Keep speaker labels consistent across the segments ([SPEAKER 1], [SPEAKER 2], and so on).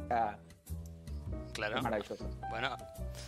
[SPEAKER 1] Ah,
[SPEAKER 2] Claro.
[SPEAKER 1] es maravilloso.
[SPEAKER 2] Bueno.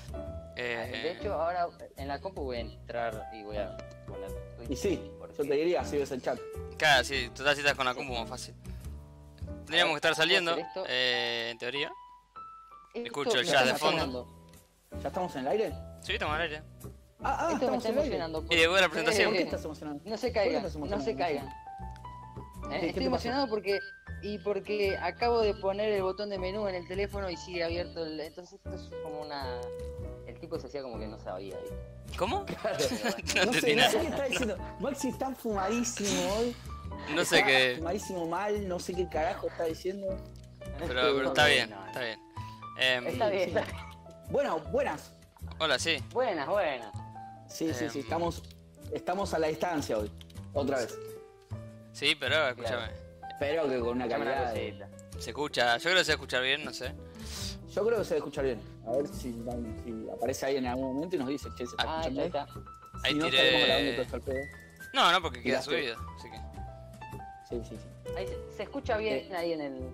[SPEAKER 3] De hecho, ahora en la compu voy a entrar y voy a poner Twitch.
[SPEAKER 1] Y sí,
[SPEAKER 3] porque-
[SPEAKER 1] yo te diría, si ves el chat.
[SPEAKER 2] Claro, sí, total si estás con la compu más fácil. Tendríamos que estar saliendo,
[SPEAKER 3] hacer esto.
[SPEAKER 2] en teoría.
[SPEAKER 3] Esto
[SPEAKER 2] Escucho el
[SPEAKER 3] me
[SPEAKER 2] jazz
[SPEAKER 3] está
[SPEAKER 2] de fondo.
[SPEAKER 3] emocionando.
[SPEAKER 1] ¿Ya estamos en el aire?
[SPEAKER 2] Sí, estamos al aire.
[SPEAKER 1] Ah,
[SPEAKER 3] Esto me
[SPEAKER 1] estamos
[SPEAKER 3] está
[SPEAKER 1] en el aire.
[SPEAKER 3] emocionando.
[SPEAKER 2] Y después de la
[SPEAKER 1] ¿Por
[SPEAKER 2] presentación.
[SPEAKER 1] qué estás emocionado?
[SPEAKER 3] No se
[SPEAKER 1] ¿Por qué
[SPEAKER 3] caigan,
[SPEAKER 1] estás
[SPEAKER 3] no
[SPEAKER 1] emocionado?
[SPEAKER 3] se caigan.
[SPEAKER 1] ¿Qué te
[SPEAKER 3] Estoy
[SPEAKER 1] pasó?
[SPEAKER 3] emocionado porque acabo de poner el botón de menú en el teléfono y sigue abierto entonces esto es como una... El tipo se hacía como que no sabía, ¿viste?
[SPEAKER 2] ¿Cómo? No
[SPEAKER 1] No
[SPEAKER 2] entendí
[SPEAKER 1] sé, no sé
[SPEAKER 2] nada.
[SPEAKER 1] qué está diciendo. Maxi está fumadísimo hoy.
[SPEAKER 2] No sé
[SPEAKER 1] Está
[SPEAKER 2] qué.
[SPEAKER 1] fumadísimo mal, no sé qué carajo está diciendo.
[SPEAKER 2] Pero está bien,
[SPEAKER 3] No,
[SPEAKER 2] está bien.
[SPEAKER 3] Está bien, está bien.
[SPEAKER 1] Bueno, buenas.
[SPEAKER 2] Hola, sí.
[SPEAKER 3] Buenas, buenas.
[SPEAKER 1] Sí, estamos a la distancia hoy. Otra vez.
[SPEAKER 2] Sí, pero escúchame.
[SPEAKER 1] Pero que con una
[SPEAKER 3] Escuchame una
[SPEAKER 1] calidad.
[SPEAKER 3] cosita.
[SPEAKER 2] Se escucha, yo creo que se va a escuchar bien, no sé.
[SPEAKER 1] Yo creo que se debe escuchar bien. A ver si aparece alguien en algún momento y nos dice, che, se está
[SPEAKER 3] Ah,
[SPEAKER 1] escuchando
[SPEAKER 3] ahí
[SPEAKER 1] bien.
[SPEAKER 3] está.
[SPEAKER 2] Ahí
[SPEAKER 1] Si no,
[SPEAKER 2] tiré-
[SPEAKER 1] estaremos grabando todo esto al pedo.
[SPEAKER 2] No, porque queda
[SPEAKER 1] Tiraste.
[SPEAKER 2] subido, así que.
[SPEAKER 1] Sí.
[SPEAKER 3] Ahí se escucha bien ahí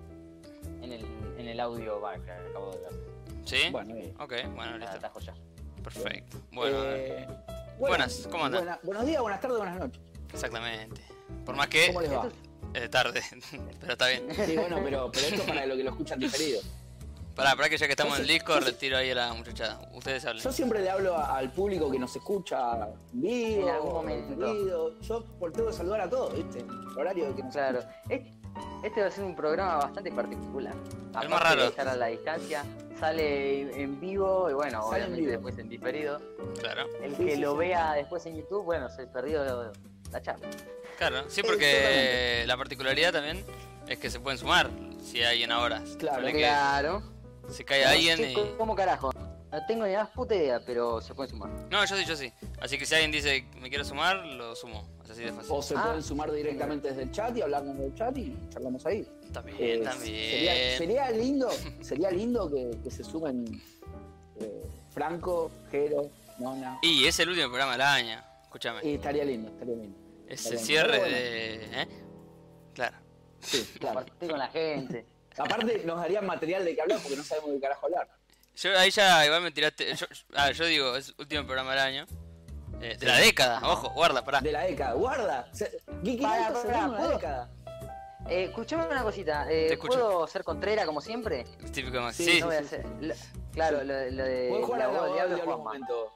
[SPEAKER 3] en el audio bar que acabo de ver.
[SPEAKER 2] ¿Sí?
[SPEAKER 1] Bueno,
[SPEAKER 2] Ok, bueno, listo.
[SPEAKER 3] Atajo ya.
[SPEAKER 2] Perfecto. Bueno,
[SPEAKER 1] buenas,
[SPEAKER 2] ¿cómo andan?
[SPEAKER 1] Buenos días, buenas tardes, buenas noches.
[SPEAKER 2] exactamente. Por más que
[SPEAKER 1] ¿Cómo les va?
[SPEAKER 3] Esto
[SPEAKER 2] es tarde, pero está bien.
[SPEAKER 1] Sí, bueno, pero esto es para lo que lo escuchan diferido.
[SPEAKER 2] Pará que ya que estamos en el Discord, retiro ahí a la muchachada. Ustedes hablen.
[SPEAKER 1] Yo siempre le hablo al público que nos escucha en vivo,
[SPEAKER 3] En algún momento.
[SPEAKER 1] diferido. Yo tengo que saludar a todos, ¿viste? El horario de que nos
[SPEAKER 3] Claro.
[SPEAKER 1] escuchan.
[SPEAKER 3] Este va a ser un programa bastante particular.
[SPEAKER 2] más
[SPEAKER 3] Aparte
[SPEAKER 2] raro.
[SPEAKER 3] de estar a la distancia, sale en vivo y bueno,
[SPEAKER 1] Sale en
[SPEAKER 3] obviamente
[SPEAKER 1] vivo.
[SPEAKER 3] después en diferido.
[SPEAKER 2] Claro,
[SPEAKER 3] El
[SPEAKER 1] Sí,
[SPEAKER 3] que
[SPEAKER 1] sí,
[SPEAKER 3] lo
[SPEAKER 1] sí.
[SPEAKER 3] vea después en YouTube, bueno, se perdió la charla.
[SPEAKER 2] claro. Sí, porque la particularidad también es que se pueden sumar si hay alguien ahora.
[SPEAKER 1] Claro,
[SPEAKER 2] Ponele que
[SPEAKER 3] Claro.
[SPEAKER 2] se cae alguien
[SPEAKER 3] No sé
[SPEAKER 2] y.
[SPEAKER 3] ¿Cómo carajo? No tengo ni más puta idea, pero se puede sumar.
[SPEAKER 2] No, yo sí. Así que si alguien dice me quiero sumar, lo sumo. Es así de fácil.
[SPEAKER 1] O se
[SPEAKER 3] Ah.
[SPEAKER 1] pueden sumar directamente desde el chat y hablarnos del chat y charlamos ahí.
[SPEAKER 2] También, también.
[SPEAKER 1] Sería lindo que se sumen Franco, Jero, Nona.
[SPEAKER 2] Y es el último programa del año. Escúchame.
[SPEAKER 1] Y estaría lindo.
[SPEAKER 2] Es el
[SPEAKER 1] estaría
[SPEAKER 2] cierre
[SPEAKER 1] lindo.
[SPEAKER 2] de. Claro.
[SPEAKER 1] Sí, claro.
[SPEAKER 3] Compartir con la gente.
[SPEAKER 1] Aparte nos darían material de qué hablar porque no sabemos de qué carajo hablar.
[SPEAKER 2] Yo ahí ya igual me tiraste. Yo digo, es último programa del año. De la década, ojo, guarda, pará.
[SPEAKER 1] De la década. Guarda. Geeky
[SPEAKER 3] Pará,
[SPEAKER 1] Night
[SPEAKER 3] pará,
[SPEAKER 1] cerrando la
[SPEAKER 3] ¿puedo?
[SPEAKER 1] década.
[SPEAKER 3] Escuchame una cosita.
[SPEAKER 2] escucho.
[SPEAKER 3] ¿Puedo ser contrera como siempre?
[SPEAKER 2] Es típico de Max.
[SPEAKER 1] Sí,
[SPEAKER 2] Sí,
[SPEAKER 3] No voy a
[SPEAKER 1] sí.
[SPEAKER 3] hacer. Claro,
[SPEAKER 1] Sí.
[SPEAKER 3] lo de.
[SPEAKER 1] Puedes jugar
[SPEAKER 3] la
[SPEAKER 1] a la
[SPEAKER 3] voz del
[SPEAKER 1] abogado del
[SPEAKER 3] diablo
[SPEAKER 1] diablo un
[SPEAKER 3] Juanma.
[SPEAKER 1] momento.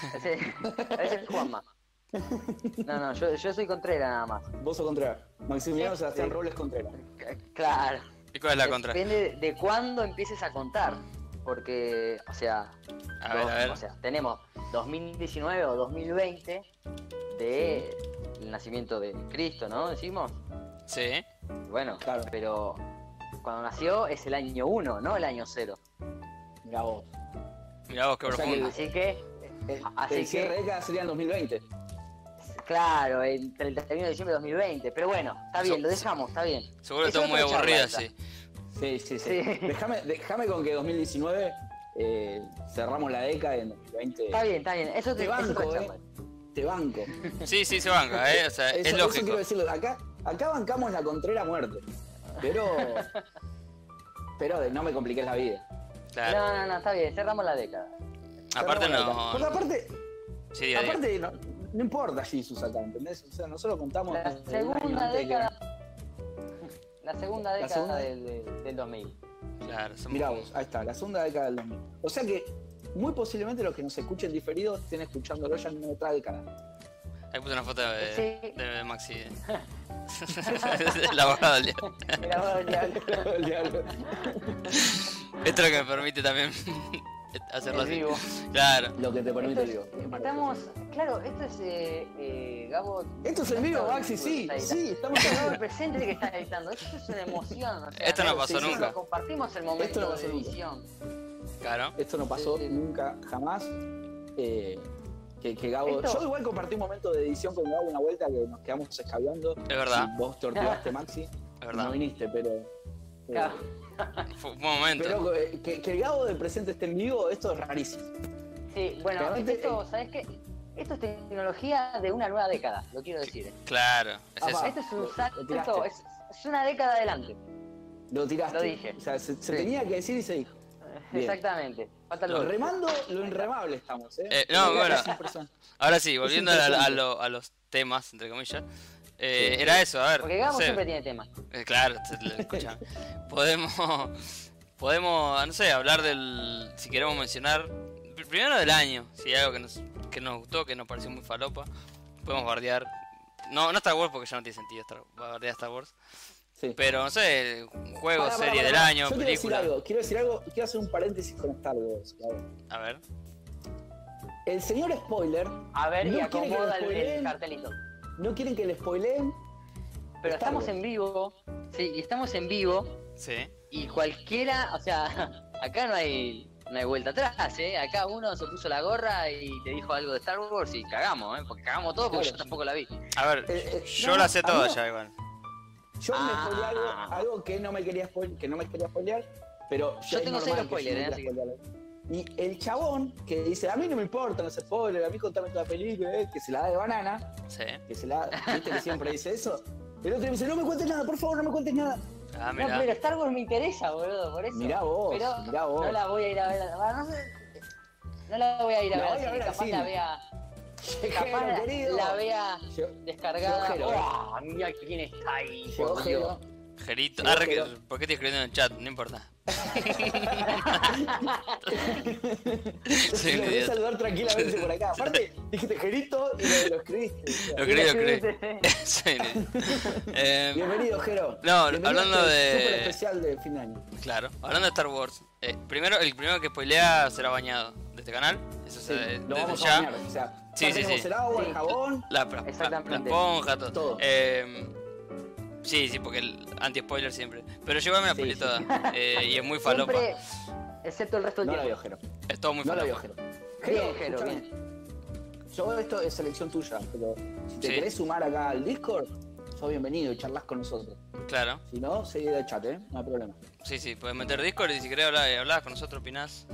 [SPEAKER 3] Ese es Juanma. No, yo soy contrera nada más.
[SPEAKER 1] Vos sos Contreras. Maximiliano
[SPEAKER 3] Sí,
[SPEAKER 1] Sebastián
[SPEAKER 3] sí.
[SPEAKER 1] Robles Contreras.
[SPEAKER 3] Claro.
[SPEAKER 2] ¿Y cuál es la contra?
[SPEAKER 3] Depende de cuándo empieces a contar. Porque, o sea,
[SPEAKER 2] A ver.
[SPEAKER 3] o sea, tenemos 2019 o 2020 de el nacimiento de Cristo, ¿no? Decimos.
[SPEAKER 2] Sí.
[SPEAKER 3] Bueno,
[SPEAKER 1] Claro.
[SPEAKER 3] pero cuando nació es el año 1, no el año 0.
[SPEAKER 1] Mirá vos.
[SPEAKER 2] Mirá vos, qué
[SPEAKER 1] O sea
[SPEAKER 2] profundo.
[SPEAKER 3] Así que, Así
[SPEAKER 1] El cierre
[SPEAKER 3] que-
[SPEAKER 1] de década sería en 2020.
[SPEAKER 3] claro, el 31 de diciembre de 2020. Pero bueno, está bien, lo dejamos, está bien.
[SPEAKER 2] Seguro que
[SPEAKER 3] Es
[SPEAKER 2] todo muy
[SPEAKER 3] otra
[SPEAKER 2] aburrido
[SPEAKER 3] charla
[SPEAKER 2] así.
[SPEAKER 1] Sí.
[SPEAKER 3] Sí.
[SPEAKER 1] Déjame con que 2019 cerramos la década y en 2020.
[SPEAKER 3] Está bien, eso
[SPEAKER 1] Te
[SPEAKER 3] es otra
[SPEAKER 1] banco,
[SPEAKER 3] charla.
[SPEAKER 1] Te banco.
[SPEAKER 2] Sí, se banca, o sea, es
[SPEAKER 1] Eso
[SPEAKER 2] lógico.
[SPEAKER 1] quiero decirlo. Acá bancamos la Contrera a muerte. Pero no me compliques la vida.
[SPEAKER 2] Claro.
[SPEAKER 3] No, está bien, cerramos la década.
[SPEAKER 2] Aparte
[SPEAKER 1] Cerramos la década. Porque
[SPEAKER 2] no.
[SPEAKER 1] aparte,
[SPEAKER 2] Sí, diga.
[SPEAKER 1] aparte no importa Jesus acá, ¿entendés? O sea, nosotros contamos
[SPEAKER 3] La
[SPEAKER 1] desde un año
[SPEAKER 3] segunda
[SPEAKER 1] antes de que-
[SPEAKER 3] década. La segunda década
[SPEAKER 1] segunda-
[SPEAKER 3] del 2000.
[SPEAKER 2] Claro, somos
[SPEAKER 1] Mirá
[SPEAKER 2] como-
[SPEAKER 1] vos, ahí está, la segunda década del 2000. O sea que muy posiblemente los que nos escuchen diferidos estén escuchándolo ya en otra década.
[SPEAKER 2] Ahí puse una foto
[SPEAKER 3] Sí.
[SPEAKER 2] de Maxi. La abogada del diablo.
[SPEAKER 3] Mira, vos, ya-
[SPEAKER 1] El diablo.
[SPEAKER 2] Esto es lo que me permite también hacerlo
[SPEAKER 3] En
[SPEAKER 2] así.
[SPEAKER 3] vivo.
[SPEAKER 2] Claro.
[SPEAKER 1] Lo que te permite
[SPEAKER 3] Esto
[SPEAKER 1] el
[SPEAKER 3] es-
[SPEAKER 1] vivo.
[SPEAKER 3] estamos, claro, esto es Gabo.
[SPEAKER 1] Esto es en vivo,
[SPEAKER 3] Gabo
[SPEAKER 1] Maxi, sí,
[SPEAKER 3] está editando.
[SPEAKER 1] sí, estamos en
[SPEAKER 3] Gabo
[SPEAKER 1] vivo.
[SPEAKER 3] presente que está editando. Esto es una emoción. O sea,
[SPEAKER 2] Esto no
[SPEAKER 3] claro,
[SPEAKER 2] pasó
[SPEAKER 3] sí,
[SPEAKER 2] nunca.
[SPEAKER 3] Compartimos el
[SPEAKER 1] Esto
[SPEAKER 3] momento
[SPEAKER 1] no
[SPEAKER 3] de
[SPEAKER 1] pasó nunca.
[SPEAKER 3] edición.
[SPEAKER 2] Claro.
[SPEAKER 1] Esto no pasó
[SPEAKER 3] Sí.
[SPEAKER 1] nunca, jamás. Que Gabo.
[SPEAKER 3] Esto-
[SPEAKER 1] Yo igual compartí un momento de edición con Gabo una vuelta que nos quedamos escabeando.
[SPEAKER 2] Es verdad.
[SPEAKER 1] Y vos torturaste, Maxi.
[SPEAKER 2] Es verdad.
[SPEAKER 1] No viniste, pero.
[SPEAKER 3] Claro.
[SPEAKER 2] Fue un momento.
[SPEAKER 1] Pero que el Gabo del presente esté en vivo, esto es rarísimo.
[SPEAKER 3] Sí, bueno,
[SPEAKER 1] Realmente-
[SPEAKER 3] esto, ¿sabes qué? Esto es tecnología de una nueva década, lo quiero decir.
[SPEAKER 2] Claro, es
[SPEAKER 1] Apa.
[SPEAKER 2] eso.
[SPEAKER 3] Esto es un
[SPEAKER 1] Lo
[SPEAKER 3] salto,
[SPEAKER 1] tiraste.
[SPEAKER 3] es una década adelante.
[SPEAKER 1] Lo tiraste.
[SPEAKER 3] Lo dije.
[SPEAKER 1] O sea, se
[SPEAKER 3] Sí.
[SPEAKER 1] tenía que decir y se dijo. Bien.
[SPEAKER 3] Exactamente. Falta
[SPEAKER 1] Lo
[SPEAKER 3] el
[SPEAKER 1] remando, lo enremable estamos,
[SPEAKER 2] No,
[SPEAKER 1] Porque
[SPEAKER 2] bueno.
[SPEAKER 1] es impresionante.
[SPEAKER 2] Ahora sí, volviendo
[SPEAKER 1] interesante.
[SPEAKER 2] a los temas, entre comillas. Era eso, a ver.
[SPEAKER 3] Porque
[SPEAKER 2] no
[SPEAKER 3] Gabo
[SPEAKER 2] sé.
[SPEAKER 3] siempre tiene tema.
[SPEAKER 2] Claro, escucha. Podemos, no sé, hablar del. Si queremos mencionar. Primero del año, si hay algo que nos gustó, que nos pareció muy falopa. Podemos bardear. No Star Wars porque ya no tiene sentido bardear Star Wars.
[SPEAKER 1] Sí.
[SPEAKER 2] Pero no sé, un juego,
[SPEAKER 1] Pará,
[SPEAKER 2] serie
[SPEAKER 1] pará,
[SPEAKER 2] del
[SPEAKER 1] pará.
[SPEAKER 2] año,
[SPEAKER 1] Yo
[SPEAKER 2] película.
[SPEAKER 1] quiero decir algo, quiero hacer un paréntesis con Star Wars. Gabo.
[SPEAKER 2] A ver.
[SPEAKER 1] El señor spoiler
[SPEAKER 3] A ver,
[SPEAKER 1] No
[SPEAKER 3] y
[SPEAKER 1] quiere que
[SPEAKER 3] acomoda
[SPEAKER 1] lo
[SPEAKER 3] el
[SPEAKER 1] spoileen.
[SPEAKER 3] cartelito.
[SPEAKER 1] no quieren que le spoileen.
[SPEAKER 3] Pero
[SPEAKER 1] Star
[SPEAKER 3] estamos
[SPEAKER 1] Wars.
[SPEAKER 3] en vivo. Sí, y estamos en vivo.
[SPEAKER 2] Sí.
[SPEAKER 3] Y cualquiera, o sea, acá no hay vuelta atrás, ¿eh? Acá uno se puso la gorra y te dijo algo de Star Wars y cagamos, ¿eh? Porque cagamos todo porque
[SPEAKER 1] Claro.
[SPEAKER 3] yo tampoco la vi.
[SPEAKER 2] A ver, yo
[SPEAKER 1] no,
[SPEAKER 2] la sé
[SPEAKER 1] a
[SPEAKER 2] toda
[SPEAKER 1] mí no.
[SPEAKER 2] ya igual.
[SPEAKER 1] Yo me
[SPEAKER 3] Ah.
[SPEAKER 1] spoileé algo que no me quería spoilear, pero
[SPEAKER 3] Yo
[SPEAKER 1] es
[SPEAKER 3] tengo
[SPEAKER 1] normal
[SPEAKER 3] cero
[SPEAKER 1] que
[SPEAKER 3] spoiler,
[SPEAKER 1] yo no
[SPEAKER 3] así
[SPEAKER 1] quiera spoilear. Y el chabón que dice, a mí no me importan los spoilers, a mí contame toda la película, que se la da de banana,
[SPEAKER 2] Sí.
[SPEAKER 1] que se la viste que siempre dice eso. El otro dice, no me cuentes nada, por favor, no me cuentes nada.
[SPEAKER 2] Ah,
[SPEAKER 3] No,
[SPEAKER 2] mira.
[SPEAKER 3] pero Star Wars me interesa, boludo, por eso.
[SPEAKER 1] Mirá vos,
[SPEAKER 3] Pero
[SPEAKER 1] mirá vos.
[SPEAKER 3] no la voy a ir a ver. No sé. No la voy a ir a
[SPEAKER 1] La
[SPEAKER 3] ver,
[SPEAKER 1] voy a
[SPEAKER 3] así,
[SPEAKER 1] ver al
[SPEAKER 3] capaz
[SPEAKER 1] cine.
[SPEAKER 3] la vea.
[SPEAKER 1] Jero,
[SPEAKER 3] Capaz
[SPEAKER 1] querido.
[SPEAKER 3] la vea
[SPEAKER 1] Yo-
[SPEAKER 3] descargada.
[SPEAKER 1] Jero,
[SPEAKER 3] ¡Uah! Mira quién está ahí,
[SPEAKER 1] Llegó
[SPEAKER 3] por Dios.
[SPEAKER 1] Jero.
[SPEAKER 2] Gerito.
[SPEAKER 1] Sí, pero-
[SPEAKER 2] ¿Por qué te escribiendo en el chat? No importa. Soy
[SPEAKER 1] Lo
[SPEAKER 2] un
[SPEAKER 1] voy a
[SPEAKER 2] idiota.
[SPEAKER 1] saludar tranquilamente por acá. Aparte, dijiste Gerito y lo escribiste. O sea,
[SPEAKER 2] Lo creí. Soy un idiota.
[SPEAKER 1] Bienvenido, Jero.
[SPEAKER 2] No,
[SPEAKER 1] Bienvenido
[SPEAKER 2] hablando
[SPEAKER 1] a este
[SPEAKER 2] de-
[SPEAKER 1] súper especial de fin de año.
[SPEAKER 2] Claro, hablando de Star Wars. El primero que spoilea será bañado de este canal. Eso
[SPEAKER 1] Sí,
[SPEAKER 2] se,
[SPEAKER 1] lo
[SPEAKER 2] desde
[SPEAKER 1] vamos
[SPEAKER 2] ya.
[SPEAKER 1] a bañar. O sea,
[SPEAKER 2] Sí,
[SPEAKER 1] ya
[SPEAKER 2] sí,
[SPEAKER 1] tenemos
[SPEAKER 2] sí.
[SPEAKER 1] el agua,
[SPEAKER 3] Sí.
[SPEAKER 1] el jabón.
[SPEAKER 2] La
[SPEAKER 3] Exactamente.
[SPEAKER 2] esponja, todo.
[SPEAKER 1] Todo.
[SPEAKER 2] Sí, porque el anti-spoiler siempre. Pero yo igual me la
[SPEAKER 1] Sí,
[SPEAKER 2] spoileé
[SPEAKER 1] sí.
[SPEAKER 2] toda. Y es muy falopa.
[SPEAKER 3] Siempre, excepto el resto del
[SPEAKER 1] No la vio,
[SPEAKER 3] tiempo.
[SPEAKER 1] Jero.
[SPEAKER 2] Es todo muy
[SPEAKER 1] No la
[SPEAKER 2] falopa.
[SPEAKER 1] vio, Jero.
[SPEAKER 3] Bien, Jero,
[SPEAKER 1] escúchame. Yo esto es selección tuya, pero si te
[SPEAKER 2] Sí.
[SPEAKER 1] querés sumar acá al Discord, sos bienvenido y charlas con nosotros.
[SPEAKER 2] Claro.
[SPEAKER 1] Si no, seguí del chat, no hay problema.
[SPEAKER 2] Sí, puedes meter Discord y si querés hablar con nosotros, opinás.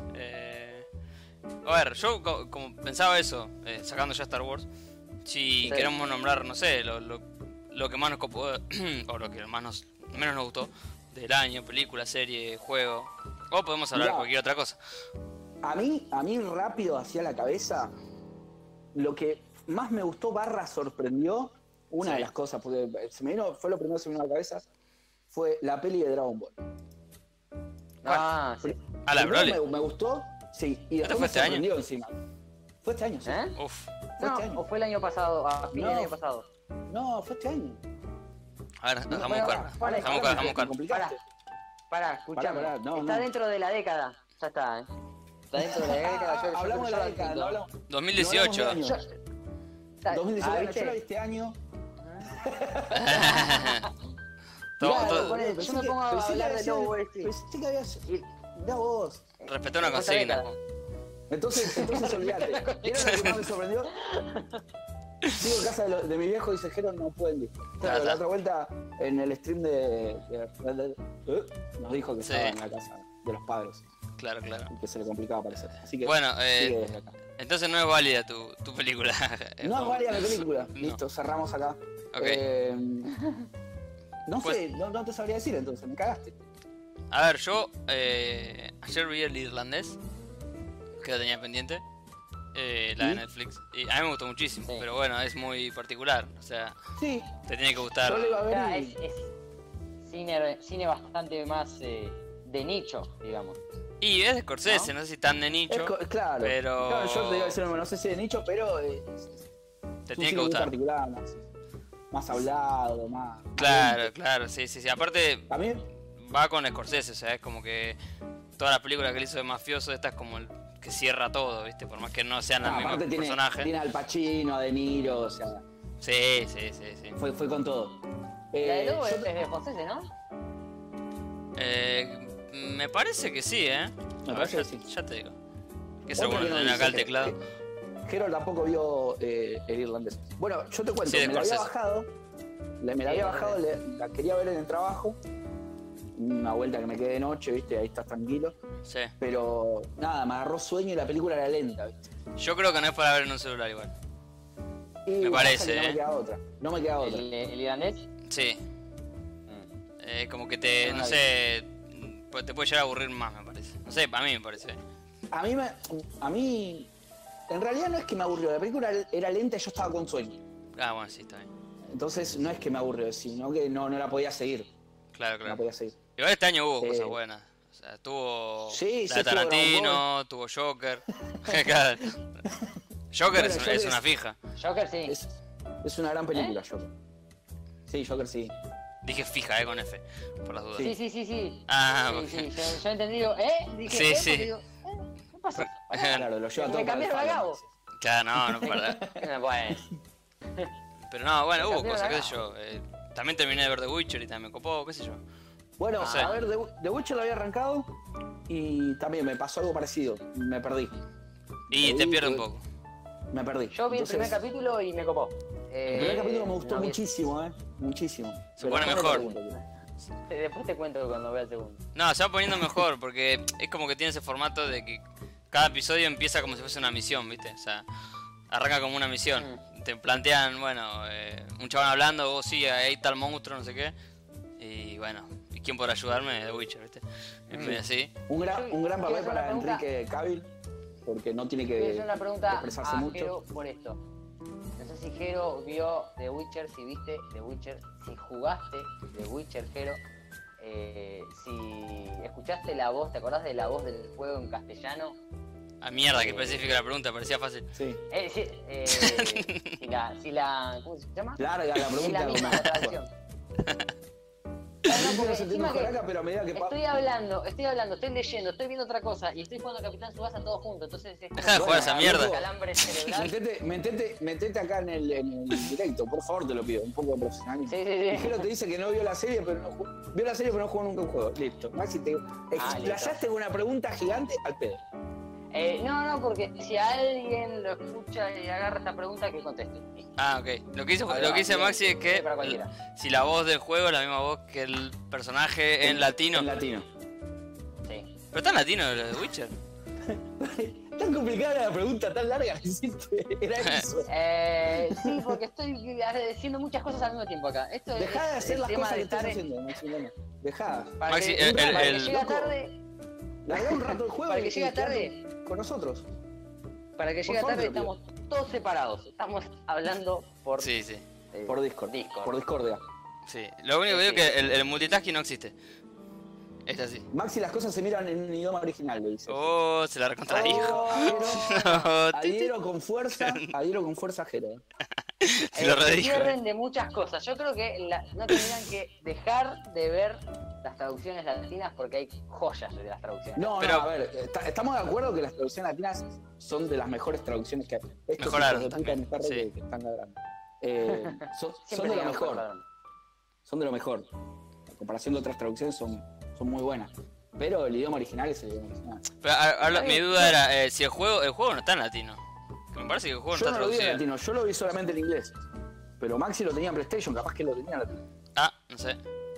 [SPEAKER 2] A ver, yo como pensaba eso, sacando ya Star Wars, si
[SPEAKER 3] Sí.
[SPEAKER 2] queremos nombrar, no sé, lo que más nos copó, o lo que menos nos gustó del año, película, serie, juego, o podemos hablar de
[SPEAKER 1] Mirá.
[SPEAKER 2] cualquier otra cosa.
[SPEAKER 1] A mí rápido hacia la cabeza, lo que más me gustó barra sorprendió, una
[SPEAKER 2] Sí.
[SPEAKER 1] de las cosas, porque fue lo primero que se me vino a la cabeza, fue la peli de Dragon Ball.
[SPEAKER 3] Ah, sí.
[SPEAKER 2] A la
[SPEAKER 1] Primero
[SPEAKER 2] Broly.
[SPEAKER 1] me gustó, sí, y
[SPEAKER 2] ¿Esto
[SPEAKER 1] después
[SPEAKER 2] fue
[SPEAKER 1] me
[SPEAKER 2] este año?
[SPEAKER 1] sorprendió encima. Fue este año, sí.
[SPEAKER 3] ¿Eh?
[SPEAKER 2] Uf,
[SPEAKER 1] Fue
[SPEAKER 3] No,
[SPEAKER 1] este año.
[SPEAKER 3] o fue el año pasado, a fin del
[SPEAKER 1] No.
[SPEAKER 3] año pasado.
[SPEAKER 1] No, fue este año.
[SPEAKER 2] a ver,
[SPEAKER 1] No,
[SPEAKER 2] dejamos
[SPEAKER 3] bueno,
[SPEAKER 2] buscar.
[SPEAKER 3] bueno,
[SPEAKER 2] Dejamos
[SPEAKER 3] bueno,
[SPEAKER 2] buscar.
[SPEAKER 1] Me complicaste.
[SPEAKER 3] Pará, escuchame.
[SPEAKER 1] Pará, no,
[SPEAKER 3] está
[SPEAKER 1] no.
[SPEAKER 3] dentro de la década. Ya está, ¿eh? Está dentro de la década. Yo
[SPEAKER 1] Hablamos de
[SPEAKER 3] yo
[SPEAKER 1] la
[SPEAKER 3] lo
[SPEAKER 1] década,
[SPEAKER 3] entiendo.
[SPEAKER 1] no hablamos.
[SPEAKER 2] 2018.
[SPEAKER 1] No hablamos de
[SPEAKER 3] Yo-
[SPEAKER 1] años.
[SPEAKER 3] Ah,
[SPEAKER 1] 2019, yo
[SPEAKER 3] ¿viste?
[SPEAKER 1] la vi este año.
[SPEAKER 2] Todo-
[SPEAKER 3] Claro,
[SPEAKER 2] todo-
[SPEAKER 3] ponele, yo me pongo a
[SPEAKER 1] Pensé que
[SPEAKER 3] hablar
[SPEAKER 1] había
[SPEAKER 3] de
[SPEAKER 1] sido-
[SPEAKER 3] Lobo este.
[SPEAKER 1] pensé que habías.
[SPEAKER 3] Y-
[SPEAKER 1] Mirá vos.
[SPEAKER 2] Respetá una
[SPEAKER 3] Esta
[SPEAKER 2] consigna.
[SPEAKER 3] década.
[SPEAKER 1] Entonces olvídate. ¿Quieres lo que más me sorprendió? Sigo en casa de mi viejo y dice, Jero, no pueden ir. Claro, la otra vuelta, en el stream nos dijo que
[SPEAKER 2] Sí.
[SPEAKER 1] estaba en la casa de los padres
[SPEAKER 2] Claro.
[SPEAKER 1] y que se le complicaba aparecer. Así que
[SPEAKER 2] Bueno,
[SPEAKER 1] sigue desde acá.
[SPEAKER 2] entonces no es válida tu película.
[SPEAKER 1] No es válida la película.
[SPEAKER 2] No.
[SPEAKER 1] Listo, cerramos acá.
[SPEAKER 2] Ok.
[SPEAKER 1] No
[SPEAKER 2] Pues-
[SPEAKER 1] sé, no te sabría decir entonces, me cagaste.
[SPEAKER 2] A ver, yo ayer vi el irlandés, que lo tenía pendiente, la de
[SPEAKER 1] ¿Y?
[SPEAKER 2] Netflix, y a mí me gustó muchísimo,
[SPEAKER 3] Sí.
[SPEAKER 2] pero bueno, es muy particular, o sea,
[SPEAKER 1] Sí,
[SPEAKER 2] te tiene que gustar.
[SPEAKER 1] yo le iba a
[SPEAKER 3] O sea,
[SPEAKER 1] ver y...
[SPEAKER 3] es cine bastante más de nicho, digamos.
[SPEAKER 2] Y es de Scorsese,
[SPEAKER 3] ¿No?
[SPEAKER 2] no sé si tan de nicho,
[SPEAKER 1] Claro,
[SPEAKER 2] pero-
[SPEAKER 1] claro, yo te iba a decir, no sé si de nicho, pero
[SPEAKER 2] te
[SPEAKER 1] es un
[SPEAKER 2] tiene
[SPEAKER 1] cine
[SPEAKER 2] que
[SPEAKER 1] muy
[SPEAKER 2] gustar.
[SPEAKER 1] particular, más hablado, más...
[SPEAKER 2] Claro, sí. Aparte
[SPEAKER 1] A mí,
[SPEAKER 2] va con Scorsese, o sea, es como que todas las películas que él hizo de mafioso, esta es como el que cierra todo, ¿viste? Por más que no sean los mismos
[SPEAKER 1] aparte tiene
[SPEAKER 2] personajes.
[SPEAKER 1] al Pacino, a De Niro, o sea,
[SPEAKER 2] Sí.
[SPEAKER 1] fue con todo.
[SPEAKER 3] La de Lobo
[SPEAKER 1] yo
[SPEAKER 3] es de Scorsese, ¿no?
[SPEAKER 2] Me parece que sí, ¿eh?
[SPEAKER 1] Me
[SPEAKER 2] A ver,
[SPEAKER 1] parece
[SPEAKER 2] ya,
[SPEAKER 1] que sí.
[SPEAKER 2] ya te digo. Que se
[SPEAKER 1] Otra
[SPEAKER 2] bueno
[SPEAKER 1] que no
[SPEAKER 2] tener acá el
[SPEAKER 1] dice,
[SPEAKER 2] teclado.
[SPEAKER 1] Jero tampoco vio el irlandés. Bueno, yo te cuento,
[SPEAKER 2] Sí, de
[SPEAKER 1] me la había
[SPEAKER 2] Scorsese.
[SPEAKER 1] bajado, me la había bajado, la quería ver en el trabajo, una vuelta que me quedé de noche, viste, ahí estás tranquilo,
[SPEAKER 2] Sí.
[SPEAKER 1] pero nada, me agarró sueño y la película era lenta, viste.
[SPEAKER 2] Yo creo que no es para ver en un celular igual.
[SPEAKER 1] Y
[SPEAKER 2] Me
[SPEAKER 1] pasa
[SPEAKER 2] parece,
[SPEAKER 1] que no
[SPEAKER 2] ¿eh?
[SPEAKER 1] me queda otra, no me queda otra.
[SPEAKER 3] El irlandés.
[SPEAKER 2] Sí. Como que te, no sé, te puede llegar a aburrir más, me parece. No sé, a mí me parece.
[SPEAKER 1] A mí, en realidad no es que me aburrió, la película era lenta y yo estaba con sueño.
[SPEAKER 2] Ah, bueno, sí, está bien.
[SPEAKER 1] Entonces no es que me aburrió, sino que no la podía seguir.
[SPEAKER 2] Claro,
[SPEAKER 1] No
[SPEAKER 2] claro.
[SPEAKER 1] la podía seguir.
[SPEAKER 2] Igual este año hubo cosas buenas. O sea, tuvo
[SPEAKER 1] Sí,
[SPEAKER 2] la
[SPEAKER 1] sí,
[SPEAKER 2] de Tarantino, tuvo Joker. Claro. Joker,
[SPEAKER 1] Bueno,
[SPEAKER 2] es una fija.
[SPEAKER 3] Joker sí.
[SPEAKER 1] Es una gran película, Joker. Sí, Joker sí.
[SPEAKER 2] Dije fija, con F, por las dudas.
[SPEAKER 3] Sí.
[SPEAKER 2] Ah,
[SPEAKER 3] Sí, yo entendí, digo, dije,
[SPEAKER 2] Sí, sí.
[SPEAKER 3] porque digo, ¿qué pasó?
[SPEAKER 1] Claro, lo lleva todo
[SPEAKER 3] Me
[SPEAKER 1] para el
[SPEAKER 3] cambiaron a
[SPEAKER 1] falo.
[SPEAKER 3] Gabo.
[SPEAKER 2] Claro, no para.
[SPEAKER 3] Bueno,
[SPEAKER 2] Pero no, bueno,
[SPEAKER 3] Me
[SPEAKER 2] hubo
[SPEAKER 3] cambiaron
[SPEAKER 2] cosas, qué
[SPEAKER 3] la
[SPEAKER 2] sé yo. También terminé de ver The Witcher y también me copó, qué sé yo.
[SPEAKER 1] Bueno,
[SPEAKER 2] No sé.
[SPEAKER 1] a ver, The Witcher lo había arrancado y también me pasó algo parecido. Me perdí.
[SPEAKER 2] Y te pierde un poco.
[SPEAKER 1] Me perdí.
[SPEAKER 3] yo vi el primer
[SPEAKER 1] Entonces,
[SPEAKER 3] capítulo y me copó.
[SPEAKER 1] el primer capítulo me gustó
[SPEAKER 3] no vi-
[SPEAKER 1] muchísimo, muchísimo.
[SPEAKER 2] Se
[SPEAKER 1] Pero
[SPEAKER 2] pone
[SPEAKER 1] después
[SPEAKER 2] mejor.
[SPEAKER 1] me pregunto,
[SPEAKER 3] Después te cuento cuando vea el segundo.
[SPEAKER 2] No, se va poniendo mejor porque es como que tiene ese formato de que cada episodio empieza como si fuese una misión, ¿viste? O sea, arranca como una misión. Te plantean, bueno, un chabón hablando, vos sí, hay tal monstruo, no sé qué. Y bueno, ¿y quién podrá ayudarme? The Witcher, ¿viste? Es medio así.
[SPEAKER 1] Un gran
[SPEAKER 3] Quiero
[SPEAKER 1] papel
[SPEAKER 3] hacer
[SPEAKER 1] para
[SPEAKER 3] una pregunta.
[SPEAKER 1] Enrique Cavill, porque no tiene
[SPEAKER 3] Quiero
[SPEAKER 1] que
[SPEAKER 3] hacer una pregunta
[SPEAKER 1] expresarse
[SPEAKER 3] a
[SPEAKER 1] mucho.
[SPEAKER 3] Jero por esto. No sé si Jero vio The Witcher, si viste The Witcher, si jugaste The Witcher, Jero, si escuchaste la voz, ¿te acordás de la voz del juego en castellano?
[SPEAKER 2] Ah, mierda, que específica la pregunta, parecía fácil.
[SPEAKER 1] Sí.
[SPEAKER 3] Si la ¿cómo se llama?
[SPEAKER 1] Larga la
[SPEAKER 3] Es
[SPEAKER 1] pregunta.
[SPEAKER 3] la misma la traducción.
[SPEAKER 1] No,
[SPEAKER 3] porque
[SPEAKER 1] no se entiende
[SPEAKER 3] encima
[SPEAKER 1] mejor
[SPEAKER 3] que
[SPEAKER 1] acá, pero a medida que
[SPEAKER 3] estoy hablando, estoy leyendo, estoy viendo otra cosa y estoy jugando Capitán Subasa todos juntos, entonces es como
[SPEAKER 2] Deja de jugar esa
[SPEAKER 1] Bueno,
[SPEAKER 2] mierda.
[SPEAKER 3] calambre cerebral.
[SPEAKER 1] Metete acá en el directo, por favor, te lo pido, un poco de profesionalismo.
[SPEAKER 3] Sí.
[SPEAKER 1] Ligero te dice que no vio la serie, pero vio la serie, pero no jugó nunca un juego. Listo. Maxi, te explayaste con una pregunta gigante al pedo.
[SPEAKER 3] No, porque si alguien lo escucha y agarra esta pregunta, que conteste.
[SPEAKER 2] Ah, ok. Lo que dice
[SPEAKER 3] Bien,
[SPEAKER 2] Maxi es que
[SPEAKER 3] para cualquiera.
[SPEAKER 2] si la voz del juego es la misma voz que el personaje en latino.
[SPEAKER 1] En latino.
[SPEAKER 3] Sí.
[SPEAKER 2] Pero está en latino el de Witcher.
[SPEAKER 1] Tan complicada la pregunta, tan larga que hiciste. Era eso.
[SPEAKER 3] Sí, porque estoy haciendo muchas cosas al mismo tiempo acá. Esto
[SPEAKER 1] Dejá de
[SPEAKER 3] es
[SPEAKER 1] hacer
[SPEAKER 3] el
[SPEAKER 1] las
[SPEAKER 3] tema
[SPEAKER 1] cosas
[SPEAKER 3] de
[SPEAKER 1] que estás
[SPEAKER 3] estar
[SPEAKER 1] haciendo, Maxi. Dejá.
[SPEAKER 3] para
[SPEAKER 2] Maxi,
[SPEAKER 3] que, para que
[SPEAKER 2] el-
[SPEAKER 3] llega
[SPEAKER 1] loco.
[SPEAKER 3] tarde,
[SPEAKER 1] Largá un rato el juego
[SPEAKER 3] Para que
[SPEAKER 1] y
[SPEAKER 3] llegue
[SPEAKER 1] quedate
[SPEAKER 3] tarde.
[SPEAKER 1] con nosotros.
[SPEAKER 3] para que
[SPEAKER 1] Por
[SPEAKER 3] llegue
[SPEAKER 1] favor,
[SPEAKER 3] tarde
[SPEAKER 1] te lo pido.
[SPEAKER 3] estamos todos separados. Estamos hablando por
[SPEAKER 2] Sí, sí.
[SPEAKER 1] Por Discord. Por Discordia.
[SPEAKER 2] Sí. Lo único que digo es que el multitasking no existe. Es así.
[SPEAKER 1] Maxi, las cosas se miran en un idioma original, le dice.
[SPEAKER 2] Oh, se la recontradijo.
[SPEAKER 1] Adhiero con fuerza, Jero.
[SPEAKER 2] Se lo
[SPEAKER 3] se
[SPEAKER 2] redijo.
[SPEAKER 3] pierden de muchas cosas. Yo creo que no tendrían que dejar de ver las traducciones latinas porque hay joyas de las traducciones.
[SPEAKER 1] No,
[SPEAKER 2] Pero-
[SPEAKER 1] no, a ver, estamos de acuerdo que las traducciones latinas son de las mejores traducciones que hay. Estos
[SPEAKER 2] Mejoraron
[SPEAKER 1] hijos de puta
[SPEAKER 2] también,
[SPEAKER 1] en esta red
[SPEAKER 2] sí.
[SPEAKER 1] que están ladrando. Son
[SPEAKER 3] Siempre
[SPEAKER 1] de lo
[SPEAKER 3] digamos,
[SPEAKER 1] mejor,
[SPEAKER 3] perdón.
[SPEAKER 1] son de lo mejor. En comparación de otras traducciones son muy buenas. Pero el idioma original es el idioma original.
[SPEAKER 2] Pero ahora, mi duda era si el juego no está en latino. Que me parece que el juego no
[SPEAKER 1] Yo
[SPEAKER 2] está
[SPEAKER 1] no lo vi en
[SPEAKER 2] traducido.
[SPEAKER 1] latino, yo lo vi solamente en inglés. Pero Maxi lo tenía en PlayStation, capaz que lo tenía en latino.
[SPEAKER 2] Ah, no sé.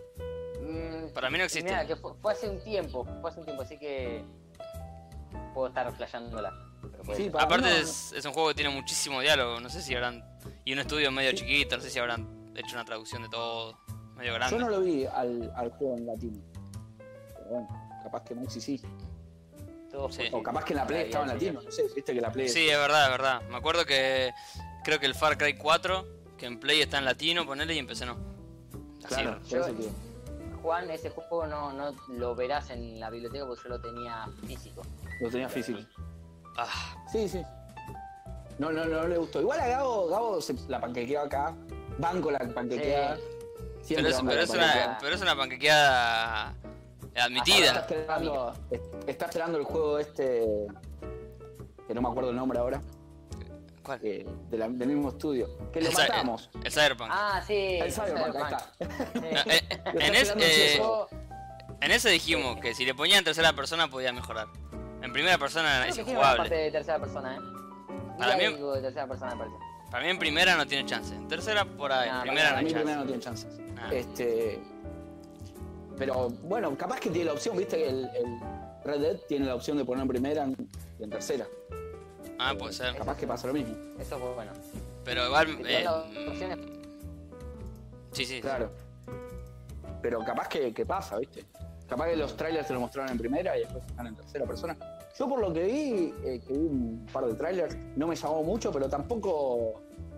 [SPEAKER 2] Para mí no
[SPEAKER 3] y
[SPEAKER 2] existe.
[SPEAKER 3] Mira, que fue hace un tiempo, así que puedo estar flasheándola. Pero puede
[SPEAKER 1] Sí,
[SPEAKER 3] ser.
[SPEAKER 1] para
[SPEAKER 2] Aparte
[SPEAKER 1] mí no-
[SPEAKER 2] es un juego que tiene muchísimo diálogo. No sé si habrán. Y un estudio medio chiquito, no sé si habrán hecho una traducción de todo. Medio grande.
[SPEAKER 1] Yo no lo vi al juego en latino. Pero bueno, capaz que Maxi sí.
[SPEAKER 3] Todo
[SPEAKER 2] Sí.
[SPEAKER 1] O capaz que en la Play estaba en latino, no sé, viste que la Play...
[SPEAKER 2] Sí, es verdad, es verdad. Me acuerdo que creo que el Far Cry 4, que en Play está en latino, ponele y en PC no. Así,
[SPEAKER 1] Claro, por
[SPEAKER 3] Yo-
[SPEAKER 1] eso te digo.
[SPEAKER 3] Juan, ese juego no lo verás en la biblioteca porque yo lo tenía físico.
[SPEAKER 1] Lo tenía físico.
[SPEAKER 2] Ah,
[SPEAKER 1] Sí, sí. No le gustó. Igual a Gabo la panquequeó acá. Banco la panquequeada. Siempre banco la panquequeada.
[SPEAKER 2] pero es una panquequeada admitida.
[SPEAKER 1] Está esperando el juego este... Que no me acuerdo el nombre ahora.
[SPEAKER 2] ¿Cuál?
[SPEAKER 1] Del mismo estudio. Que lo
[SPEAKER 2] El
[SPEAKER 1] matamos.
[SPEAKER 2] El Cyberpunk.
[SPEAKER 3] Ah, sí.
[SPEAKER 1] El Cyberpunk, ahí está.
[SPEAKER 2] En,
[SPEAKER 1] Está esperando
[SPEAKER 3] Yo-
[SPEAKER 2] en ese dijimos que si le ponían en tercera persona podía mejorar. En primera persona
[SPEAKER 3] creo
[SPEAKER 2] es
[SPEAKER 3] que tiene una parte
[SPEAKER 2] injugable.
[SPEAKER 3] de tercera persona,
[SPEAKER 2] Para
[SPEAKER 3] Vi
[SPEAKER 2] mí-
[SPEAKER 3] algo de tercera persona, me parece.
[SPEAKER 2] Para mí en primera no tiene chance. En tercera por ahí.
[SPEAKER 3] No,
[SPEAKER 2] En primera no
[SPEAKER 1] A
[SPEAKER 2] hay
[SPEAKER 1] mí
[SPEAKER 2] chance.
[SPEAKER 1] primero no tiene chances.
[SPEAKER 2] Ah.
[SPEAKER 1] Pero bueno, capaz que tiene la opción, viste que el Red Dead tiene la opción de poner en primera y en tercera.
[SPEAKER 2] Ah, puede ser.
[SPEAKER 1] Capaz que pasa lo mismo.
[SPEAKER 3] Eso fue bueno.
[SPEAKER 2] Pero igual.
[SPEAKER 3] Que te dan las opciones.
[SPEAKER 2] Sí, sí.
[SPEAKER 1] Claro. pero capaz que pasa, ¿viste? Capaz que los trailers te lo mostraron en primera y después están en tercera persona. Yo por lo que vi un par de trailers, no me llamó mucho, pero tampoco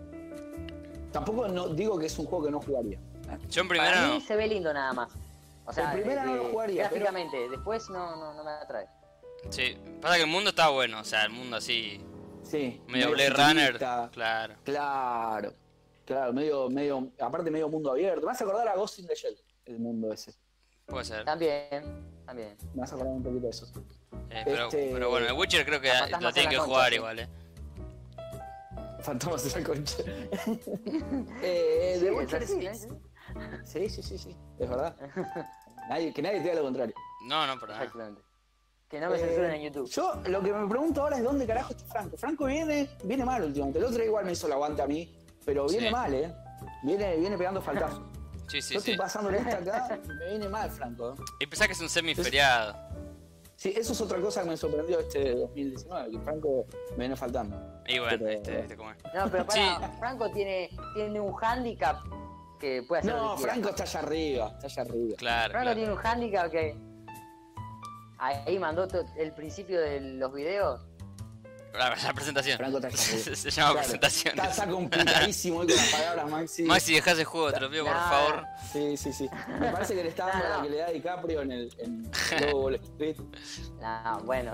[SPEAKER 1] no digo que es un juego que no jugaría.
[SPEAKER 2] Yo en
[SPEAKER 3] Para
[SPEAKER 2] primera
[SPEAKER 3] mí
[SPEAKER 2] no.
[SPEAKER 3] se ve lindo nada más. O sea,
[SPEAKER 1] En primera no lo jugaría,
[SPEAKER 3] gráficamente, después no me atrae.
[SPEAKER 2] Sí, pasa que el mundo está bueno, o sea, el mundo así,
[SPEAKER 1] Sí.
[SPEAKER 2] medio Blade Runner,
[SPEAKER 1] futurista.
[SPEAKER 2] claro.
[SPEAKER 1] Claro, medio, aparte medio mundo abierto. Me vas a acordar a Ghost in the Shell, el mundo ese.
[SPEAKER 2] Puede ser.
[SPEAKER 3] También.
[SPEAKER 1] Me vas a acordar un poquito de eso.
[SPEAKER 2] Pero bueno, el Witcher creo que
[SPEAKER 3] Las fantasmas
[SPEAKER 2] lo tienen
[SPEAKER 3] en
[SPEAKER 2] que
[SPEAKER 3] la
[SPEAKER 2] jugar
[SPEAKER 3] concha, sí.
[SPEAKER 2] igual,
[SPEAKER 1] Fantomas de la concha.
[SPEAKER 3] Sí,
[SPEAKER 1] The
[SPEAKER 3] es
[SPEAKER 1] Witcher
[SPEAKER 3] así,
[SPEAKER 1] sí, es verdad. Que nadie te diga lo contrario.
[SPEAKER 2] No, para nada.
[SPEAKER 3] Exactamente. Que no me censuren en YouTube.
[SPEAKER 1] Yo lo que me pregunto ahora es dónde carajo está Franco. Franco viene mal últimamente. El otro día igual me hizo el aguante a mí, pero viene
[SPEAKER 2] Sí.
[SPEAKER 1] mal, Viene pegando faltazos.
[SPEAKER 2] Sí,
[SPEAKER 1] Yo estoy pasando esta acá y me viene mal, Franco.
[SPEAKER 2] Y pensá que es un semi-feriado.
[SPEAKER 1] Sí, eso es otra cosa que me sorprendió este 2019, que Franco me viene faltando.
[SPEAKER 2] Y bueno,
[SPEAKER 1] Pero-
[SPEAKER 2] viste cómo es.
[SPEAKER 3] No, pero
[SPEAKER 2] Sí.
[SPEAKER 3] Franco tiene un handicap que puede hacer lo
[SPEAKER 1] No,
[SPEAKER 3] que quiera.
[SPEAKER 1] Franco está allá arriba,
[SPEAKER 2] Claro,
[SPEAKER 3] Franco
[SPEAKER 2] claro.
[SPEAKER 3] tiene un handicap que ahí mandó el principio de los videos.
[SPEAKER 2] La presentación.
[SPEAKER 1] Franco está allá arriba.
[SPEAKER 2] Se llama
[SPEAKER 1] Claro,
[SPEAKER 2] presentación.
[SPEAKER 1] Está complicadísimo hoy con las palabras, Maxi.
[SPEAKER 2] Maxi, dejá ese juego, te lo pido por
[SPEAKER 3] No.
[SPEAKER 2] favor.
[SPEAKER 1] Sí. Me parece que le está dando
[SPEAKER 3] No.
[SPEAKER 1] la que le da DiCaprio en Lobo Wall Street.
[SPEAKER 3] No, bueno.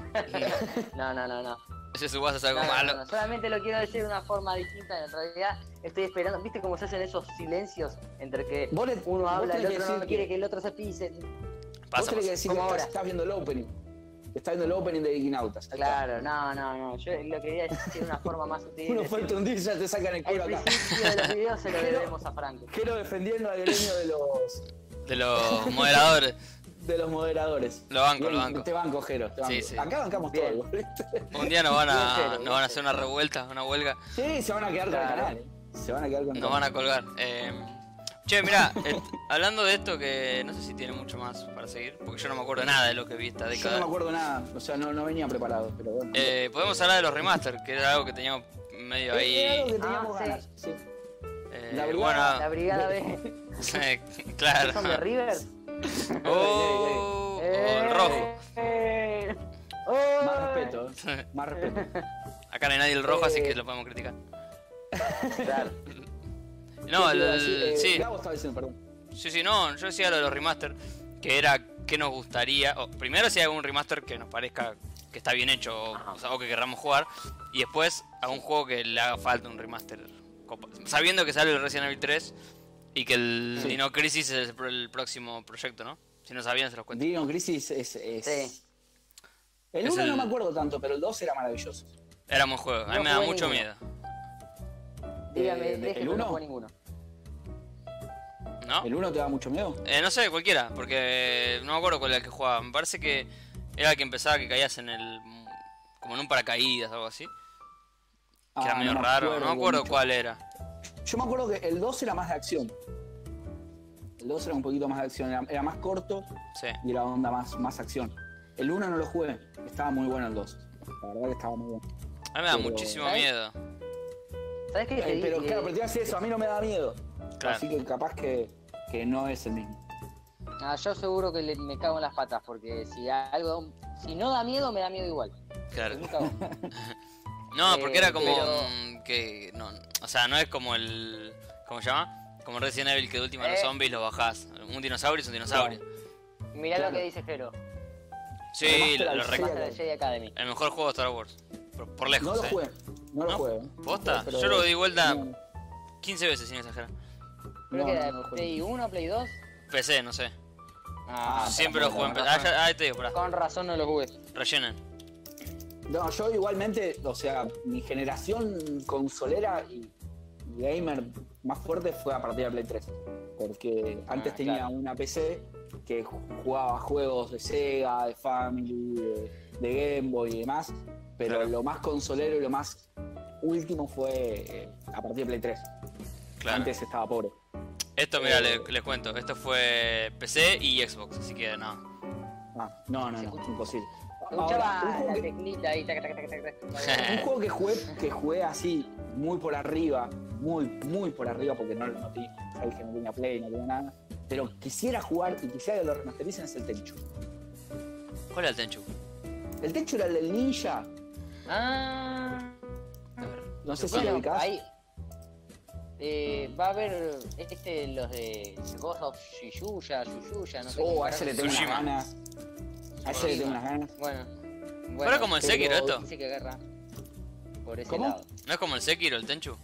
[SPEAKER 3] No.
[SPEAKER 2] Ese su WhatsApp es algo
[SPEAKER 3] No,
[SPEAKER 2] malo.
[SPEAKER 3] no, solamente lo quiero decir de una forma distinta. En realidad estoy esperando. ¿Viste cómo se hacen esos silencios entre que
[SPEAKER 1] Vos le-
[SPEAKER 3] uno
[SPEAKER 1] vos
[SPEAKER 3] habla, el
[SPEAKER 1] tenés que
[SPEAKER 3] otro no
[SPEAKER 1] decir
[SPEAKER 3] quiere
[SPEAKER 1] que-
[SPEAKER 3] que el otro se pise?
[SPEAKER 1] Vos
[SPEAKER 2] Pasa,
[SPEAKER 1] tenés que
[SPEAKER 2] pasa.
[SPEAKER 1] decir
[SPEAKER 3] Como
[SPEAKER 1] que
[SPEAKER 3] ahora.
[SPEAKER 1] estás viendo el opening. Estás viendo el opening de Ignautas.
[SPEAKER 3] Claro, no. Yo lo quería decir de una forma más sutil.
[SPEAKER 1] Uno
[SPEAKER 3] decir,
[SPEAKER 1] falta un día y ya te sacan el
[SPEAKER 3] el
[SPEAKER 1] culo acá.
[SPEAKER 3] principio de los videos se lo
[SPEAKER 1] Pero-
[SPEAKER 3] debemos a Franco.
[SPEAKER 1] Quiero defendiendo al gremio
[SPEAKER 2] De los moderadores.
[SPEAKER 1] de los moderadores.
[SPEAKER 2] Lo banco,
[SPEAKER 1] Bien,
[SPEAKER 2] lo banco.
[SPEAKER 1] Te banco, Jero. Te banco.
[SPEAKER 2] Sí, sí.
[SPEAKER 1] Acá bancamos
[SPEAKER 3] Bien.
[SPEAKER 1] todo. igual.
[SPEAKER 2] Un día nos van a
[SPEAKER 3] Bien,
[SPEAKER 2] hacer una revuelta, una huelga.
[SPEAKER 1] Sí, se van a quedar con el
[SPEAKER 3] Claro.
[SPEAKER 1] canal. Se van a quedar con el
[SPEAKER 2] Nos
[SPEAKER 1] canal.
[SPEAKER 2] van a colgar. Che, mirá, hablando de esto que no sé si tiene mucho más para seguir, porque yo no me acuerdo nada de lo que vi esta
[SPEAKER 1] Yo
[SPEAKER 2] década.
[SPEAKER 1] no me acuerdo nada. O sea, no venía preparado. Pero bueno.
[SPEAKER 2] Podemos hablar de los remaster, que era algo que teníamos medio
[SPEAKER 1] Era algo
[SPEAKER 2] ahí.
[SPEAKER 1] que teníamos
[SPEAKER 3] sí.
[SPEAKER 1] ganas. Sí. La
[SPEAKER 2] Bueno,
[SPEAKER 1] brigada-
[SPEAKER 3] La brigada B.
[SPEAKER 2] claro.
[SPEAKER 3] ¿Son de River?
[SPEAKER 2] Oh, el rojo.
[SPEAKER 1] Más respeto. Más respeto.
[SPEAKER 2] Acá no hay nadie el rojo, así que lo podemos criticar.
[SPEAKER 3] Claro.
[SPEAKER 2] No,
[SPEAKER 1] ¿Qué te iba a decir?
[SPEAKER 2] sí.
[SPEAKER 1] Gabo estaba diciendo, perdón.
[SPEAKER 2] Sí, no, yo decía lo de los remaster, que era que nos gustaría, primero si hay algún remaster que nos parezca que está bien hecho o que querramos jugar, y después algún juego que le haga falta un remaster, sabiendo que sale el Resident Evil 3 y que el
[SPEAKER 1] Sí.
[SPEAKER 2] Dino Crisis es el próximo proyecto, ¿no? Si no sabían se los cuento.
[SPEAKER 1] Dino Crisis es.
[SPEAKER 3] Sí.
[SPEAKER 1] El
[SPEAKER 2] Es
[SPEAKER 1] 1 no
[SPEAKER 2] el-
[SPEAKER 1] me acuerdo tanto, pero el 2 era maravilloso.
[SPEAKER 2] Era un juego, a mí
[SPEAKER 3] No
[SPEAKER 2] me da
[SPEAKER 3] jugué
[SPEAKER 2] mucho
[SPEAKER 3] ninguno.
[SPEAKER 2] miedo,
[SPEAKER 3] Dígame,
[SPEAKER 1] ¿El
[SPEAKER 3] déjeme,
[SPEAKER 1] uno?
[SPEAKER 3] no juego ninguno.
[SPEAKER 2] ¿no?
[SPEAKER 1] ¿El 1 te da mucho miedo?
[SPEAKER 2] No sé, cualquiera, porque no me acuerdo cuál era el que jugaba, me parece que era el que empezaba que caías en el... como en un paracaídas o algo así, que era medio
[SPEAKER 1] no me
[SPEAKER 2] raro, no me acuerdo
[SPEAKER 1] mucho.
[SPEAKER 2] cuál era.
[SPEAKER 1] Yo me acuerdo que el 2 era más de acción. El 2 era un poquito más de acción, era más corto
[SPEAKER 2] Sí.
[SPEAKER 1] y era onda más acción. El 1 no lo jugué, estaba muy bueno el 2. La verdad que estaba muy bueno.
[SPEAKER 2] A mí me da
[SPEAKER 1] Pero-
[SPEAKER 2] muchísimo
[SPEAKER 3] ¿sabes?
[SPEAKER 2] miedo.
[SPEAKER 3] ¿Sabes qué? Te
[SPEAKER 1] Pero
[SPEAKER 3] di-
[SPEAKER 1] claro, pero te iba a decir eso, a mí no me da miedo.
[SPEAKER 2] Claro.
[SPEAKER 1] Así que capaz que no es el mismo.
[SPEAKER 3] Yo seguro que me cago en las patas, porque si no da miedo, me da miedo igual.
[SPEAKER 2] Claro.
[SPEAKER 3] Me cago.
[SPEAKER 2] No, porque era como
[SPEAKER 3] pero-
[SPEAKER 2] que no, o sea, no es como el ¿cómo se llama? Como el Resident Evil que de última los zombies los bajás. Un dinosaurio es un dinosaurio.
[SPEAKER 3] Mirá
[SPEAKER 1] Claro.
[SPEAKER 3] lo que dice Jero.
[SPEAKER 2] Sí,
[SPEAKER 1] Remaster
[SPEAKER 2] lo
[SPEAKER 1] al
[SPEAKER 2] rec-
[SPEAKER 1] Jedi.
[SPEAKER 3] Remaster de Jedi Academy.
[SPEAKER 2] el mejor juego de Star Wars. Por lejos,
[SPEAKER 1] No lo jugué, no lo
[SPEAKER 2] ¿No?
[SPEAKER 1] jugué.
[SPEAKER 2] ¿Posta?
[SPEAKER 1] Pero-
[SPEAKER 2] Yo lo di vuelta
[SPEAKER 1] No,
[SPEAKER 2] 15 veces sin exagerar.
[SPEAKER 3] Creo
[SPEAKER 1] no,
[SPEAKER 3] que
[SPEAKER 1] no
[SPEAKER 3] era
[SPEAKER 1] lo jugué.
[SPEAKER 3] Play 1, Play 2.
[SPEAKER 2] PC, no sé.
[SPEAKER 1] Ah,
[SPEAKER 2] Siempre lo juego en PC. Ahí te digo, pará.
[SPEAKER 3] Con razón no lo jugué.
[SPEAKER 2] Rellenen.
[SPEAKER 1] No, yo igualmente, o sea, mi generación consolera y gamer más fuerte fue a partir de Play 3. Porque antes tenía
[SPEAKER 3] claro.
[SPEAKER 1] una PC que jugaba juegos de Sega, de Family, de Game Boy y demás. Pero
[SPEAKER 2] Claro.
[SPEAKER 1] lo más consolero y lo más último fue a partir de Play 3.
[SPEAKER 2] Claro.
[SPEAKER 1] Antes estaba pobre.
[SPEAKER 2] Esto, mira, les cuento. Esto fue PC y Xbox, así que no.
[SPEAKER 1] No,
[SPEAKER 3] Se escucha-
[SPEAKER 1] imposible.
[SPEAKER 3] Se
[SPEAKER 1] Ahora,
[SPEAKER 3] escuchaba
[SPEAKER 1] un juego
[SPEAKER 3] la
[SPEAKER 1] que-
[SPEAKER 3] teclita ahí, tac, tac, tac, tac, tac.
[SPEAKER 1] un juego que jugué así, muy por arriba, muy por arriba, porque no tenía, sabes que no tenía Play, no tenía nada, pero quisiera jugar y quisiera que lo remastericen es el Tenchu.
[SPEAKER 2] ¿Cuál es el Tenchu?
[SPEAKER 1] El Tenchu era el del ninja,
[SPEAKER 3] Ah,
[SPEAKER 2] A ver.
[SPEAKER 1] no sé si lo
[SPEAKER 3] bueno,
[SPEAKER 1] ubicás.
[SPEAKER 3] ahí va a haber los de Ghost of Tsushima, no sé cómo
[SPEAKER 1] A ese le tengo unas
[SPEAKER 2] Tsushima.
[SPEAKER 1] ganas. A ese le tengo unas ganas.
[SPEAKER 3] Bueno,
[SPEAKER 2] ¿Fuera como el
[SPEAKER 1] pero-
[SPEAKER 2] Sekiro esto?
[SPEAKER 3] dice que agarra por ese
[SPEAKER 1] ¿Cómo?
[SPEAKER 3] lado.
[SPEAKER 2] ¿No es como el Sekiro, el Tenchu?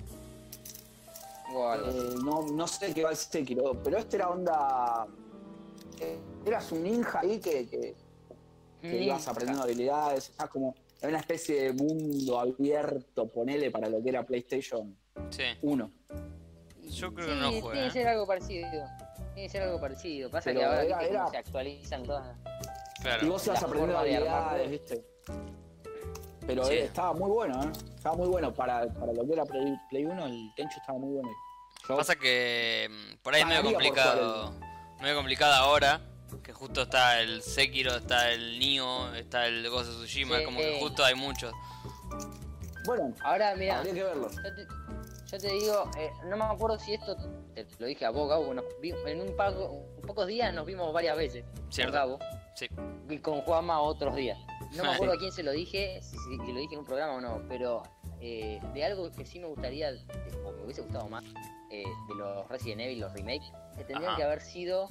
[SPEAKER 3] O algo así.
[SPEAKER 1] No sé qué va el Sekiro, pero este era onda. Eras un ninja ahí que ibas aprendiendo habilidades, estás como en una especie de mundo abierto, ponele para lo que era PlayStation
[SPEAKER 2] Sí.
[SPEAKER 1] 1.
[SPEAKER 2] Yo creo que
[SPEAKER 3] Sí,
[SPEAKER 2] no
[SPEAKER 3] tiene
[SPEAKER 2] juega.
[SPEAKER 3] que ser algo parecido. Tiene que ser algo parecido. Pasa
[SPEAKER 1] Pero
[SPEAKER 3] que ahora
[SPEAKER 1] era-
[SPEAKER 3] viste cómo
[SPEAKER 1] era-
[SPEAKER 3] se actualizan todas.
[SPEAKER 1] Y
[SPEAKER 2] Claro.
[SPEAKER 1] vos ibas
[SPEAKER 3] La
[SPEAKER 1] aprendiendo
[SPEAKER 3] forma de
[SPEAKER 1] habilidades,
[SPEAKER 3] armarlo.
[SPEAKER 1] ¿viste? Pero
[SPEAKER 2] Sí.
[SPEAKER 1] estaba muy bueno, ¿eh? Estaba muy bueno. Para lo que era Play 1, el Tenchu estaba muy bueno. Yo-
[SPEAKER 2] Pasa que por ahí es medio
[SPEAKER 1] Pagaría por
[SPEAKER 2] complicado. Medio complicado ahora. Que justo está el Sekiro, está el Nioh, está el Ghost of Tsushima.
[SPEAKER 3] Sí.
[SPEAKER 2] Como que justo hay muchos.
[SPEAKER 1] Bueno,
[SPEAKER 3] Ahora, mira,
[SPEAKER 1] habría que verlo.
[SPEAKER 3] yo te digo, no me acuerdo si esto te lo dije a vos, Gabo, en pocos días nos vimos varias veces.
[SPEAKER 2] Cierto.
[SPEAKER 3] Con Gabo
[SPEAKER 2] Sí.
[SPEAKER 3] y con Juanma otros días. No me acuerdo a quién se lo dije, si lo dije en un programa o no, pero de algo que sí me gustaría, o me hubiese gustado más, de los Resident Evil, los remakes, que tendrían
[SPEAKER 2] Ajá.
[SPEAKER 3] que haber sido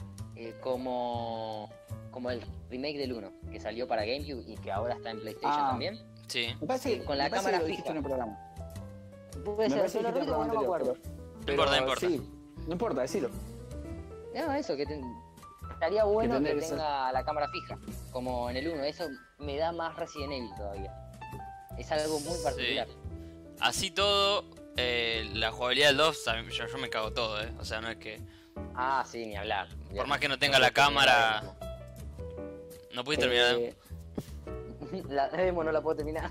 [SPEAKER 3] como el remake del 1, que salió para GameCube y que ahora está en PlayStation
[SPEAKER 1] Ah.
[SPEAKER 3] también.
[SPEAKER 2] Sí.
[SPEAKER 1] Me parece que
[SPEAKER 3] Con la
[SPEAKER 1] me parece
[SPEAKER 3] cámara
[SPEAKER 1] que lo dijiste
[SPEAKER 3] fija.
[SPEAKER 1] en el programa.
[SPEAKER 3] Puede
[SPEAKER 1] Me
[SPEAKER 3] ser,
[SPEAKER 1] parece
[SPEAKER 3] yo
[SPEAKER 1] que
[SPEAKER 3] lo
[SPEAKER 1] dijiste en el
[SPEAKER 3] repito porque no me
[SPEAKER 1] programa
[SPEAKER 3] acuerdo.
[SPEAKER 1] anterior.
[SPEAKER 2] No importa, no importa.
[SPEAKER 1] Sí, no importa, decilo.
[SPEAKER 3] No, eso, estaría bueno
[SPEAKER 1] tendría
[SPEAKER 3] que
[SPEAKER 1] que ser.
[SPEAKER 3] tenga la cámara fija, como en el 1. Eso me da más Resident Evil todavía. Es algo muy particular.
[SPEAKER 2] Así todo, la jugabilidad del 2, yo me cago todo, O sea, no es que.
[SPEAKER 3] Ah, sí, ni hablar.
[SPEAKER 2] Por más que no tenga la cámara. No pudiste terminar.
[SPEAKER 1] Eh,
[SPEAKER 3] La demo no la puedo terminar.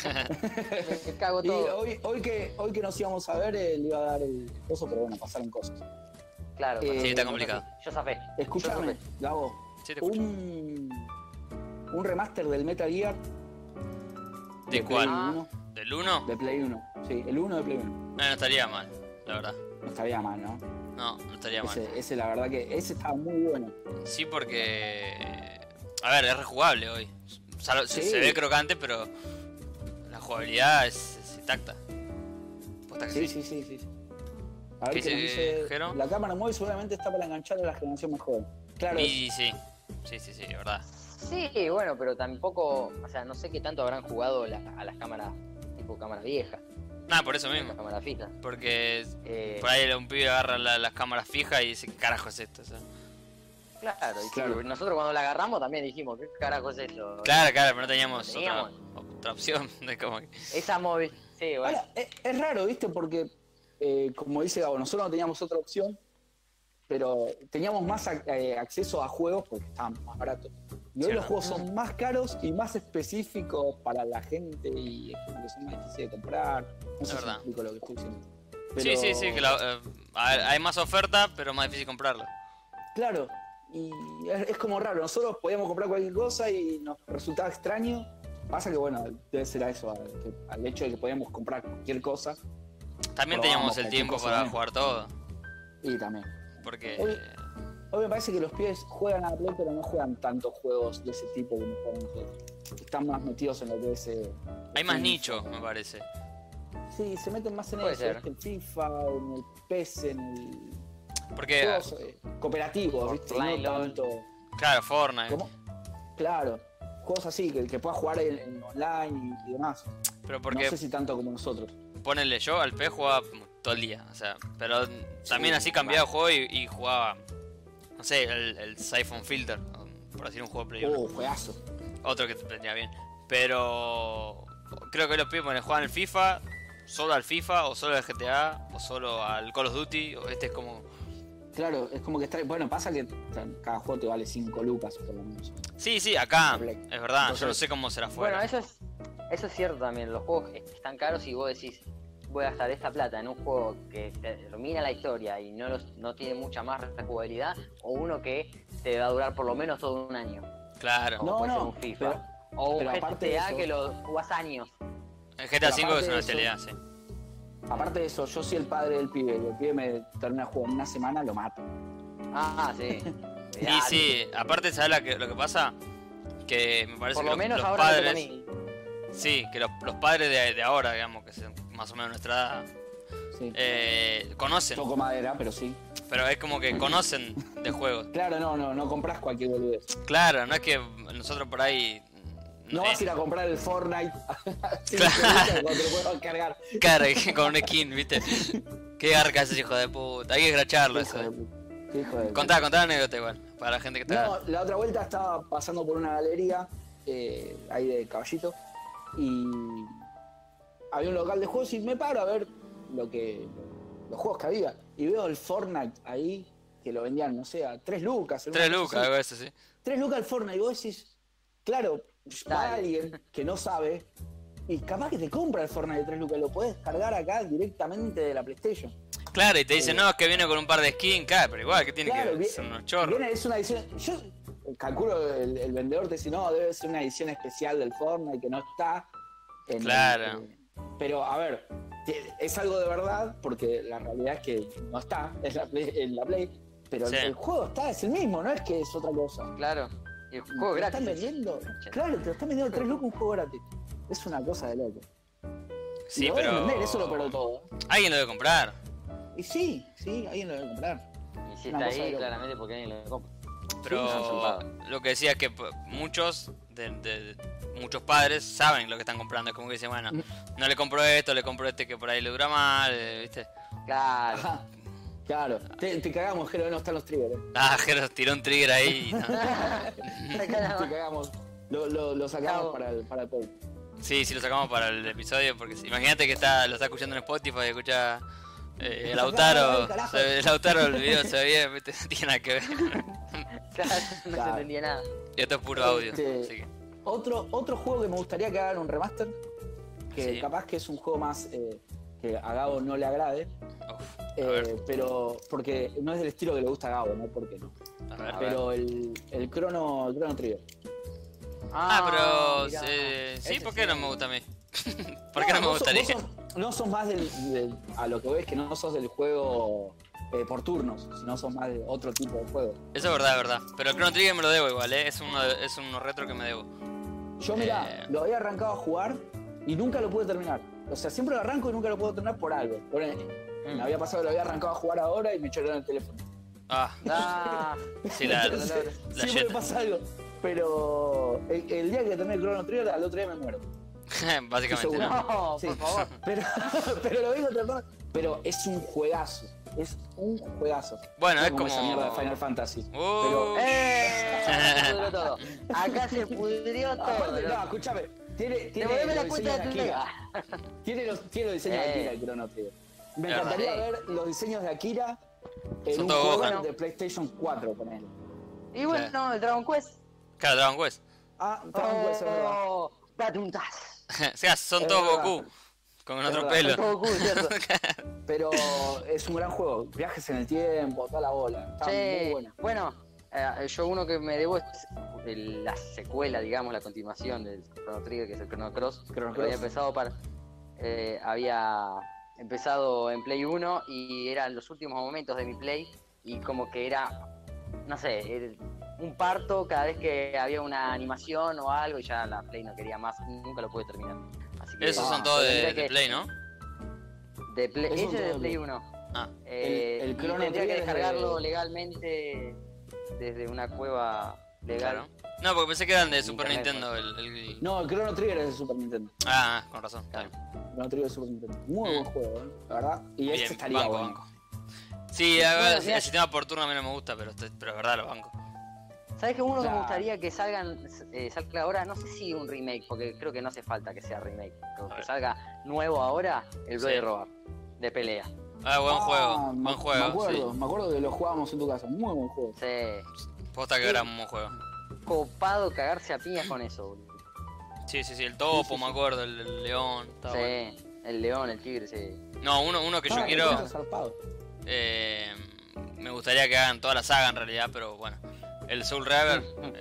[SPEAKER 3] me cago
[SPEAKER 1] y
[SPEAKER 3] todo.
[SPEAKER 1] hoy que nos íbamos a ver, le iba a dar el coso, pero bueno, pasaron cosas.
[SPEAKER 3] Claro,
[SPEAKER 1] Sí,
[SPEAKER 2] Sí, está complicado.
[SPEAKER 3] yo zafé.
[SPEAKER 1] Escúchame, Gabo,
[SPEAKER 2] Sí, te escucho.
[SPEAKER 1] un remaster del Metal Gear.
[SPEAKER 2] ¿De
[SPEAKER 1] Play
[SPEAKER 2] cuál?
[SPEAKER 1] 1,
[SPEAKER 2] ¿Del 1?
[SPEAKER 1] de Play 1. Sí, el 1 de Play 1.
[SPEAKER 2] No estaría mal, la verdad.
[SPEAKER 1] No estaría mal, ¿no?
[SPEAKER 2] No estaría mal.
[SPEAKER 1] Ese, la verdad que ese estaba muy bueno.
[SPEAKER 2] Sí, porque. A ver, es rejugable hoy.
[SPEAKER 1] Sí.
[SPEAKER 2] Se ve crocante, pero. La jugabilidad es intacta. Posta que
[SPEAKER 1] Sí, sí. A ver
[SPEAKER 2] ¿Qué
[SPEAKER 1] qué nos
[SPEAKER 2] dice
[SPEAKER 1] dice.
[SPEAKER 2] Jero?
[SPEAKER 1] La cámara móvil seguramente está para enganchar a la generación más joven. Claro,
[SPEAKER 2] Y sí, es verdad.
[SPEAKER 3] Sí, bueno, pero tampoco, o sea, no sé qué tanto habrán jugado a las cámaras, tipo cámara vieja,
[SPEAKER 2] Nada, por eso mismo.
[SPEAKER 3] cámara fija.
[SPEAKER 2] Porque
[SPEAKER 3] Eh,
[SPEAKER 2] por ahí un pibe agarra las cámaras fijas y dice, ¿qué carajo es esto? O sea,
[SPEAKER 3] Claro, y
[SPEAKER 1] Claro.
[SPEAKER 3] sí, nosotros cuando la agarramos también dijimos, ¿qué carajo es esto?
[SPEAKER 2] claro, pero no teníamos,
[SPEAKER 3] No teníamos.
[SPEAKER 2] Otra opción. De como que-
[SPEAKER 3] Esa móvil, sí, bueno.
[SPEAKER 1] ahora, es raro, ¿viste? Porque, como dice Gabo, nosotros no teníamos otra opción, pero teníamos más acceso a juegos porque estaban más baratos. Y hoy
[SPEAKER 2] Cierto.
[SPEAKER 1] los juegos son más caros y más específicos para la gente y es como que son más difíciles de comprar. No sé si
[SPEAKER 2] verdad.
[SPEAKER 1] me explico lo que estoy diciendo.
[SPEAKER 2] Sí, que hay más oferta, pero más difícil comprarla.
[SPEAKER 1] Claro, y es como raro, nosotros podíamos comprar cualquier cosa y nos resultaba extraño. Pasa que bueno, debe ser a eso, al hecho de que podíamos comprar cualquier cosa
[SPEAKER 2] También
[SPEAKER 1] Probamos
[SPEAKER 2] teníamos el
[SPEAKER 1] cualquier
[SPEAKER 2] tiempo
[SPEAKER 1] cosa
[SPEAKER 2] para
[SPEAKER 1] también.
[SPEAKER 2] jugar todo.
[SPEAKER 1] y también.
[SPEAKER 2] Porque.
[SPEAKER 1] Hoy me parece que los pibes juegan a la Play, pero no juegan tantos juegos de ese tipo como jugamos nosotros. Están más metidos en lo que es.
[SPEAKER 2] Hay más
[SPEAKER 1] FIFA.
[SPEAKER 2] nicho, me parece.
[SPEAKER 1] Sí, se meten más en
[SPEAKER 3] Puede
[SPEAKER 1] eso,
[SPEAKER 3] ser.
[SPEAKER 1] ¿viste? En FIFA, en el PES, en el.
[SPEAKER 2] Porque,
[SPEAKER 1] Juegos cooperativos, ¿viste? Y
[SPEAKER 3] Fortnite,
[SPEAKER 1] no
[SPEAKER 3] LOL.
[SPEAKER 1] tanto.
[SPEAKER 2] claro, Fortnite.
[SPEAKER 1] ¿Cómo? Claro, juegos así, que puedas jugar en online y demás.
[SPEAKER 2] Pero
[SPEAKER 1] No
[SPEAKER 2] porque,
[SPEAKER 1] sé si tanto como nosotros.
[SPEAKER 2] ponele, yo al P jugaba todo el día. O sea, pero también así cambiaba el juego y jugaba, no sé, el Siphon Filter, por decir un juego de Play 1.
[SPEAKER 1] Juegazo.
[SPEAKER 2] Otro que te vendría bien. Pero creo que los pibes juegan el FIFA, solo al FIFA, o solo al GTA, o solo al Call of Duty, o este es como.
[SPEAKER 1] Claro, es como que está. Bueno, pasa que cada juego te vale 5 lucas por lo menos.
[SPEAKER 2] Sí, acá,
[SPEAKER 1] Play.
[SPEAKER 2] es verdad, yo no
[SPEAKER 1] Entonces-
[SPEAKER 2] sé cómo será
[SPEAKER 3] Bueno,
[SPEAKER 2] fuera.
[SPEAKER 3] eso es cierto también, los juegos están caros y vos decís, voy a gastar esta plata en un juego que termina la historia y no tiene mucha más rejugabilidad, o uno que te va a durar por lo menos todo un año.
[SPEAKER 2] Claro.
[SPEAKER 3] Como puede ser un FIFA. O un
[SPEAKER 1] pero aparte de
[SPEAKER 3] GTA
[SPEAKER 1] eso-
[SPEAKER 3] que lo jugás años.
[SPEAKER 2] El GTA V
[SPEAKER 1] aparte
[SPEAKER 2] es una
[SPEAKER 1] de eso-
[SPEAKER 2] bestialidad, sí.
[SPEAKER 1] Aparte de eso, yo soy el padre del pibe y el pibe me termina el juego en una semana, lo mato.
[SPEAKER 3] Ah, sí.
[SPEAKER 2] Y sí, aparte, ¿sabes lo que pasa? Que me parece
[SPEAKER 3] Por
[SPEAKER 2] que
[SPEAKER 3] lo menos
[SPEAKER 2] los
[SPEAKER 3] ahora me toca a
[SPEAKER 2] padres...
[SPEAKER 3] mí.
[SPEAKER 2] Sí, que los padres de ahora, digamos, que son más o menos nuestra edad,
[SPEAKER 1] Sí.
[SPEAKER 2] conocen.
[SPEAKER 1] Toco madera, pero sí.
[SPEAKER 2] Pero es como que conocen de juegos.
[SPEAKER 1] Claro, no compras cualquier boludez.
[SPEAKER 2] Claro, no es que nosotros por ahí...
[SPEAKER 1] No vas a ir a comprar el Fortnite sin
[SPEAKER 2] Claro.
[SPEAKER 1] cuando te lo puedo cargar.
[SPEAKER 2] Claro, con un skin, ¿viste? Qué garca ese hijo de puta. Hay que escracharlo
[SPEAKER 1] Hijo
[SPEAKER 2] eso.
[SPEAKER 1] de puta. Qué hijo de
[SPEAKER 2] Contá la anécdota igual, para la gente que está...
[SPEAKER 1] No, la otra vuelta estaba pasando por una galería ahí de Caballito y había un local de juegos y me paro a ver los juegos que había y veo el Fortnite ahí que lo vendían, no sé, a 3 lucas.
[SPEAKER 2] 3 lucas, algo de eso, sí.
[SPEAKER 1] 3 lucas el Fortnite y vos decís, claro, para
[SPEAKER 3] Dale.
[SPEAKER 1] alguien que no sabe y capaz que te compra el Fortnite de 3 lucas, lo podés cargar acá directamente de la PlayStation.
[SPEAKER 2] Claro, y te dicen, no, es que viene con un par de skins, claro, pero igual, que tiene
[SPEAKER 1] Claro,
[SPEAKER 2] que ser unos chorros.
[SPEAKER 1] Viene, es una edición. Yo calculo el vendedor te dice, no, debe ser una edición especial del Fortnite que no está. En
[SPEAKER 2] Claro.
[SPEAKER 1] pero a ver, es algo de verdad, porque la realidad es que no está en la Play, pero
[SPEAKER 2] Sí.
[SPEAKER 1] el juego está, es el mismo, no es que es otra cosa.
[SPEAKER 3] Claro. Y el
[SPEAKER 1] Te
[SPEAKER 3] juego
[SPEAKER 1] lo
[SPEAKER 3] gratis.
[SPEAKER 1] están vendiendo, claro, te lo están vendiendo 3 lucas un juego gratis. Es una cosa de loco. Y
[SPEAKER 2] Sí,
[SPEAKER 1] lo deben
[SPEAKER 2] pero...
[SPEAKER 1] vender, eso lo peor de todo.
[SPEAKER 2] Alguien lo debe comprar.
[SPEAKER 1] Y sí, alguien lo debe comprar.
[SPEAKER 3] Y si
[SPEAKER 1] Una
[SPEAKER 3] está
[SPEAKER 1] cosa de
[SPEAKER 3] ahí,
[SPEAKER 1] loco.
[SPEAKER 3] claramente porque alguien lo compra.
[SPEAKER 2] Pero
[SPEAKER 3] Sí,
[SPEAKER 2] lo que decía es que muchos muchos padres saben lo que están comprando. Es como que dicen, bueno, no le compro esto, le compro este que por ahí le dura mal, ¿viste?
[SPEAKER 3] Claro.
[SPEAKER 1] Ajá. Claro, te cagamos, Jero, no están los triggers.
[SPEAKER 2] Ah, Jero tiró un trigger ahí. y no.
[SPEAKER 1] Te cagamos. Lo sacamos para el podcast.
[SPEAKER 2] Sí, lo sacamos para el episodio porque imagínate que lo está escuchando en Spotify y escucha el Lautaro.
[SPEAKER 1] Carajo.
[SPEAKER 2] El Lautaro, el video se ve bien, ¿viste? No tiene nada que ver.
[SPEAKER 3] Claro, no se
[SPEAKER 1] Claro.
[SPEAKER 3] entendía nada.
[SPEAKER 2] Y esto es puro audio.
[SPEAKER 1] Este,
[SPEAKER 2] Así que,
[SPEAKER 1] Otro juego que me gustaría que hagan un remaster, que
[SPEAKER 2] Sí.
[SPEAKER 1] capaz que es un juego más que a Gabo no le agrade,
[SPEAKER 2] uf, a ver,
[SPEAKER 1] pero porque no es del estilo que le gusta a Gabo, ¿no? Porque no.
[SPEAKER 2] a ver.
[SPEAKER 1] Pero el Chrono Trigger.
[SPEAKER 2] Pero
[SPEAKER 3] mirá.
[SPEAKER 2] sí,
[SPEAKER 3] Ese
[SPEAKER 2] ¿por qué no me gusta a mí? ¿Por qué no me
[SPEAKER 1] vos sos-
[SPEAKER 2] gustaría?
[SPEAKER 1] no sos más a lo que ves que no sos del juego por turnos, sino sos más de otro tipo de juego.
[SPEAKER 2] Eso es verdad. Pero el Chrono Trigger me lo debo igual, es uno retro que me debo.
[SPEAKER 1] Yo, mirá, lo había arrancado a jugar y nunca lo pude terminar. O sea, siempre lo arranco y nunca lo puedo terminar por algo. Me había pasado que lo había arrancado a jugar ahora y me choraron el teléfono.
[SPEAKER 2] Ah,
[SPEAKER 3] Ah,
[SPEAKER 2] sí, la
[SPEAKER 1] Siempre me
[SPEAKER 2] Jetta.
[SPEAKER 1] pasa algo. Pero el día que termine el Chrono Trigger, al otro día me muero.
[SPEAKER 2] Básicamente,
[SPEAKER 1] Seguro.
[SPEAKER 2] ¿no?
[SPEAKER 3] no,
[SPEAKER 1] Sí.
[SPEAKER 3] por favor.
[SPEAKER 1] Pero lo vengo tratando. Pero es un juegazo. Es un juegazo.
[SPEAKER 2] Bueno,
[SPEAKER 1] No
[SPEAKER 2] es como...
[SPEAKER 1] esa mierda de Final Fantasy.
[SPEAKER 2] Uh.
[SPEAKER 1] Pero.
[SPEAKER 3] Se pudrió todo. Acá se pudrió
[SPEAKER 1] Aparte,
[SPEAKER 3] todo.
[SPEAKER 1] no, escúchame. Tiene
[SPEAKER 3] Devolveme la
[SPEAKER 1] los
[SPEAKER 3] cuenta
[SPEAKER 1] diseños
[SPEAKER 3] de
[SPEAKER 1] de
[SPEAKER 3] tu
[SPEAKER 1] Akira. Tiene los diseños de Akira el Chrono Trigger. Me
[SPEAKER 2] Es
[SPEAKER 1] encantaría
[SPEAKER 3] verdad.
[SPEAKER 1] ver los diseños de Akira en
[SPEAKER 2] Son
[SPEAKER 1] un
[SPEAKER 2] todos
[SPEAKER 1] juego
[SPEAKER 2] Gohan.
[SPEAKER 1] de PlayStation 4, ponele.
[SPEAKER 3] Y bueno, el Dragon Quest.
[SPEAKER 2] Claro, Dragon Quest.
[SPEAKER 1] Ah, Dragon Quest, es verdad.
[SPEAKER 3] Oh, date un tas.
[SPEAKER 2] O sea, son
[SPEAKER 1] Es
[SPEAKER 2] todos
[SPEAKER 1] verdad.
[SPEAKER 2] Goku. Con
[SPEAKER 1] Es
[SPEAKER 2] otro
[SPEAKER 1] verdad.
[SPEAKER 2] pelo.
[SPEAKER 3] Todo cool, ¿cierto?
[SPEAKER 1] Pero es un gran juego. Viajes en el tiempo, toda la bola. Está muy
[SPEAKER 3] Sí,
[SPEAKER 1] bueno.
[SPEAKER 3] bueno, yo uno que me debo es la secuela, digamos, la continuación del Chrono Trigger, que es el Chrono Cross.
[SPEAKER 1] Chrono
[SPEAKER 3] Que había
[SPEAKER 1] Cross.
[SPEAKER 3] había empezado en Play 1 y eran los últimos momentos de mi Play y como que era, no sé, un parto cada vez que había una animación o algo y ya la Play no quería más, nunca lo pude terminar. Así que,
[SPEAKER 2] Esos son todos
[SPEAKER 3] tendría
[SPEAKER 2] de
[SPEAKER 3] que-
[SPEAKER 2] Play, ¿no?
[SPEAKER 3] de Play,
[SPEAKER 1] Esos
[SPEAKER 3] ese
[SPEAKER 1] son
[SPEAKER 3] de
[SPEAKER 1] todos de
[SPEAKER 3] Play
[SPEAKER 1] Play.
[SPEAKER 3] 1.
[SPEAKER 2] Ah,
[SPEAKER 1] El
[SPEAKER 3] Y
[SPEAKER 1] Chrono
[SPEAKER 3] tendría que
[SPEAKER 1] Trigger es
[SPEAKER 3] descargarlo
[SPEAKER 1] de-
[SPEAKER 3] legalmente desde una cueva legal.
[SPEAKER 2] claro. No, porque pensé que eran de Super
[SPEAKER 3] Internet,
[SPEAKER 2] Nintendo.
[SPEAKER 1] No, el Chrono Trigger es de Super Nintendo.
[SPEAKER 2] Con razón. Está bien.
[SPEAKER 1] El Chrono Trigger es de Super Nintendo. Muy buen juego, la verdad. Y
[SPEAKER 2] Bien,
[SPEAKER 1] este estaría
[SPEAKER 2] banco,
[SPEAKER 1] bueno.
[SPEAKER 2] banco. Sí,
[SPEAKER 3] Bueno,
[SPEAKER 2] el
[SPEAKER 3] mirá.
[SPEAKER 2] sistema por turno a mí no me gusta, pero es verdad, lo banco.
[SPEAKER 3] ¿Sabes que uno que
[SPEAKER 1] Claro.
[SPEAKER 3] me gustaría que salga ahora? No sé si un remake, porque creo que no hace falta que sea remake. Pero
[SPEAKER 2] A
[SPEAKER 3] que
[SPEAKER 2] ver.
[SPEAKER 3] salga nuevo ahora, el Bloody
[SPEAKER 2] Sí.
[SPEAKER 3] Roar, de pelea.
[SPEAKER 2] Ah, buen juego,
[SPEAKER 1] me-
[SPEAKER 2] buen juego.
[SPEAKER 1] Me acuerdo que lo jugábamos en tu casa. Muy buen juego.
[SPEAKER 3] Sí.
[SPEAKER 2] Posta que era un buen juego.
[SPEAKER 3] Copado cagarse a piñas con eso, boludo.
[SPEAKER 2] Sí, el topo,
[SPEAKER 1] Sí, sí,
[SPEAKER 2] me
[SPEAKER 1] sí.
[SPEAKER 2] acuerdo, el león. Estaba
[SPEAKER 3] Sí,
[SPEAKER 2] bueno.
[SPEAKER 3] El león, el tigre, sí.
[SPEAKER 2] No, uno que yo
[SPEAKER 1] Ah,
[SPEAKER 2] quiero.
[SPEAKER 1] está zarpado.
[SPEAKER 2] Me gustaría que hagan toda la saga en realidad, pero bueno. El Soul River.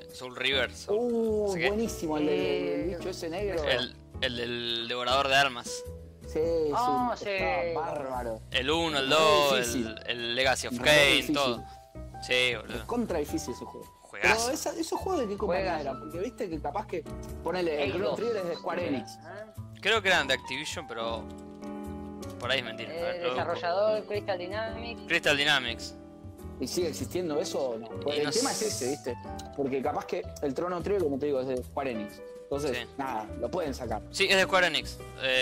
[SPEAKER 2] No sé qué.
[SPEAKER 1] Buenísimo el bicho ese negro.
[SPEAKER 2] El del devorador de almas.
[SPEAKER 1] Sí,
[SPEAKER 3] Ah,
[SPEAKER 1] sí,
[SPEAKER 3] sí.
[SPEAKER 1] está bárbaro.
[SPEAKER 2] El 1, el
[SPEAKER 1] Muy
[SPEAKER 2] 2,
[SPEAKER 1] difícil.
[SPEAKER 2] el Legacy of
[SPEAKER 1] Muy
[SPEAKER 2] Kain,
[SPEAKER 1] difícil.
[SPEAKER 2] todo. Sí,
[SPEAKER 1] Es
[SPEAKER 2] boludo.
[SPEAKER 1] contra difícil ese juego.
[SPEAKER 2] Juegazo.
[SPEAKER 1] Pero esos juegos de qué compañía
[SPEAKER 3] Juegazo.
[SPEAKER 1] eran, porque viste que capaz que ponele el Chrono
[SPEAKER 3] Xbox.
[SPEAKER 1] Trigger es de Square Enix.
[SPEAKER 3] ¿Ah?
[SPEAKER 2] Creo que eran de Activision, pero por ahí es mentira. A ver, lo busco.
[SPEAKER 3] Desarrollador Crystal Dynamics.
[SPEAKER 2] Crystal Dynamics.
[SPEAKER 1] ¿Y sigue existiendo eso o no? Porque
[SPEAKER 2] Y
[SPEAKER 1] el
[SPEAKER 2] no
[SPEAKER 1] tema es
[SPEAKER 2] sé.
[SPEAKER 1] ese, ¿viste? Porque capaz que el Chrono Trigger, como te digo, es de Square Enix. Entonces,
[SPEAKER 2] Sí.
[SPEAKER 1] nada, lo pueden sacar.
[SPEAKER 2] Sí, es de Square Enix.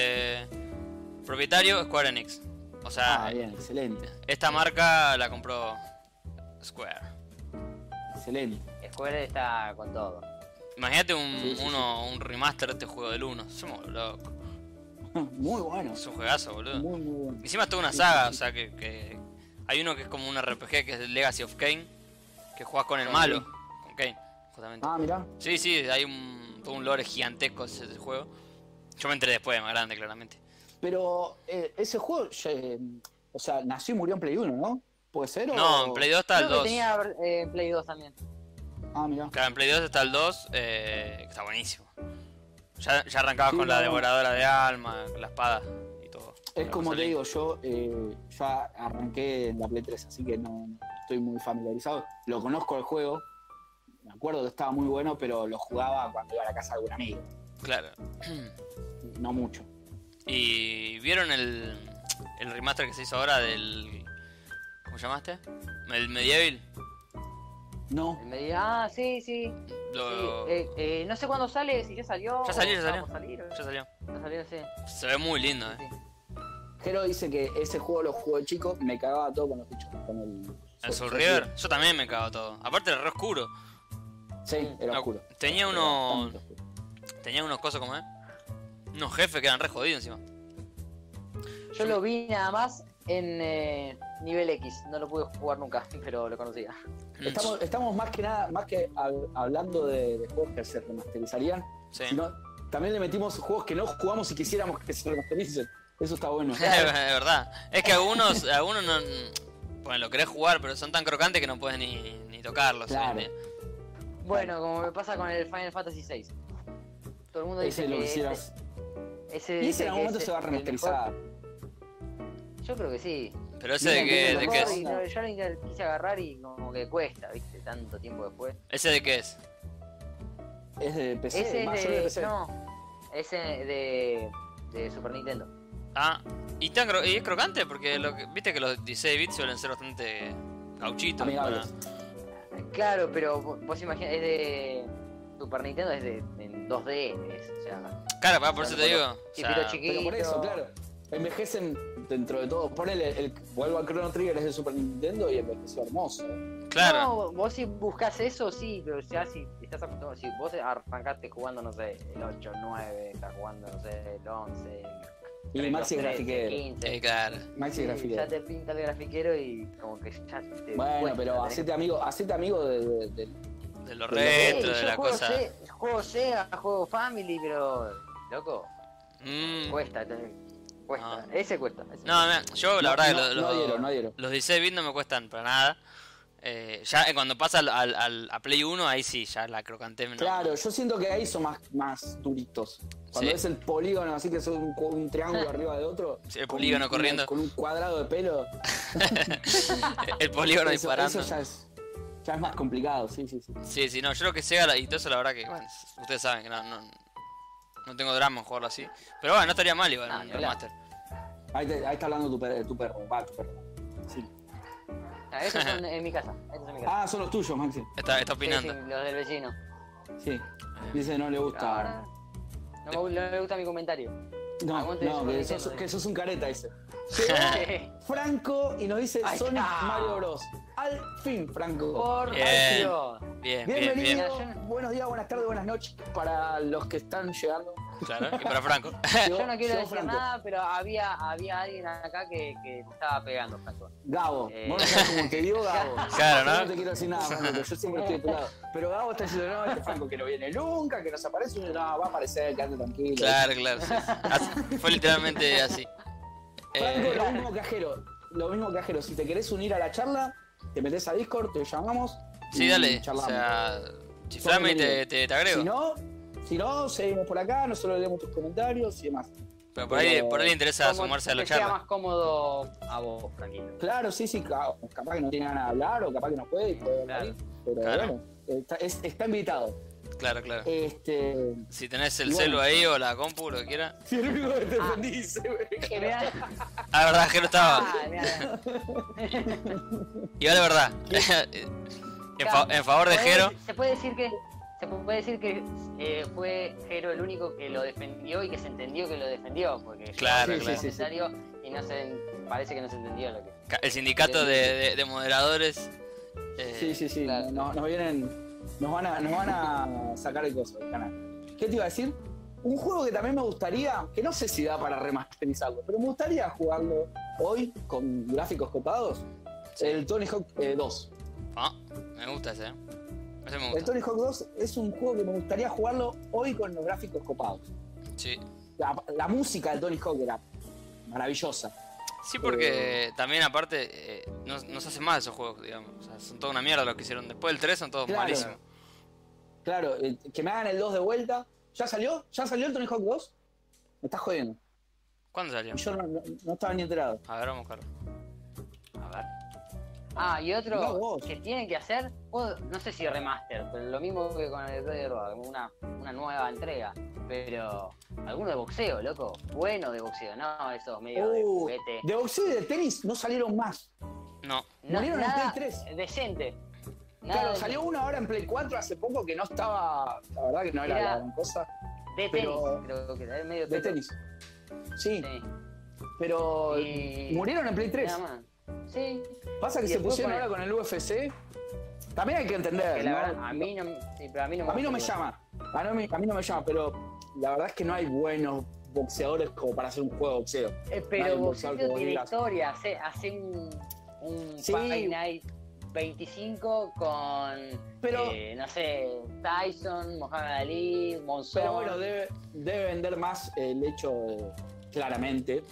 [SPEAKER 2] Propietario Square Enix. O sea,
[SPEAKER 1] Ah, bien, excelente.
[SPEAKER 2] esta marca la compró Square.
[SPEAKER 1] Excelente.
[SPEAKER 3] Square está con todo.
[SPEAKER 2] Imagínate
[SPEAKER 1] Sí, sí,
[SPEAKER 2] un remaster de este juego del 1. Somos locos.
[SPEAKER 1] Muy bueno.
[SPEAKER 2] Es un juegazo, boludo.
[SPEAKER 1] Muy bueno.
[SPEAKER 2] Encima es toda una
[SPEAKER 1] Sí,
[SPEAKER 2] saga,
[SPEAKER 1] sí,
[SPEAKER 2] o sea que hay uno que es como un RPG que es el Legacy of Kain, que jugás con el malo, con Kain, justamente.
[SPEAKER 1] Ah, mirá.
[SPEAKER 2] Sí, hay todo un lore gigantesco ese juego. Yo me enteré después, más grande, claramente.
[SPEAKER 1] Pero ese juego, o sea, nació y murió en Play 1, ¿no? ¿Puede ser?
[SPEAKER 2] No, en Play 2 está el
[SPEAKER 3] Creo
[SPEAKER 2] 2.
[SPEAKER 3] que tenía Play 2 también.
[SPEAKER 1] Ah, mirá.
[SPEAKER 2] Claro, en Play 2 está el 2, que está buenísimo. Ya arrancabas
[SPEAKER 1] Sí,
[SPEAKER 2] con la
[SPEAKER 1] no.
[SPEAKER 2] devoradora de alma, con la espada y todo.
[SPEAKER 1] Es
[SPEAKER 2] La
[SPEAKER 1] como
[SPEAKER 2] cosa
[SPEAKER 1] te
[SPEAKER 2] linda.
[SPEAKER 1] digo, yo ya arranqué en la Play 3, así que no estoy muy familiarizado. Lo conozco el juego, me acuerdo que estaba muy bueno, pero lo jugaba cuando iba a la casa de algún amigo,
[SPEAKER 2] Claro.
[SPEAKER 1] no mucho.
[SPEAKER 2] ¿Y vieron el remaster que se hizo ahora del... ¿Cómo llamaste? El Medieval.
[SPEAKER 1] No,
[SPEAKER 3] Ah, sí, sí.
[SPEAKER 2] Lo-
[SPEAKER 3] Sí, no sé cuándo sale, si ya salió.
[SPEAKER 2] Ya salió,
[SPEAKER 3] o
[SPEAKER 2] ya
[SPEAKER 3] está
[SPEAKER 2] salió.
[SPEAKER 3] por salir,
[SPEAKER 2] Ya salió.
[SPEAKER 3] Ya salió, sí.
[SPEAKER 2] Se ve muy lindo,
[SPEAKER 3] Sí.
[SPEAKER 1] Jero dice que ese juego lo jugó de chico, me cagaba todo con los bichos, con
[SPEAKER 2] El Soul River, yo también me cago todo. Aparte era re oscuro.
[SPEAKER 1] Sí, era
[SPEAKER 2] No,
[SPEAKER 1] oscuro.
[SPEAKER 2] tenía
[SPEAKER 1] Era
[SPEAKER 2] unos.
[SPEAKER 1] bastante oscuro.
[SPEAKER 2] Tenía unos cosas como unos jefes que eran re jodidos encima.
[SPEAKER 3] Yo lo vi nada más en nivel X. No lo pude jugar nunca, pero lo conocía.
[SPEAKER 1] Estamos más que nada, hablando de juegos que se remasterizarían,
[SPEAKER 2] Sí.
[SPEAKER 1] sino también le metimos juegos que no jugamos y quisiéramos que se remastericen. Eso está bueno.
[SPEAKER 2] Es verdad. Es que algunos no. Bueno, lo querés jugar, pero son tan crocantes que no puedes ni tocarlos.
[SPEAKER 1] Claro.
[SPEAKER 2] ¿sí?
[SPEAKER 3] Bueno, como me pasa con el Final Fantasy VI. Todo el mundo dice
[SPEAKER 1] Ese lo
[SPEAKER 3] que
[SPEAKER 1] quisieras.
[SPEAKER 3] ese
[SPEAKER 1] Y
[SPEAKER 3] dice
[SPEAKER 1] ese en algún
[SPEAKER 3] que
[SPEAKER 1] momento
[SPEAKER 3] es
[SPEAKER 1] se va a
[SPEAKER 3] el
[SPEAKER 1] remasterizar.
[SPEAKER 3] mejor. Yo creo que sí.
[SPEAKER 2] Pero ese de qué,
[SPEAKER 1] Mira,
[SPEAKER 2] de qué es.
[SPEAKER 3] Y yo lo quise agarrar y como que cuesta, ¿viste? Tanto tiempo después.
[SPEAKER 2] ¿Ese de qué es?
[SPEAKER 1] Es de PC,
[SPEAKER 3] Ese
[SPEAKER 1] más
[SPEAKER 3] es
[SPEAKER 1] yo de
[SPEAKER 3] de.
[SPEAKER 1] PC.
[SPEAKER 3] No, ese de Super Nintendo.
[SPEAKER 2] Ah, y es crocante porque viste que los 16 bits suelen ser bastante gauchitos.
[SPEAKER 1] Amigables.
[SPEAKER 3] Claro, pero vos imaginás, es de Super Nintendo, es en 2D, o sea,
[SPEAKER 2] Claro, por eso te digo. O
[SPEAKER 3] chipito
[SPEAKER 2] sea,
[SPEAKER 3] chiquito.
[SPEAKER 1] Pero por eso, claro. Envejecen dentro de todo. Ponele, vuelvo al Chrono Trigger, es de Super Nintendo y envejeció hermoso.
[SPEAKER 2] claro.
[SPEAKER 3] No, vos si buscas eso, sí, pero ya si estás acostumbrado, si vos arrancaste jugando, no sé, el 8, 9, estás jugando, no sé, el 11,
[SPEAKER 1] Y
[SPEAKER 3] el
[SPEAKER 1] Maxi es
[SPEAKER 3] 13,
[SPEAKER 1] grafiquero.
[SPEAKER 3] 15,
[SPEAKER 2] Claro.
[SPEAKER 1] Maxi
[SPEAKER 3] sí,
[SPEAKER 1] grafiquero.
[SPEAKER 3] ya te pinta el grafiquero y como que ya te
[SPEAKER 1] Bueno,
[SPEAKER 3] cuesta,
[SPEAKER 1] pero
[SPEAKER 3] ¿entendés?
[SPEAKER 1] hacete amigo de
[SPEAKER 2] De los
[SPEAKER 1] Sí,
[SPEAKER 2] retro, de
[SPEAKER 3] yo
[SPEAKER 2] la
[SPEAKER 3] juego
[SPEAKER 2] cosa.
[SPEAKER 3] juego Sega, juego Family, pero, loco,
[SPEAKER 2] Mm.
[SPEAKER 3] cuesta, cuesta,
[SPEAKER 2] Ah.
[SPEAKER 3] ese cuesta. Ese.
[SPEAKER 2] No, mira, yo la verdad que
[SPEAKER 1] no adhiero.
[SPEAKER 2] los 16 bits no me cuestan para nada. Ya cuando pasa a Play 1, ahí sí, ya la crocante no.
[SPEAKER 1] Claro, yo siento que ahí son más duritos. Cuando
[SPEAKER 2] Sí.
[SPEAKER 1] ves el polígono así que es un triángulo arriba de otro.
[SPEAKER 2] Sí, el
[SPEAKER 1] con
[SPEAKER 2] polígono corriendo.
[SPEAKER 1] Con un cuadrado de pelo.
[SPEAKER 2] El polígono
[SPEAKER 1] eso
[SPEAKER 2] disparando.
[SPEAKER 1] ya es más complicado, sí.
[SPEAKER 2] Sí, no, yo lo que Sega y todo eso, la verdad que, bueno, ustedes saben que no tengo drama en jugarlo así. Pero bueno, no estaría mal igual
[SPEAKER 3] No,
[SPEAKER 2] un
[SPEAKER 3] ni hablar.
[SPEAKER 2] remaster.
[SPEAKER 1] Ahí está hablando tu perro. Va, tu perro. Sí.
[SPEAKER 3] Ah, esos son en mi casa, esos son en mi casa.
[SPEAKER 1] Ah, son los tuyos, Maxi.
[SPEAKER 2] Está
[SPEAKER 3] Sí,
[SPEAKER 2] opinando.
[SPEAKER 3] sí, los del vecino.
[SPEAKER 1] Sí. Dice no le gusta.
[SPEAKER 3] Ahora, no me gusta mi comentario.
[SPEAKER 1] No,
[SPEAKER 3] aguante Super
[SPEAKER 1] que
[SPEAKER 3] Nintendo,
[SPEAKER 1] sos un careta ese.
[SPEAKER 3] Sí.
[SPEAKER 1] Franco y nos dice
[SPEAKER 3] Ahí
[SPEAKER 1] Sonic
[SPEAKER 3] está.
[SPEAKER 1] Mario Bros. al fin, Franco.
[SPEAKER 3] Por
[SPEAKER 2] Bien.
[SPEAKER 3] Dios.
[SPEAKER 2] Bien, bien,
[SPEAKER 1] Bienvenido.
[SPEAKER 2] bien.
[SPEAKER 1] Buenos días, buenas tardes, buenas noches para los que están llegando.
[SPEAKER 2] Claro, y para Franco.
[SPEAKER 3] Yo no quiero
[SPEAKER 1] Llegó
[SPEAKER 3] decir
[SPEAKER 1] Franco.
[SPEAKER 3] nada, pero había alguien acá que te estaba pegando, Franco.
[SPEAKER 1] Gabo, vos no sabés cómo te digo, Gabo.
[SPEAKER 2] Claro,
[SPEAKER 1] Yo
[SPEAKER 2] ¿no?
[SPEAKER 1] no te quiero decir nada, Franco, que yo siempre estoy de tu lado. Pero Gabo está diciendo, no, este Franco que no viene nunca, que no se aparece, no, va a aparecer, quédate tranquilo.
[SPEAKER 2] Claro, claro. Sí. Fue literalmente así.
[SPEAKER 1] Franco, lo mismo que Ajero, si te querés unir a la charla, te metés a Discord, te llamamos.
[SPEAKER 2] Sí,
[SPEAKER 1] y
[SPEAKER 2] dale. O
[SPEAKER 1] charlamos.
[SPEAKER 2] sea, chiflame y te agrego.
[SPEAKER 1] Si no, seguimos por acá, nosotros leemos tus comentarios y demás.
[SPEAKER 2] Pero por ahí le interesa
[SPEAKER 3] Como
[SPEAKER 2] sumarse a la
[SPEAKER 3] que sea
[SPEAKER 2] charla.
[SPEAKER 3] más cómodo a vos, tranquilo.
[SPEAKER 1] Claro, sí, capaz que no tiene ganas de hablar o capaz que no puede y puede
[SPEAKER 3] Claro.
[SPEAKER 1] venir. Pero
[SPEAKER 2] Claro.
[SPEAKER 1] bueno, está invitado.
[SPEAKER 2] Claro, claro.
[SPEAKER 1] Si
[SPEAKER 2] Si tenés el
[SPEAKER 1] y bueno.
[SPEAKER 2] celu ahí o la compu, lo que quieras.
[SPEAKER 1] el único que te bendice,
[SPEAKER 3] Mirá.
[SPEAKER 2] Ah, verdad, que no estaba.
[SPEAKER 3] Ah, mirá.
[SPEAKER 2] Igual de verdad. En favor de Jero.
[SPEAKER 3] Se puede decir que fue Jero el único que lo defendió y que se entendió que lo defendió, porque yo
[SPEAKER 2] Claro,
[SPEAKER 3] hice
[SPEAKER 2] claro.
[SPEAKER 3] un comentario y parece que no se entendió lo que.
[SPEAKER 2] El sindicato de moderadores.
[SPEAKER 1] Sí,
[SPEAKER 3] Claro.
[SPEAKER 1] nos van a sacar el coso del canal. ¿Qué te iba a decir? Un juego que también me gustaría, que no sé si da para remasterizarlo, pero me gustaría jugarlo hoy con gráficos copados. El Tony Hawk 2.
[SPEAKER 2] Ah, me gusta ese, Ese me
[SPEAKER 1] El
[SPEAKER 2] gusta.
[SPEAKER 1] Tony Hawk 2 es un juego que me gustaría jugarlo hoy con los gráficos copados.
[SPEAKER 2] Sí.
[SPEAKER 1] La música del Tony Hawk era maravillosa.
[SPEAKER 2] Sí, porque también aparte nos hace mal esos juegos, digamos. O sea, son toda una mierda los que hicieron. Después del 3 son todos
[SPEAKER 1] Claro.
[SPEAKER 2] malísimos.
[SPEAKER 1] Claro, que me hagan el 2 de vuelta. ¿Ya salió? ¿Ya salió el Tony Hawk 2? Me estás jodiendo.
[SPEAKER 2] ¿Cuándo salió?
[SPEAKER 1] Yo no estaba ni enterado.
[SPEAKER 2] A ver, vamos a buscarlo.
[SPEAKER 3] A ver. Ah, y
[SPEAKER 1] Mirá
[SPEAKER 3] otro
[SPEAKER 1] vos.
[SPEAKER 3] que tienen que hacer, no sé si remaster, pero lo mismo que con el Red Dead Redemption, una nueva entrega. Pero alguno de boxeo, loco. Bueno de boxeo, no esos medio de juguete.
[SPEAKER 1] De boxeo y de tenis no salieron más.
[SPEAKER 2] No.
[SPEAKER 1] Murieron en
[SPEAKER 3] nada
[SPEAKER 1] Play 3.
[SPEAKER 3] decente. Nada
[SPEAKER 1] Claro,
[SPEAKER 3] de-
[SPEAKER 1] salió uno ahora en Play 4 hace poco que no estaba. La verdad que no era
[SPEAKER 3] Era
[SPEAKER 1] la gran cosa.
[SPEAKER 3] de
[SPEAKER 1] pero-
[SPEAKER 3] tenis, creo que era medio
[SPEAKER 1] De
[SPEAKER 3] teto.
[SPEAKER 1] tenis. Sí,
[SPEAKER 3] Sí.
[SPEAKER 1] pero
[SPEAKER 3] Y-
[SPEAKER 1] murieron en Play 3.
[SPEAKER 3] Nada más. Sí,
[SPEAKER 1] Pasa que
[SPEAKER 3] Y
[SPEAKER 1] se
[SPEAKER 3] después
[SPEAKER 1] pusieron
[SPEAKER 3] con el-
[SPEAKER 1] ahora con el UFC. También hay que entender.
[SPEAKER 3] que la
[SPEAKER 1] ¿no?
[SPEAKER 3] verdad, a mí no, sí, pero a mí no
[SPEAKER 1] A mí no me
[SPEAKER 3] gusta.
[SPEAKER 1] llama. A mí no me llama, pero la verdad es que no hay buenos boxeadores como para hacer un juego de boxeo.
[SPEAKER 3] Pero
[SPEAKER 1] Nadie
[SPEAKER 3] boxeo
[SPEAKER 1] boxeador como
[SPEAKER 3] tiene
[SPEAKER 1] digas.
[SPEAKER 3] historia, hace un
[SPEAKER 1] Sí.
[SPEAKER 3] Fight Night 25 con,
[SPEAKER 1] Pero-
[SPEAKER 3] no sé, Tyson, Muhammad Ali, Monzón.
[SPEAKER 1] Pero bueno, debe vender más el hecho claramente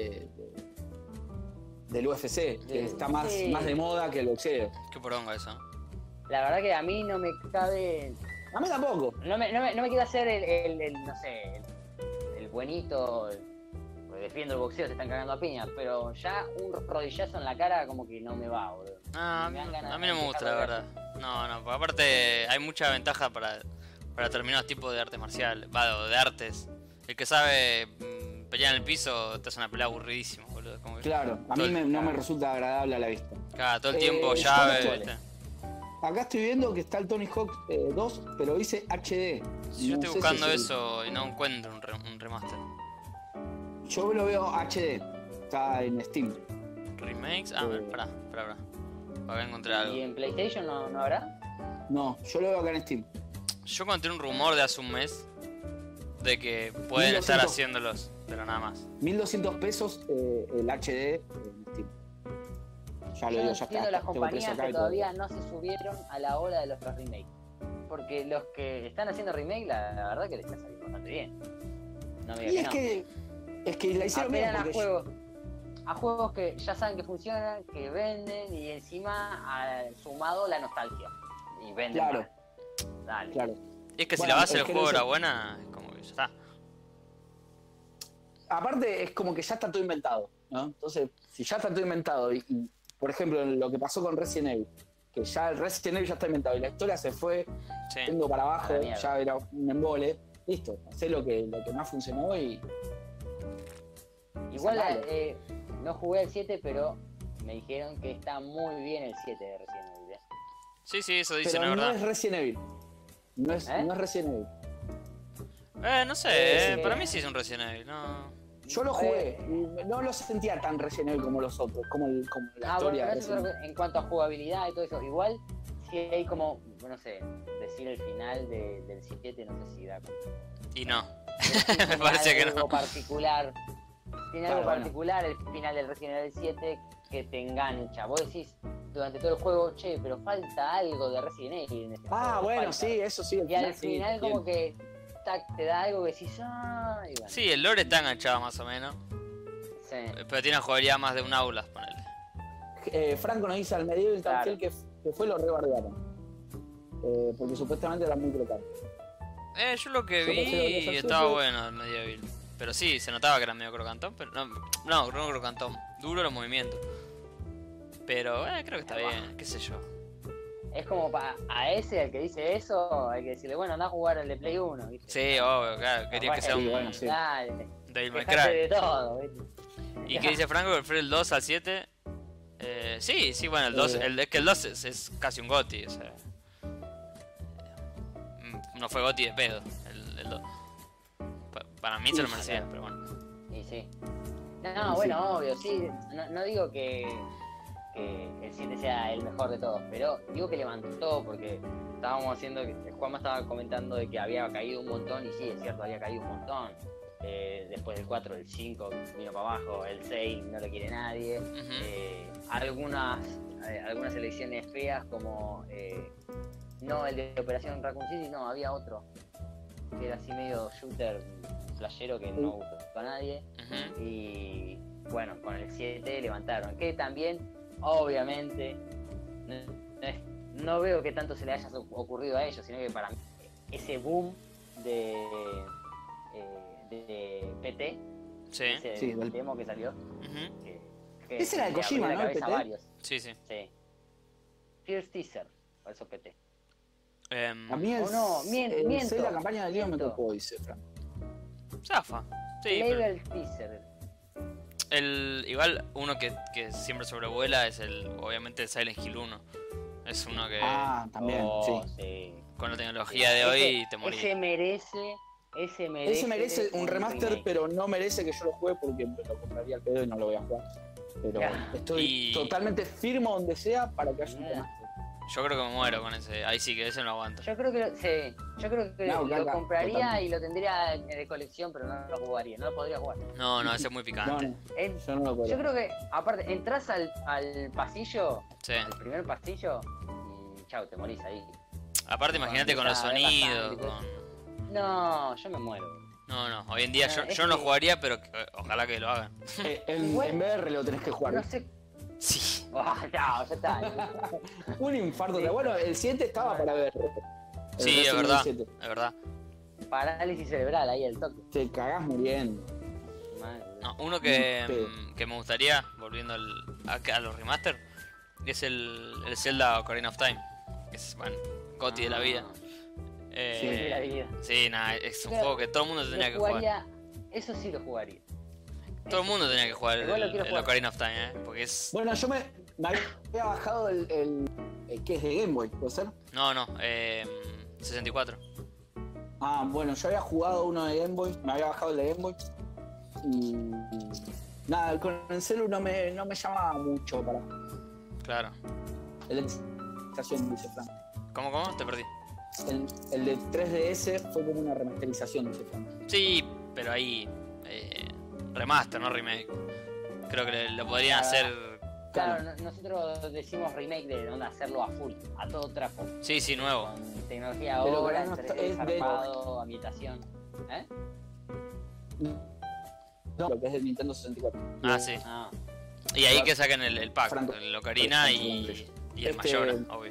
[SPEAKER 1] del UFC, que está más
[SPEAKER 3] Sí.
[SPEAKER 1] de moda que el boxeo.
[SPEAKER 2] Qué poronga eso.
[SPEAKER 3] La verdad que a mí no me cabe,
[SPEAKER 1] A mí tampoco.
[SPEAKER 3] no me quiero hacer no sé, el buenito, porque defiendo el boxeo, se están cagando a piña, pero ya un rodillazo en la cara como que no me va, boludo.
[SPEAKER 2] Ah,
[SPEAKER 3] Me dan ganas
[SPEAKER 2] a mí
[SPEAKER 3] de
[SPEAKER 2] no me gusta, la
[SPEAKER 3] dejarlo
[SPEAKER 2] verdad. No, porque aparte hay mucha ventaja para determinados tipos de artes marciales, o de artes. El que sabe pelear en el piso te hace una pelea aburridísima, boludo. Como que
[SPEAKER 1] Claro, a
[SPEAKER 2] todo
[SPEAKER 1] mí
[SPEAKER 2] el-
[SPEAKER 1] no me resulta agradable a la vista.
[SPEAKER 2] todo el tiempo
[SPEAKER 1] ¿cómo
[SPEAKER 2] llave,
[SPEAKER 1] estuvo?
[SPEAKER 2] ¿viste?
[SPEAKER 1] Acá estoy viendo que está el Tony Hawk 2, pero dice HD.
[SPEAKER 2] Si yo
[SPEAKER 1] No
[SPEAKER 2] estoy
[SPEAKER 1] sé
[SPEAKER 2] buscando
[SPEAKER 1] si es
[SPEAKER 2] eso y no encuentro un remaster.
[SPEAKER 1] Yo lo veo HD. Está en Steam.
[SPEAKER 2] Remakes, a ver, pará. Acá encontré algo.
[SPEAKER 3] ¿Y en PlayStation no habrá?
[SPEAKER 1] No, yo lo veo acá en Steam.
[SPEAKER 2] Yo encontré un rumor de hace un mes de que pueden
[SPEAKER 1] 1200.
[SPEAKER 2] estar haciéndolos, pero nada más.
[SPEAKER 1] 1.200 pesos el HD en Steam. Ya lo
[SPEAKER 3] Yo
[SPEAKER 1] digo,
[SPEAKER 3] no
[SPEAKER 1] ya
[SPEAKER 3] entiendo
[SPEAKER 1] está.
[SPEAKER 3] las
[SPEAKER 1] Tengo precio
[SPEAKER 3] compañías
[SPEAKER 1] acá
[SPEAKER 3] que
[SPEAKER 1] y todo.
[SPEAKER 3] todavía no se subieron a la ola de los remakes. Porque los que están haciendo remake, la verdad que les está saliendo bastante bien. No me
[SPEAKER 1] Y
[SPEAKER 3] digas
[SPEAKER 1] es que la hicieron bien.
[SPEAKER 3] Apelan
[SPEAKER 1] Porque
[SPEAKER 3] a juegos que ya saben que funcionan, que venden y encima sumado la nostalgia. Y venden.
[SPEAKER 1] Claro.
[SPEAKER 3] más. Dale.
[SPEAKER 1] Claro.
[SPEAKER 2] Y es que si
[SPEAKER 1] Bueno,
[SPEAKER 2] la base
[SPEAKER 1] es
[SPEAKER 2] del
[SPEAKER 1] que
[SPEAKER 2] juego
[SPEAKER 1] no sé.
[SPEAKER 2] era buena, es como que ya está.
[SPEAKER 1] Aparte, es como que ya está todo inventado, ¿no? Entonces, si ya está todo inventado y, por ejemplo, lo que pasó con Resident Evil, que ya el Resident Evil ya está inventado y la historia se fue
[SPEAKER 2] Sí.
[SPEAKER 1] yendo para abajo,
[SPEAKER 3] A la mierda.
[SPEAKER 1] ya era un embole, listo, hacé lo que más funcionó y
[SPEAKER 3] Igual
[SPEAKER 1] Sacalo.
[SPEAKER 3] no jugué el 7, pero me dijeron que está muy bien el 7 de Resident Evil.
[SPEAKER 2] Sí, eso dicen,
[SPEAKER 1] pero
[SPEAKER 2] la
[SPEAKER 1] no
[SPEAKER 2] verdad.
[SPEAKER 1] es Resident Evil. No es Resident Evil.
[SPEAKER 2] No sé,
[SPEAKER 3] Sí.
[SPEAKER 2] para mí sí es un Resident Evil, no.
[SPEAKER 1] Yo lo jugué, y no lo sentía tan Resident Evil como los otros, como la historia.
[SPEAKER 3] Bueno, eso en cuanto a jugabilidad y todo eso, igual si hay como, no sé, decir el final del 7, no sé si da cuenta.
[SPEAKER 2] Y no, me parece que no.
[SPEAKER 3] Algo particular, tiene algo
[SPEAKER 1] Claro,
[SPEAKER 3] particular el final del Resident Evil 7 que te engancha. Vos decís durante todo el juego, che, pero falta algo de Resident Evil en este juego.
[SPEAKER 1] Bueno,
[SPEAKER 3] falta.
[SPEAKER 1] sí, eso sí.
[SPEAKER 3] Y al
[SPEAKER 1] sí,
[SPEAKER 3] final
[SPEAKER 1] bien.
[SPEAKER 3] como que te da algo que decís, y bueno.
[SPEAKER 2] Sí, el lore está enganchado más o menos.
[SPEAKER 3] Sí.
[SPEAKER 2] Pero tiene una jugabilidad más de un Aulas, ponele.
[SPEAKER 1] Franco nos dice al Medieval tan
[SPEAKER 3] Claro.
[SPEAKER 1] fiel que fue lo rebardearon. Porque supuestamente era muy crocante.
[SPEAKER 2] Yo lo que
[SPEAKER 1] Yo prefiero
[SPEAKER 2] vi
[SPEAKER 1] los
[SPEAKER 2] estaba
[SPEAKER 1] accesos.
[SPEAKER 2] bueno el Medieval. Pero sí, se notaba que era medio crocantón, pero no crocantón. Duro los movimientos. Pero creo que está bien, qué sé yo.
[SPEAKER 3] Es como a ese, al que dice eso, hay que decirle, bueno, anda a jugar al de Play 1, ¿viste?
[SPEAKER 2] Sí, obvio, claro, quería que sea un
[SPEAKER 1] bueno, sí.
[SPEAKER 3] Dale,
[SPEAKER 2] Devil May
[SPEAKER 3] dejate
[SPEAKER 2] Cry.
[SPEAKER 3] de todo, ¿viste?
[SPEAKER 2] ¿Y qué dice Franco? ¿Que fue el 2 al 7? Sí, bueno, el 2, es que el 2 es casi un GOTY, o sea. No fue GOTY de pedo, el 2. Para mí se lo merecía, pero bueno.
[SPEAKER 3] Y sí. No, bueno, obvio, sí. No digo que el 7 sea el mejor de todos, pero digo que levantó, porque estábamos haciendo, Juanma estaba comentando de que había caído un montón, y sí, es cierto, había caído un montón. Después del 4, el 5 vino para abajo, el 6 no lo quiere nadie. Algunas elecciones feas como no el de Operación Raccoon City, no, había otro que era así medio shooter flashero que no gustó a nadie. Y bueno, con el 7 levantaron, que también obviamente no veo que tanto se le haya ocurrido a ellos, sino que para mí ese boom de PT,
[SPEAKER 2] Sí.
[SPEAKER 3] ese
[SPEAKER 1] del-
[SPEAKER 3] demo que salió,
[SPEAKER 2] Ujú.
[SPEAKER 3] que
[SPEAKER 1] Ese era de
[SPEAKER 3] le abrió
[SPEAKER 1] Kojima,
[SPEAKER 3] la
[SPEAKER 1] ¿no? El
[SPEAKER 3] cabeza a
[SPEAKER 1] PT.
[SPEAKER 3] varios.
[SPEAKER 2] Sí.
[SPEAKER 3] Sí. First Teaser, por eso PT.
[SPEAKER 1] A mí
[SPEAKER 3] Oh, no, miento.
[SPEAKER 1] la campaña de Leon me
[SPEAKER 3] Miento.
[SPEAKER 1] tocó, dice Franco.
[SPEAKER 2] Zafa. Sí, pero
[SPEAKER 3] Level Teaser.
[SPEAKER 2] igual uno que siempre sobrevuela es obviamente el Silent Hill 1. Es uno que
[SPEAKER 1] También,
[SPEAKER 3] Sí.
[SPEAKER 2] con la tecnología de hoy te morís.
[SPEAKER 3] Ese merece
[SPEAKER 1] Ese merece un remaster,
[SPEAKER 3] remake.
[SPEAKER 1] pero no merece que yo lo juegue porque me lo compraría al pedo y no lo voy a jugar. Pero
[SPEAKER 3] Ya.
[SPEAKER 1] estoy
[SPEAKER 2] Y-
[SPEAKER 1] totalmente firme donde sea para que haya un
[SPEAKER 3] Ya.
[SPEAKER 1] remaster.
[SPEAKER 2] Yo creo que me muero con ese. Ahí sí que ese no aguanto.
[SPEAKER 3] Yo creo que yo creo que
[SPEAKER 1] No,
[SPEAKER 3] lo
[SPEAKER 1] caca,
[SPEAKER 3] compraría
[SPEAKER 1] totalmente.
[SPEAKER 3] y lo tendría de colección, pero no lo jugaría, no lo podría jugar.
[SPEAKER 2] No, ese es muy
[SPEAKER 1] No,
[SPEAKER 2] picante.
[SPEAKER 1] no,
[SPEAKER 3] En-
[SPEAKER 1] yo no lo puedo.
[SPEAKER 3] yo creo que, aparte, entras al pasillo,
[SPEAKER 2] Sí.
[SPEAKER 3] al primer pasillo, y chau, te morís ahí.
[SPEAKER 2] Aparte, imagínate con los
[SPEAKER 3] Empezás a ver
[SPEAKER 2] sonidos.
[SPEAKER 3] bastante,
[SPEAKER 2] Con...
[SPEAKER 3] No, yo me muero.
[SPEAKER 2] No, hoy en día
[SPEAKER 3] No, es
[SPEAKER 2] yo no
[SPEAKER 3] que-
[SPEAKER 2] jugaría, pero ojalá que lo hagan.
[SPEAKER 1] En VR lo tenés que jugar.
[SPEAKER 3] No sé.
[SPEAKER 2] Sí.
[SPEAKER 3] No, ya está.
[SPEAKER 1] Un infarto.
[SPEAKER 3] Sí.
[SPEAKER 1] Bueno, el 7 estaba para ver.
[SPEAKER 2] Sí, es verdad. Es verdad.
[SPEAKER 3] Parálisis cerebral ahí el toque.
[SPEAKER 1] Te cagás muriendo.
[SPEAKER 3] Madre.
[SPEAKER 2] No, uno que,
[SPEAKER 1] Pero-
[SPEAKER 2] que me gustaría, volviendo a los remaster, es el Zelda Ocarina of Time. Que es, bueno, GOTY de la vida.
[SPEAKER 3] Sí, de la vida.
[SPEAKER 2] Sí, nada, es un
[SPEAKER 3] Pero
[SPEAKER 2] juego que todo el mundo tenía que jugar.
[SPEAKER 3] jugaría, eso sí lo jugaría.
[SPEAKER 2] Todo el mundo tenía que jugar
[SPEAKER 3] Igual lo
[SPEAKER 2] el
[SPEAKER 3] quiero jugar.
[SPEAKER 2] Ocarina of Time, porque es...
[SPEAKER 1] Bueno, yo me había bajado el que es de Game Boy, ¿puede ser?
[SPEAKER 2] No, 64.
[SPEAKER 1] Bueno, yo había jugado uno de Game Boy, me había bajado el de Game Boy. Y nada, con el celu no me llamaba mucho para.
[SPEAKER 2] Claro.
[SPEAKER 1] El de estación, dice Frank.
[SPEAKER 2] ¿Cómo? Te perdí.
[SPEAKER 1] El de 3DS fue como una remasterización, dice Frank.
[SPEAKER 2] Sí, pero ahí... remaster, no remake. Creo que lo podrían
[SPEAKER 3] Claro.
[SPEAKER 2] hacer...
[SPEAKER 3] Claro, nosotros decimos remake de onda hacerlo a full, a todo trapo.
[SPEAKER 2] Sí, nuevo.
[SPEAKER 3] Con tecnología
[SPEAKER 1] Pero
[SPEAKER 3] ahora,
[SPEAKER 1] que no está-
[SPEAKER 3] 3D,
[SPEAKER 1] es de-
[SPEAKER 3] zarpado, ambientación. ¿Eh?
[SPEAKER 1] No, lo que es del Nintendo 64.
[SPEAKER 2] Sí.
[SPEAKER 3] Ah,
[SPEAKER 2] Y ahí que saquen el pack,
[SPEAKER 1] Franco.
[SPEAKER 2] el Ocarina
[SPEAKER 1] Franco,
[SPEAKER 2] y el
[SPEAKER 1] Este-
[SPEAKER 2] Mayora, obvio.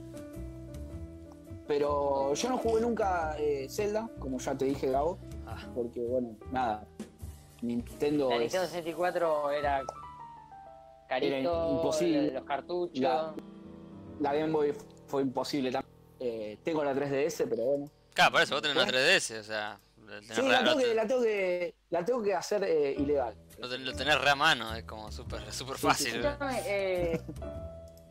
[SPEAKER 1] Pero yo no jugué nunca Zelda, como ya te dije, Gabo,
[SPEAKER 2] Ah,
[SPEAKER 1] porque bueno, nada. Nintendo
[SPEAKER 3] la
[SPEAKER 1] es.
[SPEAKER 3] Nintendo 64 era carito,
[SPEAKER 1] Era imposible.
[SPEAKER 3] los cartuchos.
[SPEAKER 1] La Game Boy fue imposible también. Tengo la 3DS, pero bueno.
[SPEAKER 2] Claro, por eso vos tenés una 3DS, o sea,
[SPEAKER 1] Sí, la tengo que hacer ilegal.
[SPEAKER 2] lo tenés re a mano, es como súper fácil.
[SPEAKER 3] Escuchame,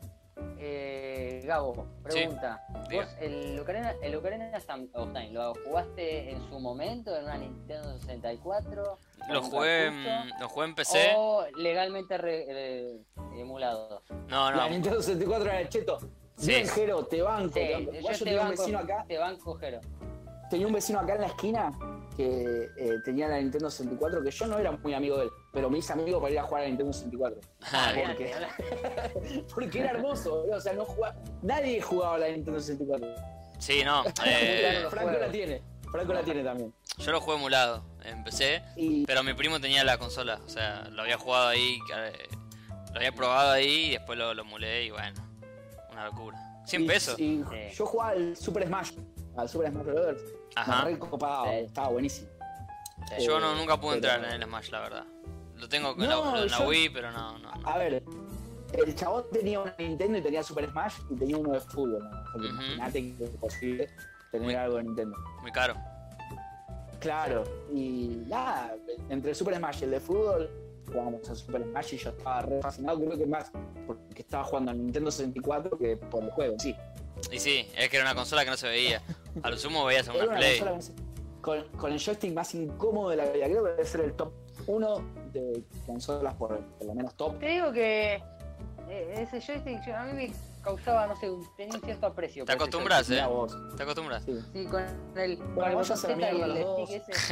[SPEAKER 3] Gabo, pregunta.
[SPEAKER 2] Sí,
[SPEAKER 3] ¿Vos el Ocarina of Time lo jugaste en su momento en una Nintendo 64?
[SPEAKER 2] Lo
[SPEAKER 3] ¿Con
[SPEAKER 2] jugué,
[SPEAKER 3] cartucho?
[SPEAKER 2] lo jugué en PC.
[SPEAKER 3] ¿O legalmente emulado?
[SPEAKER 2] No,
[SPEAKER 1] La
[SPEAKER 2] no.
[SPEAKER 1] Nintendo 64 era el cheto.
[SPEAKER 2] Sí.
[SPEAKER 1] Bien, Jero, te banco.
[SPEAKER 3] Sí,
[SPEAKER 1] te banco.
[SPEAKER 3] yo
[SPEAKER 1] Igual
[SPEAKER 3] te
[SPEAKER 1] tenía un
[SPEAKER 3] banco,
[SPEAKER 1] vecino acá.
[SPEAKER 3] te banco, Jero.
[SPEAKER 1] Tenía un vecino acá en la esquina que tenía la Nintendo 64, que yo no era muy amigo de él, pero me hice amigo para ir a jugar a la Nintendo 64.
[SPEAKER 2] Ah,
[SPEAKER 3] bien.
[SPEAKER 1] Porque era hermoso, boludo. O sea, no jugaba, nadie jugaba a la Nintendo 64.
[SPEAKER 2] Sí, no.
[SPEAKER 1] Franco la tiene. Franco la tiene también.
[SPEAKER 2] Yo lo jugué emulado en PC,
[SPEAKER 1] Y
[SPEAKER 2] pero mi primo tenía la consola. O sea, lo había jugado ahí, lo había probado ahí y después lo emulé y bueno, una locura. 100 pesos.
[SPEAKER 1] Y
[SPEAKER 3] Sí.
[SPEAKER 1] yo jugaba al Super Smash Brothers.
[SPEAKER 2] Ajá.
[SPEAKER 1] Me recopaba,
[SPEAKER 3] Sí.
[SPEAKER 1] estaba buenísimo.
[SPEAKER 2] Yo nunca pude
[SPEAKER 1] pero-
[SPEAKER 2] entrar en el Smash, la verdad. Lo tengo en
[SPEAKER 1] No,
[SPEAKER 2] la
[SPEAKER 1] yo-
[SPEAKER 2] Wii, pero no.
[SPEAKER 1] A ver, el chabón tenía una Nintendo y tenía Super Smash y tenía uno de fútbol, ¿no? O sea, que
[SPEAKER 2] Ujú.
[SPEAKER 1] imagínate que es posible tener
[SPEAKER 2] Muy-
[SPEAKER 1] algo de Nintendo.
[SPEAKER 2] Muy caro.
[SPEAKER 1] Claro, y nada, entre el Super Smash y el de fútbol, jugábamos a Super Smash y yo estaba re fascinado, creo que más porque estaba jugando a Nintendo 64 que por el juego, sí.
[SPEAKER 2] Y sí, es que era una consola que no se veía. A lo sumo veías en
[SPEAKER 1] Era
[SPEAKER 2] una
[SPEAKER 1] una
[SPEAKER 2] Play.
[SPEAKER 1] consola con el joystick más incómodo de la vida, creo que debe ser el top 1 de consolas por lo menos top.
[SPEAKER 3] Te digo que ese joystick a mí me causaba, no sé, tenía un cierto aprecio.
[SPEAKER 2] Te
[SPEAKER 3] por ese
[SPEAKER 2] acostumbras,
[SPEAKER 1] Mirá
[SPEAKER 2] ¿eh?
[SPEAKER 1] vos,
[SPEAKER 2] Te acostumbras.
[SPEAKER 1] sí.
[SPEAKER 3] joystick. Sí, con el
[SPEAKER 1] Bueno, vos ya
[SPEAKER 3] botón
[SPEAKER 1] se la
[SPEAKER 3] Z y
[SPEAKER 1] mierda
[SPEAKER 3] el
[SPEAKER 1] los
[SPEAKER 3] stick
[SPEAKER 1] dos.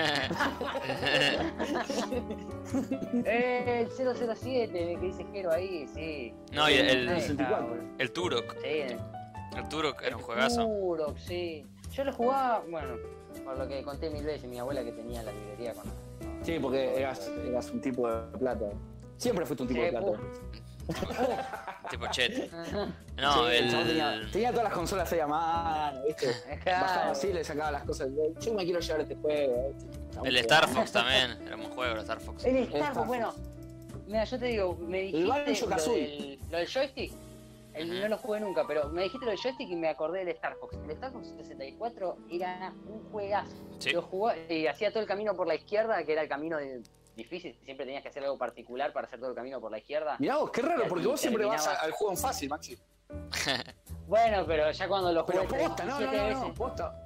[SPEAKER 3] ese. El 007 que dice Jero ahí, sí.
[SPEAKER 2] No, y el-
[SPEAKER 3] Ahí está,
[SPEAKER 1] 64.
[SPEAKER 3] bueno.
[SPEAKER 2] El Turok.
[SPEAKER 3] Sí,
[SPEAKER 2] El Turok era un juegazo.
[SPEAKER 3] Turok, sí. Yo lo jugaba, bueno, por lo que conté mil veces, mi abuela que tenía la librería con...
[SPEAKER 1] Sí, porque eras un tipo de plata. Siempre fuiste un tipo
[SPEAKER 3] Sí,
[SPEAKER 1] de plata.
[SPEAKER 2] Tipo chet.
[SPEAKER 3] Ajá.
[SPEAKER 2] No,
[SPEAKER 1] Sí, el chabón
[SPEAKER 2] el.
[SPEAKER 1] tenía todas las consolas ahí a mano, ¿viste?
[SPEAKER 3] Claro.
[SPEAKER 1] Bajaba así, le sacaba las cosas. Yo me quiero llevar este juego. ¿viste?
[SPEAKER 2] El Star Fox también. Era un buen juego, el Star Fox.
[SPEAKER 3] El
[SPEAKER 1] Star
[SPEAKER 3] Star
[SPEAKER 1] Fox.
[SPEAKER 3] Fox, bueno, mira, yo te digo, me
[SPEAKER 1] El Banjo
[SPEAKER 3] dijiste
[SPEAKER 1] Kazooie.
[SPEAKER 3] lo del joystick, no lo jugué nunca, pero me dijiste lo del joystick y me acordé del Star Fox. El Star Fox 64 era un juegazo.
[SPEAKER 2] Sí.
[SPEAKER 3] Lo jugaba y hacía todo el camino por la izquierda, que era el camino difícil, siempre tenías que hacer algo particular para hacer todo el camino por la izquierda.
[SPEAKER 1] Mirá vos, qué raro, porque
[SPEAKER 3] Y
[SPEAKER 1] vos siempre vas
[SPEAKER 3] terminabas-
[SPEAKER 1] al juego en fácil, Maxi.
[SPEAKER 3] Bueno, pero ya cuando lo jugué
[SPEAKER 1] Pero posta, no,
[SPEAKER 3] 37 veces.
[SPEAKER 1] no, posta.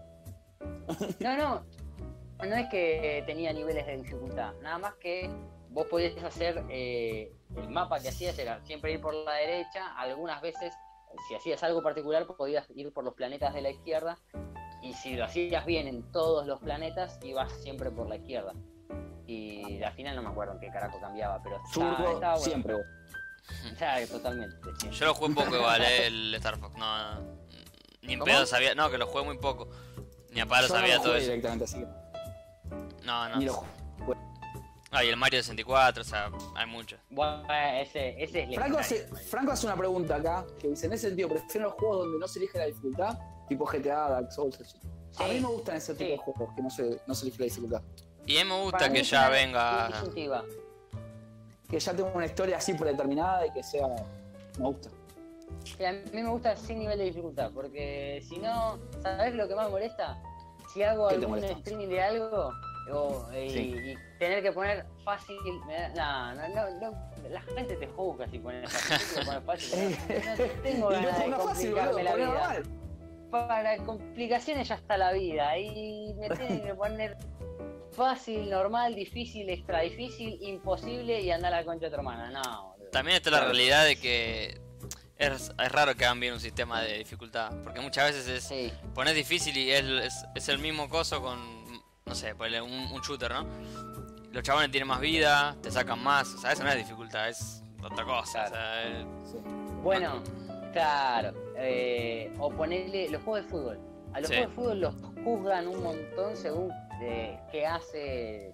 [SPEAKER 3] No es que tenía niveles de dificultad, nada más que vos podías hacer el mapa que hacías era siempre ir por la derecha, algunas veces si hacías algo particular podías ir por los planetas de la izquierda y si lo hacías bien en todos los planetas ibas siempre por la izquierda. Y al final no me acuerdo en qué carajo cambiaba, pero
[SPEAKER 1] Zurdo,
[SPEAKER 3] estaba bueno.
[SPEAKER 1] siempre vos.
[SPEAKER 3] Ya, totalmente. Sí.
[SPEAKER 2] Yo lo jugué poco igual, el Star Fox. No, ni en
[SPEAKER 1] ¿Cómo?
[SPEAKER 2] pedo sabía. No, que lo jugué muy poco. Ni a palo
[SPEAKER 1] Yo no
[SPEAKER 2] sabía
[SPEAKER 1] lo
[SPEAKER 2] todo
[SPEAKER 1] jugué
[SPEAKER 2] eso.
[SPEAKER 1] directamente, así que
[SPEAKER 2] No.
[SPEAKER 1] ni lo jugué.
[SPEAKER 2] Ah, y el Mario 64, o sea, hay muchos.
[SPEAKER 3] Bueno, ese es
[SPEAKER 1] Franco
[SPEAKER 3] legendario.
[SPEAKER 1] Franco hace una pregunta acá, que dice, en ese sentido, prefiero los juegos donde no se elige la dificultad, tipo GTA, Dark Souls, eso. A mí me gustan ese tipo
[SPEAKER 3] Sí.
[SPEAKER 1] de juegos, que no se elige la dificultad.
[SPEAKER 2] Y a mí me gusta
[SPEAKER 3] Para mí
[SPEAKER 2] que
[SPEAKER 3] es
[SPEAKER 2] ya
[SPEAKER 3] una
[SPEAKER 2] venga.
[SPEAKER 3] disyuntiva.
[SPEAKER 1] Que ya tengo una historia así predeterminada y que sea... Me gusta.
[SPEAKER 3] A mí me gusta sin nivel de dificultad, porque si no, ¿sabes lo que más molesta? Si hago
[SPEAKER 1] ¿Qué te
[SPEAKER 3] algún
[SPEAKER 1] molesta?
[SPEAKER 3] streaming de algo
[SPEAKER 1] Sí.
[SPEAKER 3] y tener que poner fácil, no, la gente te juzga si pones fácil. Si pones fácil, no tengo
[SPEAKER 1] Y no
[SPEAKER 3] ganas de
[SPEAKER 1] ponga fácil, boludo,
[SPEAKER 3] complicarme la
[SPEAKER 1] poné
[SPEAKER 3] vida.
[SPEAKER 1] normal.
[SPEAKER 3] Para complicaciones ya está la vida y me tienen que poner fácil, normal, difícil, extra difícil, imposible y andar a la concha de tu hermana. No, boludo.
[SPEAKER 2] También está la realidad de que es raro que hagan bien un sistema de dificultad. Porque muchas veces es.
[SPEAKER 3] Sí,
[SPEAKER 2] Pones difícil y es el mismo coso con. No sé, ponele un shooter, ¿no? Los chabones tienen más vida, te sacan más. O sea, eso no es dificultad, es otra cosa. O sea,
[SPEAKER 1] Sí.
[SPEAKER 3] bueno, claro. O ponerle los juegos de fútbol. A los
[SPEAKER 2] Sí.
[SPEAKER 3] juegos de fútbol los juzgan un montón según qué hace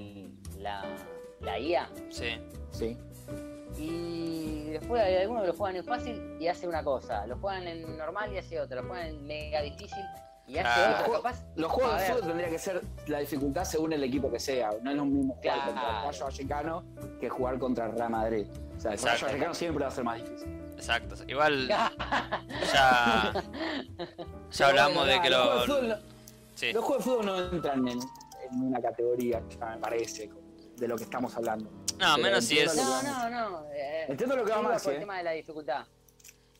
[SPEAKER 3] la IA.
[SPEAKER 2] sí.
[SPEAKER 1] Sí.
[SPEAKER 3] Y después hay algunos que lo juegan en fácil y hace una cosa. Lo juegan en normal y hace otra. Lo juegan en mega difícil y hace
[SPEAKER 2] Claro.
[SPEAKER 3] otra. Capaz,
[SPEAKER 1] Los juegos
[SPEAKER 3] a
[SPEAKER 1] de
[SPEAKER 3] ver,
[SPEAKER 1] fútbol tendría que ser la dificultad según el equipo que sea. No es lo mismo jugar
[SPEAKER 3] Claro.
[SPEAKER 1] contra el Rayo Vallecano que jugar contra el Real Madrid. O sea, el
[SPEAKER 2] Exacto.
[SPEAKER 1] Rayo Vallecano siempre va a ser más difícil.
[SPEAKER 2] Exacto. Igual ya hablamos de que
[SPEAKER 1] los juegos de
[SPEAKER 2] lo.
[SPEAKER 1] fútbol no-
[SPEAKER 2] Sí.
[SPEAKER 1] Los juegos de fútbol no entran en una categoría, ya me parece, de lo que estamos hablando.
[SPEAKER 2] No,
[SPEAKER 1] Pero
[SPEAKER 2] menos si
[SPEAKER 1] entiendo
[SPEAKER 2] es.
[SPEAKER 1] lo que
[SPEAKER 3] no.
[SPEAKER 1] Entiendo lo que va
[SPEAKER 3] Yo iba
[SPEAKER 1] más,
[SPEAKER 3] por el tema de la dificultad.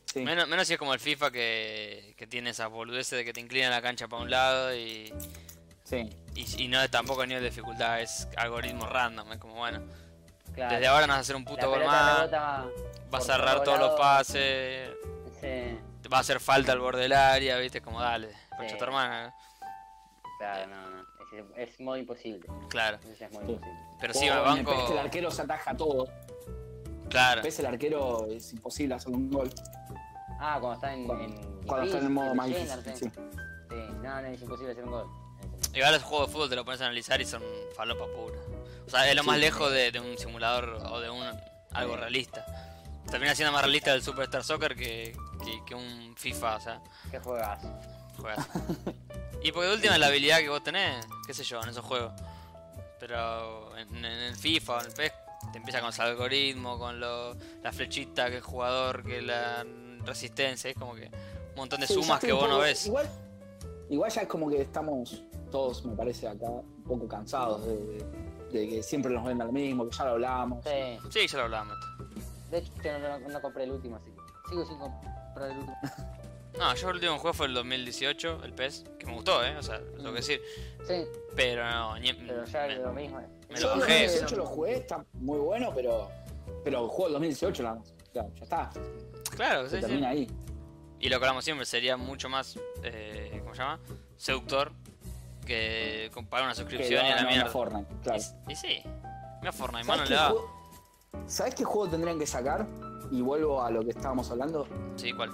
[SPEAKER 1] Sí,
[SPEAKER 2] Menos si es como el FIFA que tiene esa boludez de que te inclina la cancha para un lado
[SPEAKER 1] sí.
[SPEAKER 2] y no es tampoco a nivel de dificultad, es algoritmo random, es como bueno.
[SPEAKER 3] Claro.
[SPEAKER 2] Desde ahora no vas a hacer un
[SPEAKER 3] La
[SPEAKER 2] puto gol
[SPEAKER 3] pelota
[SPEAKER 2] más,
[SPEAKER 3] rebota
[SPEAKER 2] vas
[SPEAKER 3] por
[SPEAKER 2] a cerrar todos los
[SPEAKER 3] lados.
[SPEAKER 2] pases,
[SPEAKER 3] Sí,
[SPEAKER 2] te va a hacer falta al borde del área, viste, como dale, concha
[SPEAKER 3] Sí.
[SPEAKER 2] tu hermana.
[SPEAKER 3] claro, no. Es modo imposible.
[SPEAKER 2] Claro,
[SPEAKER 3] Eso ya es modo
[SPEAKER 1] Sí.
[SPEAKER 3] imposible.
[SPEAKER 2] pero sí,
[SPEAKER 1] O
[SPEAKER 2] me
[SPEAKER 1] en el PES
[SPEAKER 2] banco.
[SPEAKER 1] que el arquero se ataja todo.
[SPEAKER 2] Claro,
[SPEAKER 1] PES el arquero es imposible hacer un gol.
[SPEAKER 3] Ah, cuando está en
[SPEAKER 1] Cuando está en el modo más
[SPEAKER 3] difícil,
[SPEAKER 1] difícil.
[SPEAKER 3] sí.
[SPEAKER 1] Sí.
[SPEAKER 3] Sí, no, es imposible hacer un gol.
[SPEAKER 2] igual los juegos de fútbol te lo pones a analizar y son falopa pura. O sea, es lo más
[SPEAKER 1] Sí.
[SPEAKER 2] lejos de un simulador o de algo realista. Termina siendo más realista el Superstar Soccer que un FIFA, o sea,
[SPEAKER 3] ¿Qué juegas?
[SPEAKER 2] juegas. Y porque de última la habilidad que vos tenés, qué sé yo, en esos juegos. Pero en el FIFA o en el PES te empieza con los algoritmos, con la flechita que el jugador, que la resistencia, es como que un montón de
[SPEAKER 1] Sí, ya
[SPEAKER 2] sumas
[SPEAKER 1] estoy
[SPEAKER 2] que
[SPEAKER 1] un
[SPEAKER 2] vos no
[SPEAKER 1] poco-
[SPEAKER 2] ves.
[SPEAKER 1] Igual ya es como que estamos todos, me parece, acá un poco cansados de que siempre nos vendan lo mismo, que ya lo hablamos.
[SPEAKER 3] Sí.
[SPEAKER 2] Sí, ya lo hablábamos.
[SPEAKER 3] De hecho, no compré el último, así que sigo sin comprar el último.
[SPEAKER 2] No, yo el último juego fue el 2018, el PES, que me gustó, lo tengo que decir.
[SPEAKER 3] Sí,
[SPEAKER 2] Pero no,
[SPEAKER 3] pero ya es lo mismo.
[SPEAKER 2] me
[SPEAKER 1] Yo
[SPEAKER 2] lo
[SPEAKER 1] el
[SPEAKER 2] bajé.
[SPEAKER 1] 2018 lo jugué, está muy bueno, pero juego el 2018 nada más. Ya está,
[SPEAKER 2] Claro,
[SPEAKER 1] se
[SPEAKER 2] sí,
[SPEAKER 1] termina
[SPEAKER 2] sí.
[SPEAKER 1] ahí.
[SPEAKER 2] Y lo que hablamos siempre sería mucho más, ¿cómo se llama? Seductor que pagar una
[SPEAKER 1] Que
[SPEAKER 2] suscripción y
[SPEAKER 1] le
[SPEAKER 2] a la
[SPEAKER 1] hagan una
[SPEAKER 2] mierda.
[SPEAKER 1] Fortnite, claro.
[SPEAKER 2] Y sí, mira Fortnite,
[SPEAKER 1] ¿Sabés
[SPEAKER 2] mano
[SPEAKER 1] qué
[SPEAKER 2] le da.
[SPEAKER 1] ¿Sabés qué juego tendrían que sacar? Y vuelvo a lo que estábamos hablando.
[SPEAKER 2] Sí, ¿cuál?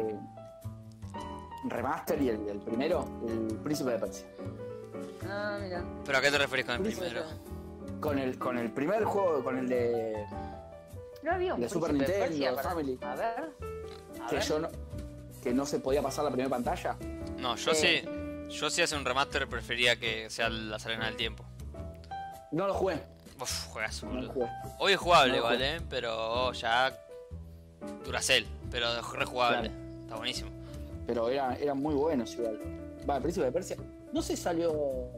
[SPEAKER 1] Remaster y el primero, el Príncipe de Persia.
[SPEAKER 3] Ah, mira.
[SPEAKER 2] ¿Pero a qué te referís con el
[SPEAKER 1] Príncipe
[SPEAKER 2] primero?
[SPEAKER 1] Con el primer juego, con el de
[SPEAKER 3] No había un
[SPEAKER 1] De Super
[SPEAKER 3] Príncipe de
[SPEAKER 1] Nintendo,
[SPEAKER 3] Persia para-
[SPEAKER 1] Family.
[SPEAKER 3] A ver. A
[SPEAKER 1] que
[SPEAKER 3] ver.
[SPEAKER 1] que no se podía pasar la primera pantalla.
[SPEAKER 2] No, yo sí hace un remaster prefería que sea la Arena del Tiempo.
[SPEAKER 1] No lo jugué,
[SPEAKER 2] Uf, juegazo,
[SPEAKER 1] no lo
[SPEAKER 2] boludo.
[SPEAKER 1] jugué.
[SPEAKER 2] Hoy es jugable
[SPEAKER 1] No lo
[SPEAKER 2] igual,
[SPEAKER 1] jugué.
[SPEAKER 2] pero ya Duracell, pero es rejugable.
[SPEAKER 1] Claro.
[SPEAKER 2] Está buenísimo.
[SPEAKER 1] Pero eran muy buenos igual. Va, el Príncipe de Persia. No sé si salió.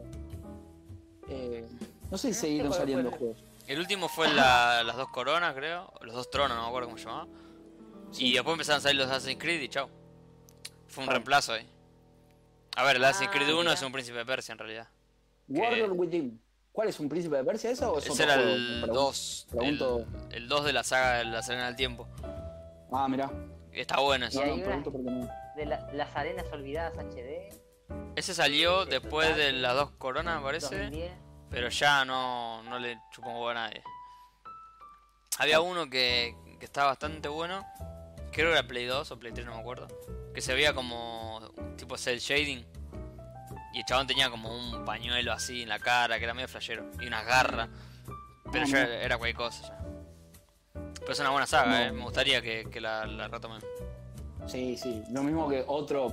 [SPEAKER 1] No sé si siguieron
[SPEAKER 3] cuál
[SPEAKER 1] saliendo
[SPEAKER 3] fue.
[SPEAKER 1] juegos.
[SPEAKER 2] El último fue las dos coronas, creo. Los dos tronos, no me acuerdo cómo se llamaba. Y después empezaron a salir los Assassin's Creed y chao. Fue un
[SPEAKER 1] Ah.
[SPEAKER 2] reemplazo ahí. A ver, el Assassin's Creed 1
[SPEAKER 3] mira.
[SPEAKER 2] es un príncipe de Persia en realidad.
[SPEAKER 1] Warlord Within. ¿Cuál es un Príncipe de Persia eso o es
[SPEAKER 2] Ese
[SPEAKER 1] otro
[SPEAKER 2] era
[SPEAKER 1] juego?
[SPEAKER 2] el
[SPEAKER 1] Pregun-
[SPEAKER 2] 2.
[SPEAKER 1] pregunto-
[SPEAKER 2] El 2 de la saga de la Arena del Tiempo.
[SPEAKER 1] Ah, mirá.
[SPEAKER 2] Está bueno ese.
[SPEAKER 3] Y
[SPEAKER 1] No,
[SPEAKER 3] hay
[SPEAKER 1] no,
[SPEAKER 3] una-
[SPEAKER 1] pregunto porque no.
[SPEAKER 3] De las arenas olvidadas HD.
[SPEAKER 2] Ese salió después de las dos coronas, me parece.
[SPEAKER 3] 2010.
[SPEAKER 2] Pero ya no le chupó un huevo a nadie. Había uno que estaba bastante bueno. Creo que era Play 2 o Play 3, no me acuerdo. Que se veía como tipo cel shading. Y el chabón tenía como un pañuelo así en la cara, que era medio flashero. Y unas garras. Pero ya
[SPEAKER 1] no.
[SPEAKER 2] era cualquier cosa ya. Pero es una buena saga,
[SPEAKER 1] No.
[SPEAKER 2] Me gustaría que la retomen.
[SPEAKER 1] Sí, sí. Lo mismo que otro.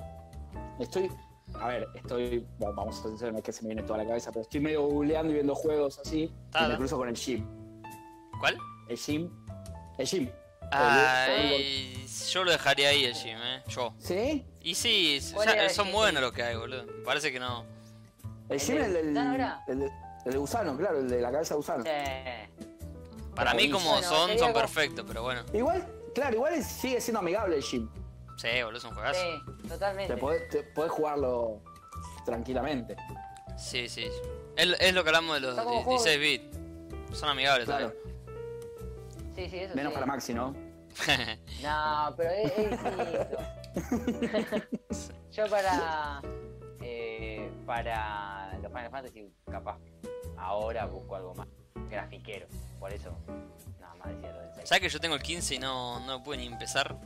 [SPEAKER 1] Bueno, vamos a ser sinceros, no es que se me viene toda la cabeza, pero estoy medio googleando y viendo juegos así. Y
[SPEAKER 2] Dale.
[SPEAKER 1] me cruzo con el Jim.
[SPEAKER 2] ¿Cuál?
[SPEAKER 1] El Jim. El Jim.
[SPEAKER 2] Ay, yo lo dejaría ahí el gym, Yo.
[SPEAKER 1] ¿Sí?
[SPEAKER 2] Y sí,
[SPEAKER 3] ¿Cuál era el
[SPEAKER 2] son
[SPEAKER 3] gym?
[SPEAKER 2] buenos los que hay, boludo. Me parece que no.
[SPEAKER 1] El Jim,
[SPEAKER 3] de Gusano era?
[SPEAKER 1] el de Gusano, claro, el de la cabeza de Gusano.
[SPEAKER 3] Sí.
[SPEAKER 2] Para mí
[SPEAKER 1] buenísimo.
[SPEAKER 2] como
[SPEAKER 3] Bueno,
[SPEAKER 2] son
[SPEAKER 3] sería como-
[SPEAKER 2] perfectos, pero bueno.
[SPEAKER 1] Igual, claro, sigue siendo amigable el Jim.
[SPEAKER 2] Sí, boludo, es un juegazo.
[SPEAKER 3] Sí, totalmente.
[SPEAKER 1] Te podés jugarlo tranquilamente.
[SPEAKER 2] Sí, sí. Es lo que hablamos de los
[SPEAKER 3] Son como juegos-
[SPEAKER 2] 16 bits. Son amigables
[SPEAKER 1] Claro.
[SPEAKER 3] Sí, sí, eso
[SPEAKER 1] Menos
[SPEAKER 3] sí.
[SPEAKER 1] para Maxi, ¿no?
[SPEAKER 2] también.
[SPEAKER 3] No, pero es distinto. Yo para los Final Fantasy, capaz, ahora busco algo más grafiquero. Por eso, nada más decía lo del 6.
[SPEAKER 2] ¿Sabes que yo tengo el 15 y no pude ni empezar?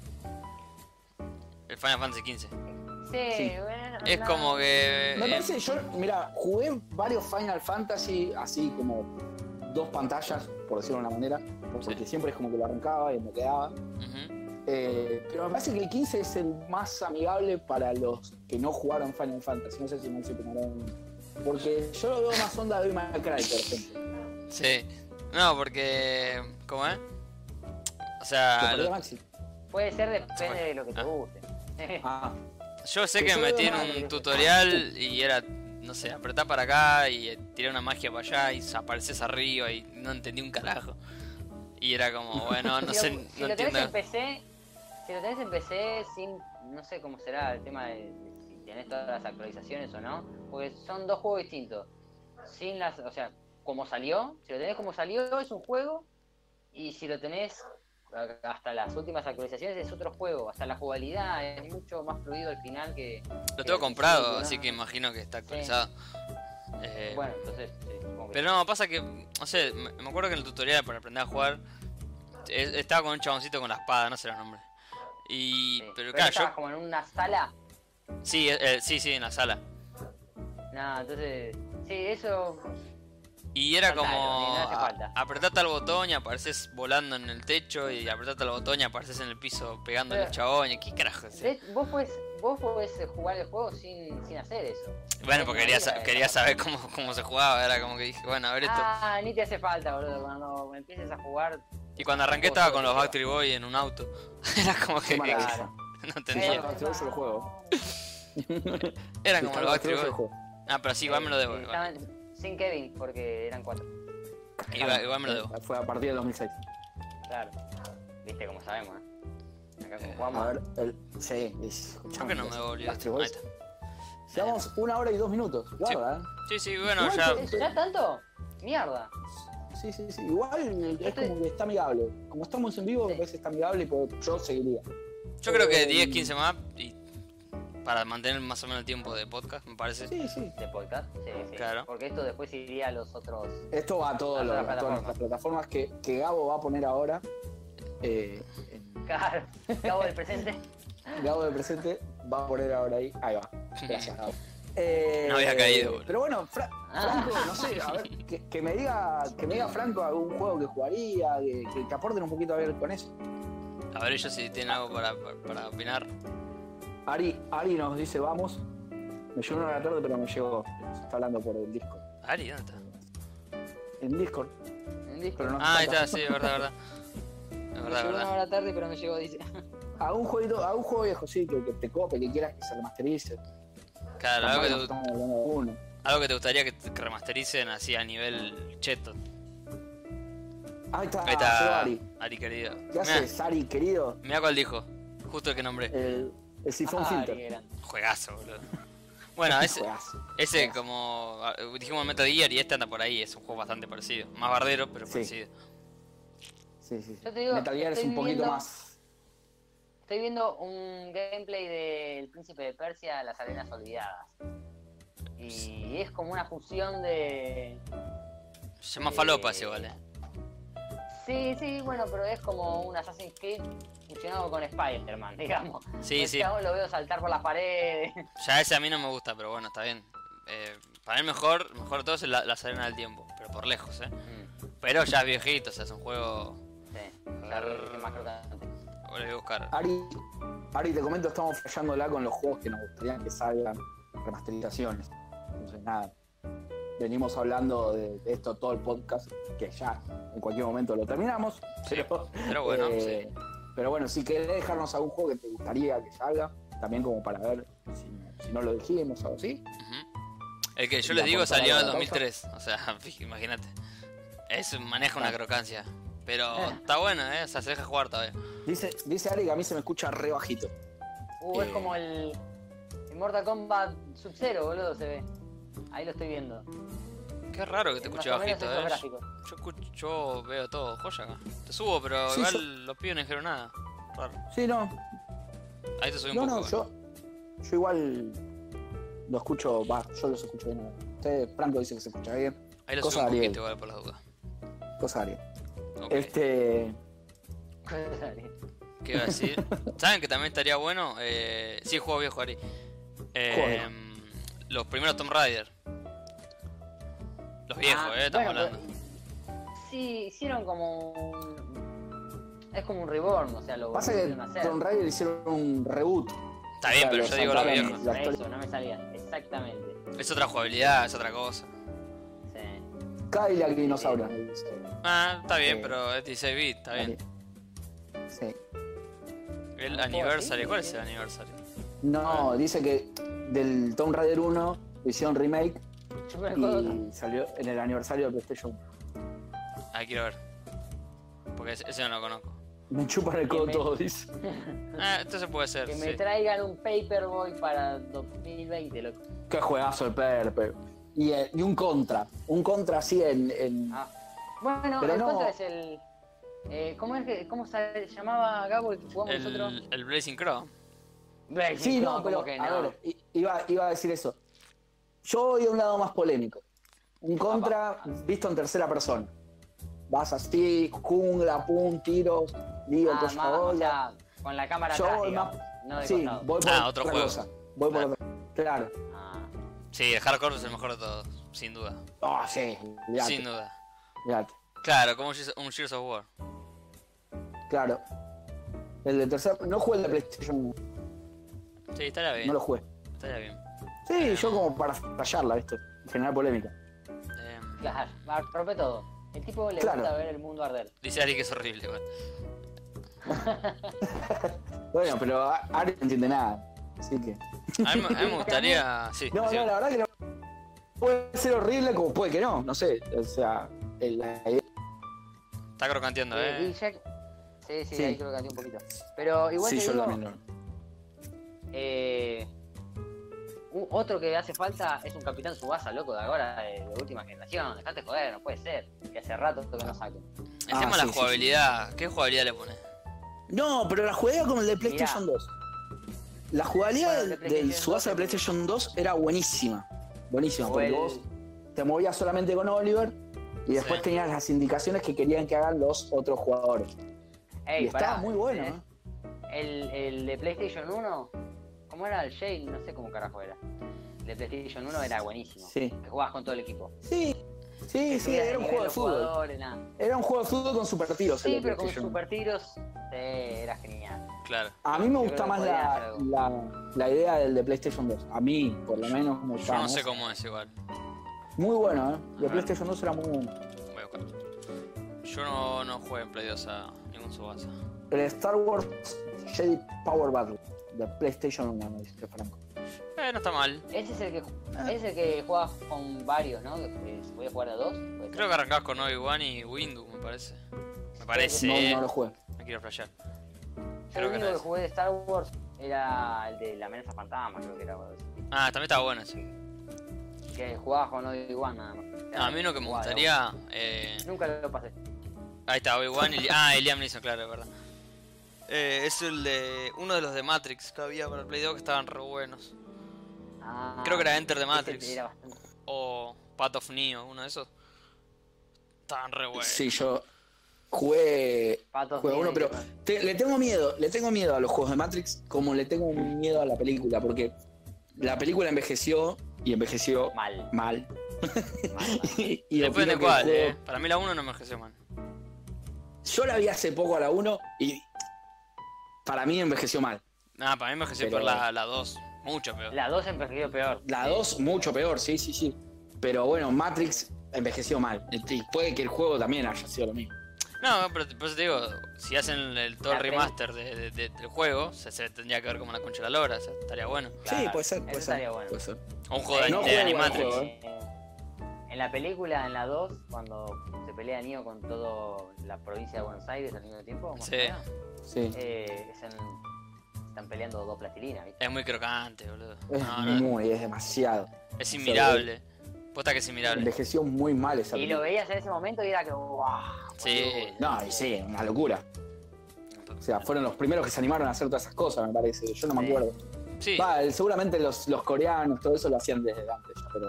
[SPEAKER 2] El Final Fantasy 15.
[SPEAKER 3] Sí,
[SPEAKER 1] Sí.
[SPEAKER 3] bueno.
[SPEAKER 2] Es
[SPEAKER 3] no.
[SPEAKER 2] como que...
[SPEAKER 1] Me parece, mira, jugué varios Final Fantasy, así como dos pantallas, por decirlo de una manera, porque
[SPEAKER 2] Sí.
[SPEAKER 1] siempre es como que lo arrancaba y me quedaba.
[SPEAKER 2] Ujú.
[SPEAKER 1] Pero me parece que el 15 es el más amigable para los que no jugaron Final Fantasy. No sé si me opinarán. Porque yo lo veo más onda de Devil May Cry, por ejemplo.
[SPEAKER 2] Sí. No, porque... ¿Cómo es? O
[SPEAKER 1] ¿Te
[SPEAKER 2] sea,
[SPEAKER 1] parece, Maxi?
[SPEAKER 3] Puede ser, depende de lo que te guste.
[SPEAKER 1] Ah,
[SPEAKER 2] yo sé
[SPEAKER 1] Que
[SPEAKER 2] que
[SPEAKER 1] yo
[SPEAKER 2] me metí
[SPEAKER 1] veo
[SPEAKER 2] en
[SPEAKER 1] más-
[SPEAKER 2] un tutorial y era, no sé, apretá para acá y tiré una magia para allá y apareces arriba y no entendí un carajo. Y era como, bueno, no
[SPEAKER 3] Si
[SPEAKER 2] sé,
[SPEAKER 3] lo,
[SPEAKER 2] no
[SPEAKER 3] si lo tenés
[SPEAKER 2] entiendo.
[SPEAKER 3] en PC, Si lo tenés en PC sin, no sé cómo será el tema de si tenés todas las actualizaciones o no, porque son dos juegos distintos. Sin las, o sea, como salió, si lo tenés como salió es un juego, y si lo tenés hasta las últimas actualizaciones es otro juego, hasta la jugabilidad es mucho más fluido al final que...
[SPEAKER 2] Lo tengo comprado, así que imagino que está actualizado.
[SPEAKER 3] Bueno, entonces... Sí, supongo que
[SPEAKER 2] Pero no, pasa que, no sé, me acuerdo que en el tutorial para aprender a jugar estaba con un chaboncito con la espada, no sé los nombres. Y,
[SPEAKER 3] sí.
[SPEAKER 2] pero
[SPEAKER 3] ¿Pero
[SPEAKER 2] claro,
[SPEAKER 3] estabas como en una sala?
[SPEAKER 2] sí, sí, en la sala.
[SPEAKER 3] No, entonces... Sí, eso...
[SPEAKER 2] Y era
[SPEAKER 3] Saltalo,
[SPEAKER 2] como
[SPEAKER 3] no hace falta.
[SPEAKER 2] apretá tal botón y apareces volando en el techo, y apretá tal botón y apareces en el piso pegándole al
[SPEAKER 3] Pero-
[SPEAKER 2] chabón. ¿Y qué carajo es eso?
[SPEAKER 3] Vos podés jugar el juego sin hacer eso.
[SPEAKER 2] Bueno, porque quería saber cómo se jugaba. Era como que dije, bueno, a ver esto.
[SPEAKER 3] Ah, ni te hace falta, boludo. Cuando empieces a jugar...
[SPEAKER 2] Y cuando arranqué estaba con los Backstreet Boys en un auto. Era como que
[SPEAKER 1] Qué maravilla.
[SPEAKER 3] Claro.
[SPEAKER 2] no
[SPEAKER 1] Sí,
[SPEAKER 2] entendía.
[SPEAKER 1] no, yo el juego.
[SPEAKER 2] Eran como los Backstreet
[SPEAKER 1] el
[SPEAKER 2] Boys.
[SPEAKER 1] juego.
[SPEAKER 2] Ah, pero sí, igual me lo debo.
[SPEAKER 3] Estaban sin Kevin, porque eran 4.
[SPEAKER 2] Igual me lo debo.
[SPEAKER 1] Fue a partir del 2006.
[SPEAKER 3] Claro. Viste como sabemos, ¿eh? Acá como
[SPEAKER 1] A
[SPEAKER 3] jugamos.
[SPEAKER 1] ver, sí,
[SPEAKER 2] Creo que no me debo
[SPEAKER 1] Backstreet
[SPEAKER 2] Ahí
[SPEAKER 1] Boys.
[SPEAKER 2] está.
[SPEAKER 1] Llevamos 1 hora y 2 minutos. Guarda,
[SPEAKER 2] Sí, bueno,
[SPEAKER 1] Igual
[SPEAKER 2] ya.
[SPEAKER 1] que-
[SPEAKER 3] ¿Ya tanto? Mierda.
[SPEAKER 1] Sí. Igual es como que está amigable. Como estamos en vivo, me
[SPEAKER 3] Sí.
[SPEAKER 1] parece que está amigable y yo seguiría.
[SPEAKER 2] Yo creo que 10, 15 más y para mantener más o menos el tiempo de podcast, me parece.
[SPEAKER 1] Sí.
[SPEAKER 3] De podcast, sí.
[SPEAKER 2] Claro.
[SPEAKER 3] Porque esto después iría a los otros.
[SPEAKER 1] Esto va a todas
[SPEAKER 3] Las
[SPEAKER 1] las
[SPEAKER 3] otras plataformas.
[SPEAKER 1] plataformas que Gabo va a poner ahora.
[SPEAKER 3] Claro, cabo del presente.
[SPEAKER 1] Gabo de presente va a poner ahora ahí. Ahí va. Gracias, Gabo.
[SPEAKER 2] No había caído, boludo.
[SPEAKER 1] Pero bueno, Franco, no sé, a ver, que me diga Franco algún juego que jugaría, que aporten un poquito a ver con eso.
[SPEAKER 2] A ver ellos si tienen algo para opinar.
[SPEAKER 1] Ari nos dice vamos. Me llegó 1 hora tarde, pero me llegó. Se está hablando por el Discord.
[SPEAKER 2] Ari, ¿dónde está?
[SPEAKER 1] En Discord.
[SPEAKER 3] Un disco.
[SPEAKER 1] Pero no
[SPEAKER 2] Ah, ahí
[SPEAKER 1] acá.
[SPEAKER 2] está, sí, es verdad. Es
[SPEAKER 3] Me
[SPEAKER 2] verdad,
[SPEAKER 3] llegó 1
[SPEAKER 2] verdad.
[SPEAKER 3] hora tarde, pero me llegó, dice.
[SPEAKER 1] A un juego viejo, sí, que te cope, que quieras que se remasterice.
[SPEAKER 2] Claro,
[SPEAKER 1] Capaz
[SPEAKER 2] algo
[SPEAKER 1] que
[SPEAKER 2] que,
[SPEAKER 1] no estamos hablando de uno.
[SPEAKER 2] algo que te gustaría que remastericen así a nivel cheto.
[SPEAKER 1] Ahí está,
[SPEAKER 2] Ahí
[SPEAKER 1] llegó
[SPEAKER 2] está
[SPEAKER 1] Ari.
[SPEAKER 2] Ari querido.
[SPEAKER 1] ¿Qué haces, Ari, querido?
[SPEAKER 2] Mirá cuál dijo. Justo el que nombré.
[SPEAKER 1] El Sifón Filter.
[SPEAKER 3] qué grande.
[SPEAKER 2] Juegazo, boludo. Bueno,
[SPEAKER 1] Juegazo.
[SPEAKER 2] ese
[SPEAKER 1] Juegazo.
[SPEAKER 2] como dijimos Metal Gear, y este anda por ahí, es un juego bastante parecido. Más bardero, pero
[SPEAKER 1] Sí.
[SPEAKER 2] parecido.
[SPEAKER 1] Sí.
[SPEAKER 3] Yo te digo,
[SPEAKER 1] Metal Gear es
[SPEAKER 3] estoy
[SPEAKER 1] un poquito
[SPEAKER 3] viendo-
[SPEAKER 1] más.
[SPEAKER 3] Estoy viendo un gameplay del Príncipe de Persia, Las Arenas Olvidadas. Y es como una fusión de...
[SPEAKER 2] Se llama Falopa ese, vale.
[SPEAKER 3] Sí, bueno, pero es como un Assassin's Creed fusionado con Spider-Man, digamos.
[SPEAKER 2] Sí,
[SPEAKER 3] El
[SPEAKER 2] sí.
[SPEAKER 3] chabón lo veo saltar por las paredes.
[SPEAKER 2] Ya ese a mí no me gusta, pero bueno, está bien. Para mí mejor de todo es la Arena del Tiempo, pero por lejos, Pero ya es viejito, o sea, es un juego...
[SPEAKER 3] Sí, claro, es más crocante.
[SPEAKER 2] Lo voy a buscar.
[SPEAKER 1] Ari, te comento, estamos fallándola con los juegos que nos gustaría que salgan remasterizaciones. Entonces, nada. Venimos hablando de esto todo el podcast, que ya en cualquier momento lo terminamos.
[SPEAKER 2] Sí,
[SPEAKER 1] Pero,
[SPEAKER 2] pero bueno, sí.
[SPEAKER 1] Pero bueno, si querés dejarnos algún juego que te gustaría que salga, también como para ver si no lo dijimos o algo así.
[SPEAKER 2] Ujú. El que yo
[SPEAKER 1] La
[SPEAKER 2] les digo
[SPEAKER 1] portada
[SPEAKER 2] salió
[SPEAKER 1] de
[SPEAKER 2] en
[SPEAKER 1] la
[SPEAKER 2] 2003, o sea, imagínate. Maneja una
[SPEAKER 1] Ah.
[SPEAKER 2] crocancia. Pero está bueno, o sea, se deja jugar todavía.
[SPEAKER 1] Dice Ari que a mí se me escucha re bajito.
[SPEAKER 3] Es como el Mortal Kombat Sub-Zero, boludo, se ve. Ahí lo estoy viendo.
[SPEAKER 2] Qué raro que te
[SPEAKER 3] Más
[SPEAKER 2] escuche
[SPEAKER 3] o menos
[SPEAKER 2] bajito,
[SPEAKER 3] esos gráficos.
[SPEAKER 2] Yo veo todo, joya acá. Te subo, pero
[SPEAKER 1] Sí,
[SPEAKER 2] igual los pibes no dijeron nada. Raro.
[SPEAKER 1] Sí, no.
[SPEAKER 2] Ahí te subí un
[SPEAKER 1] No,
[SPEAKER 2] poco.
[SPEAKER 1] no, yo igual lo escucho, yo los escucho bien. Usted, Franco dice que se escucha bien.
[SPEAKER 2] Ahí lo
[SPEAKER 1] cosa
[SPEAKER 2] subí un
[SPEAKER 1] Ariel.
[SPEAKER 2] poquito igual por las dudas.
[SPEAKER 1] Cosa Ari.
[SPEAKER 2] Ok. ¿Qué iba a decir? ¿Saben que también estaría bueno? Sí, juego viejo, Ari.
[SPEAKER 1] Juego viejo.
[SPEAKER 2] Los primeros Tomb Raider. Los viejos, estamos
[SPEAKER 3] bueno,
[SPEAKER 2] hablando.
[SPEAKER 3] Sí, hicieron como un... Es como un reborn, o sea, lo
[SPEAKER 1] Pasa que
[SPEAKER 3] volvieron a hacer.
[SPEAKER 1] Tomb Raider hicieron un reboot.
[SPEAKER 2] Está bien,
[SPEAKER 1] o sea,
[SPEAKER 2] pero
[SPEAKER 1] lo
[SPEAKER 2] yo digo los
[SPEAKER 1] sacaron
[SPEAKER 2] viejos.
[SPEAKER 1] la
[SPEAKER 3] Por
[SPEAKER 1] historia.
[SPEAKER 3] eso, no me salía. Exactamente.
[SPEAKER 2] Es otra jugabilidad, es otra cosa.
[SPEAKER 3] Sí.
[SPEAKER 1] Cadillac y dinosaurio.
[SPEAKER 2] Ah, está bien, pero es 16 bits, está bien.
[SPEAKER 1] Sí.
[SPEAKER 2] El
[SPEAKER 3] ¿Un
[SPEAKER 2] Anniversary,
[SPEAKER 3] juego
[SPEAKER 2] ¿cuál
[SPEAKER 3] así?
[SPEAKER 2] es el Anniversary?
[SPEAKER 1] No, dice que del Tomb Raider 1 hicieron remake
[SPEAKER 3] Yo me acuerdo.
[SPEAKER 1] y salió en el aniversario de PlayStation 1.
[SPEAKER 2] Ah, quiero ver. Porque ese no lo conozco.
[SPEAKER 1] Me chupan el codo
[SPEAKER 3] me-
[SPEAKER 1] todo, dice.
[SPEAKER 2] Entonces puede ser,
[SPEAKER 3] Que
[SPEAKER 2] sí.
[SPEAKER 3] me traigan un Paperboy para 2020, loco.
[SPEAKER 1] Qué juegazo el Perpe. Y un contra. Un contra así en...
[SPEAKER 3] Ah. Bueno,
[SPEAKER 1] Pero
[SPEAKER 3] el
[SPEAKER 1] no.
[SPEAKER 3] contra es el... ¿Cómo se llamaba Gabo el que jugamos nosotros?
[SPEAKER 2] El Blazing Crow.
[SPEAKER 1] Sí, no,
[SPEAKER 3] ¿cómo
[SPEAKER 1] pero
[SPEAKER 3] que
[SPEAKER 1] a
[SPEAKER 3] no?
[SPEAKER 1] ver, iba a decir eso. Yo voy a un lado más polémico. Un contra visto en tercera persona. Vas así, jungla, pum, tiros, lío,
[SPEAKER 3] Ah,
[SPEAKER 1] cosa
[SPEAKER 3] más, o
[SPEAKER 1] bola.
[SPEAKER 3] sea, con la cámara
[SPEAKER 1] Yo
[SPEAKER 3] atrás,
[SPEAKER 1] voy
[SPEAKER 3] digamos,
[SPEAKER 1] más...
[SPEAKER 3] no de
[SPEAKER 1] Sí,
[SPEAKER 3] costado.
[SPEAKER 1] voy por
[SPEAKER 2] Ah, otro
[SPEAKER 1] otra
[SPEAKER 2] juego.
[SPEAKER 1] cosa. Voy por
[SPEAKER 2] Claro.
[SPEAKER 1] otra. Claro.
[SPEAKER 3] Ah,
[SPEAKER 2] Sí, el hardcore es el mejor de todos, sin duda.
[SPEAKER 1] Ah, sí, olvidate,
[SPEAKER 2] Sin duda.
[SPEAKER 1] olvidate.
[SPEAKER 2] Claro, como un Gears of War.
[SPEAKER 1] Claro. El de tercera... No jugué el de PlayStation 1.
[SPEAKER 2] Sí, estaría bien.
[SPEAKER 1] No lo jugué.
[SPEAKER 2] Estaría bien.
[SPEAKER 1] Sí, yo como para fallarla, ¿viste? Generar polémica.
[SPEAKER 3] claro, rompe todo. El tipo le
[SPEAKER 1] Claro.
[SPEAKER 3] gusta ver el mundo arder.
[SPEAKER 2] Dice Ari que es horrible, igual.
[SPEAKER 1] Bueno, pero Ari no entiende nada. Así que...
[SPEAKER 2] A mí me gustaría. Sí,
[SPEAKER 1] No,
[SPEAKER 2] sí.
[SPEAKER 1] no, la verdad que no. Puede ser horrible como puede que no sé. O sea, la idea...
[SPEAKER 2] Está crocanteando,
[SPEAKER 3] Y Jack... Sí,
[SPEAKER 1] Sí.
[SPEAKER 3] ahí creo que cambió un poquito. Pero igual
[SPEAKER 1] Sí,
[SPEAKER 3] te
[SPEAKER 1] yo
[SPEAKER 3] digo,
[SPEAKER 1] también no.
[SPEAKER 3] Otro que hace falta es un Capitán Tsubasa, loco, de ahora, de última generación. Dejate joder, no puede ser. Que hace rato que no saquen.
[SPEAKER 2] El tema
[SPEAKER 1] Ah,
[SPEAKER 2] de
[SPEAKER 1] sí,
[SPEAKER 2] la
[SPEAKER 1] sí,
[SPEAKER 2] jugabilidad. ¿Qué jugabilidad le pone?
[SPEAKER 1] No, pero la jugabilidad como el de PlayStation 2. La jugabilidad
[SPEAKER 3] Bueno, el de
[SPEAKER 1] del
[SPEAKER 3] PlayStation
[SPEAKER 1] Tsubasa de
[SPEAKER 3] 2
[SPEAKER 1] PlayStation 2 era buenísima. Buenísima,
[SPEAKER 3] O
[SPEAKER 1] porque
[SPEAKER 3] el-
[SPEAKER 1] vos te movías solamente con Oliver y después
[SPEAKER 2] Sí.
[SPEAKER 1] tenías las indicaciones que querían que hagan los otros jugadores.
[SPEAKER 3] Ey,
[SPEAKER 1] y estaba
[SPEAKER 3] pará,
[SPEAKER 1] muy bueno,
[SPEAKER 3] ¿tenés? El de PlayStation 1, ¿cómo era el Shade? No sé cómo carajo era. El de PlayStation 1 era buenísimo.
[SPEAKER 1] Sí.
[SPEAKER 3] Que jugabas con todo el equipo.
[SPEAKER 1] Sí, sí, sí, era un juego de fútbol.
[SPEAKER 3] Jugadores, nada.
[SPEAKER 1] Era un juego de fútbol con super tiros.
[SPEAKER 3] Sí, pero con super tiros era genial.
[SPEAKER 2] Claro.
[SPEAKER 1] A mí me
[SPEAKER 3] Yo
[SPEAKER 1] gusta
[SPEAKER 3] creo que
[SPEAKER 1] más
[SPEAKER 3] podrían hacer algo.
[SPEAKER 1] la idea del de PlayStation 2. A mí, por lo menos, me
[SPEAKER 2] Yo
[SPEAKER 1] gustaba
[SPEAKER 2] no sé
[SPEAKER 1] más.
[SPEAKER 2] cómo es igual.
[SPEAKER 1] Muy bueno, ¿eh? De
[SPEAKER 2] Ajá.
[SPEAKER 1] PlayStation 2 era muy bueno.
[SPEAKER 2] Voy a buscar. Yo no jugué en Play 2 a ningún Tsubasa.
[SPEAKER 1] El Star Wars Jedi Power Battle de PlayStation 1, me dice Franco.
[SPEAKER 2] No está mal.
[SPEAKER 3] Ese es el que juegas con varios, ¿no? Que se puede jugar a dos. ¿puede ser?
[SPEAKER 2] Creo que arrancás con Obi-Wan y Windu, me parece. Me parece,
[SPEAKER 1] No lo jugué.
[SPEAKER 2] Me quiero flashear.
[SPEAKER 3] Yo
[SPEAKER 2] creo
[SPEAKER 3] el
[SPEAKER 2] que
[SPEAKER 3] único
[SPEAKER 2] no
[SPEAKER 3] que
[SPEAKER 2] es.
[SPEAKER 3] jugué de Star Wars era el de la amenaza fantasma, creo que era.
[SPEAKER 2] Ah, también estaba bueno ese.
[SPEAKER 3] Que jugabas con Obi-Wan nada más.
[SPEAKER 2] No, a mí uno que me
[SPEAKER 3] Jugaba,
[SPEAKER 2] gustaría.
[SPEAKER 3] Nunca lo pasé.
[SPEAKER 2] Ahí está, Obi-Wan y. y Liam Neeson, claro, es verdad. Es el de. Uno de los de Matrix que había para el Play 2 que estaban re buenos.
[SPEAKER 3] Ah,
[SPEAKER 2] Creo que era Enter the
[SPEAKER 3] ese
[SPEAKER 2] Matrix.
[SPEAKER 3] Era bastante...
[SPEAKER 2] O Path of Neo, uno de esos. Estaban re buenos.
[SPEAKER 1] Sí, yo jugué
[SPEAKER 3] Patos
[SPEAKER 1] uno,
[SPEAKER 3] Neo,
[SPEAKER 1] pero
[SPEAKER 3] que-
[SPEAKER 1] le tengo miedo a los juegos de Matrix como le tengo miedo a la película, porque la película envejeció y envejeció
[SPEAKER 3] Mal.
[SPEAKER 1] mal.
[SPEAKER 3] mal.
[SPEAKER 1] y
[SPEAKER 2] Depende
[SPEAKER 1] opino
[SPEAKER 2] de
[SPEAKER 1] que el
[SPEAKER 2] cuál,
[SPEAKER 1] juego-
[SPEAKER 2] Para mí la 1 no me envejeció mal.
[SPEAKER 1] Yo la vi hace poco a la 1 y para mí envejeció mal.
[SPEAKER 2] Nah, para mí envejeció
[SPEAKER 1] Pero-
[SPEAKER 2] peor la 2. Mucho peor.
[SPEAKER 3] La 2 envejeció peor.
[SPEAKER 1] La
[SPEAKER 3] Sí.
[SPEAKER 1] 2 mucho peor, sí, sí, sí. Pero bueno, Matrix envejeció mal. Y puede que el juego también haya sido lo mismo.
[SPEAKER 2] No, pero por eso te digo, si hacen todo el
[SPEAKER 3] La
[SPEAKER 2] remaster del juego, se tendría que ver como la concha de la lora, o sea, estaría bueno.
[SPEAKER 3] Claro,
[SPEAKER 1] Sí, puede ser,
[SPEAKER 3] eso
[SPEAKER 1] puede
[SPEAKER 3] estaría
[SPEAKER 1] ser.
[SPEAKER 3] bueno.
[SPEAKER 1] Puede ser.
[SPEAKER 2] O un juego de,
[SPEAKER 1] No
[SPEAKER 2] de
[SPEAKER 1] juego al
[SPEAKER 2] Animatrix.
[SPEAKER 1] juego,
[SPEAKER 3] En la película, en la 2, cuando se pelea Neo con toda la provincia de Buenos Aires al mismo tiempo, más
[SPEAKER 2] Sí.
[SPEAKER 3] o menos,
[SPEAKER 1] Sí.
[SPEAKER 3] están peleando dos plastilinas, ¿viste?
[SPEAKER 2] Es muy crocante, boludo.
[SPEAKER 1] Es es demasiado.
[SPEAKER 2] Es inmirable. Posta que es inmirable.
[SPEAKER 1] Envejeció muy mal esa
[SPEAKER 3] Y lo
[SPEAKER 1] película.
[SPEAKER 3] veías en ese momento y era que, ¡wow!
[SPEAKER 2] Sí.
[SPEAKER 1] No, y sí, una locura. O sea, fueron los primeros que se animaron a hacer todas esas cosas, me parece. Yo no me
[SPEAKER 3] Sí.
[SPEAKER 1] acuerdo.
[SPEAKER 2] Sí.
[SPEAKER 1] Seguramente los coreanos, todo eso lo hacían desde antes ya, pero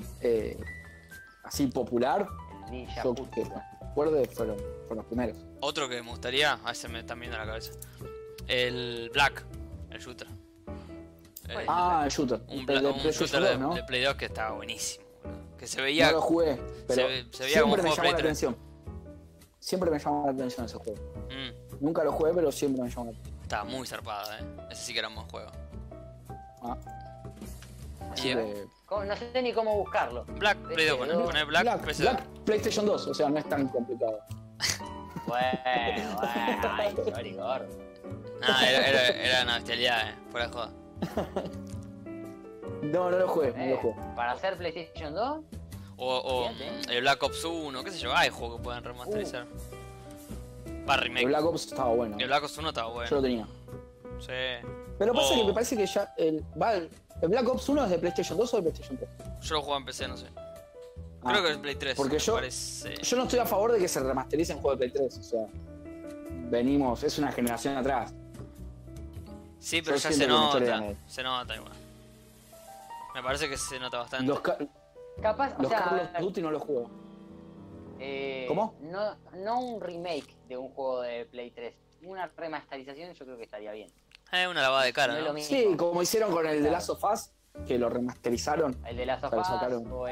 [SPEAKER 1] así popular,
[SPEAKER 3] El ninja
[SPEAKER 1] yo
[SPEAKER 3] justo.
[SPEAKER 1] que recuerde fueron los primeros.
[SPEAKER 2] Otro que me gustaría, a ese me están viendo la cabeza. El Black, el shooter.
[SPEAKER 3] ¿Cuál es?
[SPEAKER 1] El shooter.
[SPEAKER 2] Un,
[SPEAKER 1] El
[SPEAKER 2] Bla-
[SPEAKER 1] de
[SPEAKER 2] un
[SPEAKER 1] PlayStation
[SPEAKER 2] shooter
[SPEAKER 1] 2, ¿no?
[SPEAKER 2] de Play 2 que estaba buenísimo, boludo. Que se
[SPEAKER 1] No
[SPEAKER 2] veía.
[SPEAKER 1] lo jugué, pero
[SPEAKER 2] se veía como
[SPEAKER 1] siempre me
[SPEAKER 2] juego
[SPEAKER 1] llamó
[SPEAKER 2] Play
[SPEAKER 1] la
[SPEAKER 2] 3.
[SPEAKER 1] atención. Siempre me llamó la atención ese juego. Nunca lo jugué, pero siempre me llamó la atención.
[SPEAKER 2] Estaba muy zarpada, Ese sí que era un buen juego.
[SPEAKER 1] Ah,
[SPEAKER 2] Y,
[SPEAKER 3] No sé ni cómo buscarlo.
[SPEAKER 2] Black, Play 2, poné Black, PC2.
[SPEAKER 1] Black PlayStation 2, o sea, no es tan complicado.
[SPEAKER 3] Bueno, ay, sorry, gordo.
[SPEAKER 2] Nah, era una bestialidad, fuera de joda.
[SPEAKER 1] No lo jugué, no lo jugué.
[SPEAKER 3] Para hacer PlayStation 2,
[SPEAKER 2] O
[SPEAKER 3] Fíjate.
[SPEAKER 2] el Black Ops 1, qué sé yo, hay juegos que pueden remasterizar. Va,
[SPEAKER 1] El
[SPEAKER 2] remake.
[SPEAKER 1] Black Ops estaba bueno.
[SPEAKER 2] El Black Ops 1 estaba
[SPEAKER 1] Yo
[SPEAKER 2] bueno.
[SPEAKER 1] lo tenía.
[SPEAKER 2] Sí.
[SPEAKER 1] Pero pasa
[SPEAKER 2] Oh.
[SPEAKER 1] que me parece que ya. El Black Ops 1 es de PlayStation 2 o de PlayStation 3.
[SPEAKER 2] Yo lo juego en PC, no sé.
[SPEAKER 1] Ah,
[SPEAKER 2] Creo que es Play 3.
[SPEAKER 1] porque
[SPEAKER 2] me
[SPEAKER 1] yo-
[SPEAKER 2] parece.
[SPEAKER 1] Yo no estoy a favor de que se remastericen juegos de Play 3. O sea, venimos, es una generación atrás.
[SPEAKER 2] Sí, pero
[SPEAKER 1] yo
[SPEAKER 2] ya se
[SPEAKER 1] siento que la historia
[SPEAKER 2] nota.
[SPEAKER 1] de-
[SPEAKER 2] Se nota igual. Me parece que se nota bastante.
[SPEAKER 3] Capaz, o
[SPEAKER 1] Los Call
[SPEAKER 3] sea,
[SPEAKER 1] of Duty no los juego. ¿Cómo?
[SPEAKER 3] No un remake de un juego de Play 3. Una remasterización yo creo que estaría bien.
[SPEAKER 2] Una lavada de cara,
[SPEAKER 3] No es
[SPEAKER 2] ¿no?
[SPEAKER 3] lo mismo.
[SPEAKER 1] Sí, como hicieron con el de Last of Us, que lo remasterizaron.
[SPEAKER 3] El de Last of
[SPEAKER 1] Lo
[SPEAKER 3] Us
[SPEAKER 1] sacaron.
[SPEAKER 3] o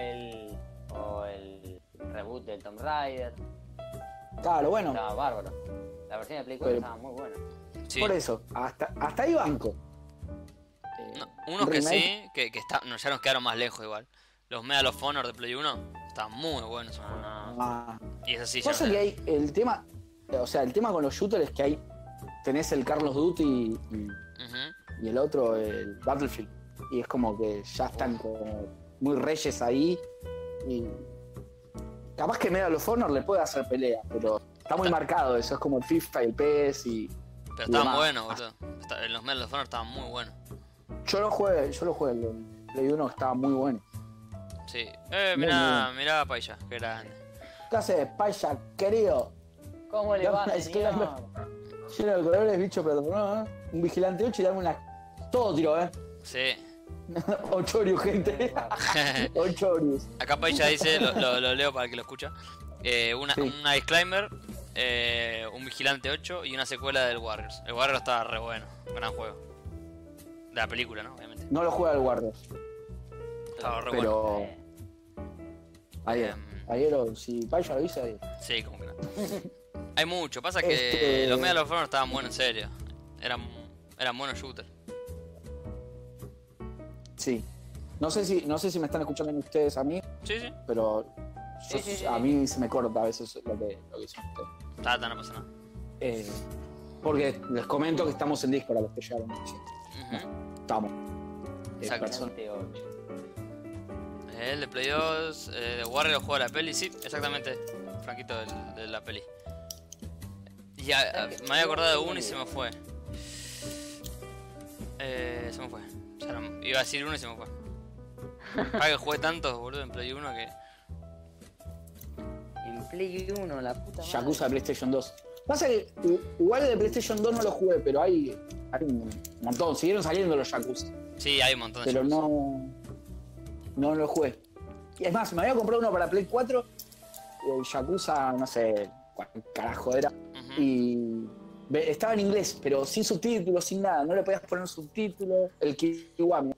[SPEAKER 3] el reboot del Tomb Raider.
[SPEAKER 1] Claro, bueno,
[SPEAKER 3] Estaba bárbaro. La versión de Play 4
[SPEAKER 1] Pero-
[SPEAKER 3] estaba muy buena.
[SPEAKER 2] Sí.
[SPEAKER 1] por eso, hasta ahí banco.
[SPEAKER 2] No, unos que
[SPEAKER 1] remake.
[SPEAKER 2] sí, que no, ya nos quedaron más lejos igual. Los Medal of Honor de Play 1 estaban muy buenos. esos juegos.
[SPEAKER 1] Ah,
[SPEAKER 2] Y eso sí, ya
[SPEAKER 1] pasa
[SPEAKER 2] no-
[SPEAKER 1] que hay el tema, o sea, el tema con los shooters es que hay, tenés el Call of Duty
[SPEAKER 2] Ujú.
[SPEAKER 1] y el otro, el Battlefield. Y es como que ya están como muy reyes ahí. Y capaz que Medal of Honor le puede hacer pelea, pero está muy marcado eso, es como el FIFA y el PES y
[SPEAKER 2] Pero
[SPEAKER 1] y
[SPEAKER 2] estaban
[SPEAKER 1] demás.
[SPEAKER 2] buenos, boludo. Los Medal of Honor estaban muy buenos.
[SPEAKER 1] Yo lo jugué, el Play 1 estaba muy bueno.
[SPEAKER 2] Sí.
[SPEAKER 1] Muy
[SPEAKER 2] Mirá para allá, qué grande.
[SPEAKER 1] ¿Qué haces, Paisa, querido?
[SPEAKER 3] ¿Cómo le
[SPEAKER 1] Dame
[SPEAKER 3] va,
[SPEAKER 1] una
[SPEAKER 3] señor?
[SPEAKER 1] escala. Lleno de colores, bicho, pero no, un vigilante 8 y dame una. Todo tiro,
[SPEAKER 2] Sí.
[SPEAKER 1] 8 Orius, gente. 8 Orius.
[SPEAKER 2] Acá Pailla dice, lo leo para el que lo escucha.
[SPEAKER 1] Sí.
[SPEAKER 2] Una disclaimer, un Vigilante 8 y una secuela del Warriors. El Warriors estaba re bueno, gran juego. De la película, ¿no? Obviamente.
[SPEAKER 1] No lo juega el Warriors,
[SPEAKER 2] Estaba re bueno.
[SPEAKER 1] pero. Ayer.
[SPEAKER 2] Em.
[SPEAKER 1] Ayer, si Paisa lo dice, ayer.
[SPEAKER 2] Sí, como que no. Hay mucho, pasa que los Medal of Honor estaban buenos en serio. Eran buenos shooters.
[SPEAKER 1] Sí. No sé si me están escuchando bien ustedes a mí,
[SPEAKER 2] Sí, sí.
[SPEAKER 1] pero
[SPEAKER 3] Sí.
[SPEAKER 1] a mí se me corta a veces lo que dicen ustedes.
[SPEAKER 2] No pasa nada.
[SPEAKER 1] Porque les comento que estamos en Discord a los que llegaron. Sí,
[SPEAKER 2] Ujú.
[SPEAKER 1] estamos.
[SPEAKER 2] Exacto.
[SPEAKER 1] Personas.
[SPEAKER 3] Vigilante 8.
[SPEAKER 2] El de Play 2, de Warriors juega la peli, sí, exactamente. Franquito de la peli. Me había acordado de uno y se me fue. Se me fue. Ya no- iba a decir uno y se me fue. Para que jugué tantos, boludo, en Play 1 que.
[SPEAKER 3] En Play 1, la puta madre.
[SPEAKER 1] Yakuza de PlayStation 2. Pasa que igual de PlayStation 2 no lo jugué, pero hay un montón. Siguieron saliendo los Yakuza,
[SPEAKER 2] Sí, hay un montón de
[SPEAKER 1] pero
[SPEAKER 2] juegos.
[SPEAKER 1] no lo jugué. Y es más, me había comprado uno para Play 4, el Yakuza, no sé cuál carajo era,
[SPEAKER 2] Ujú.
[SPEAKER 1] y estaba en inglés, pero sin subtítulos, sin nada. No le podías poner subtítulos, el Kiwami.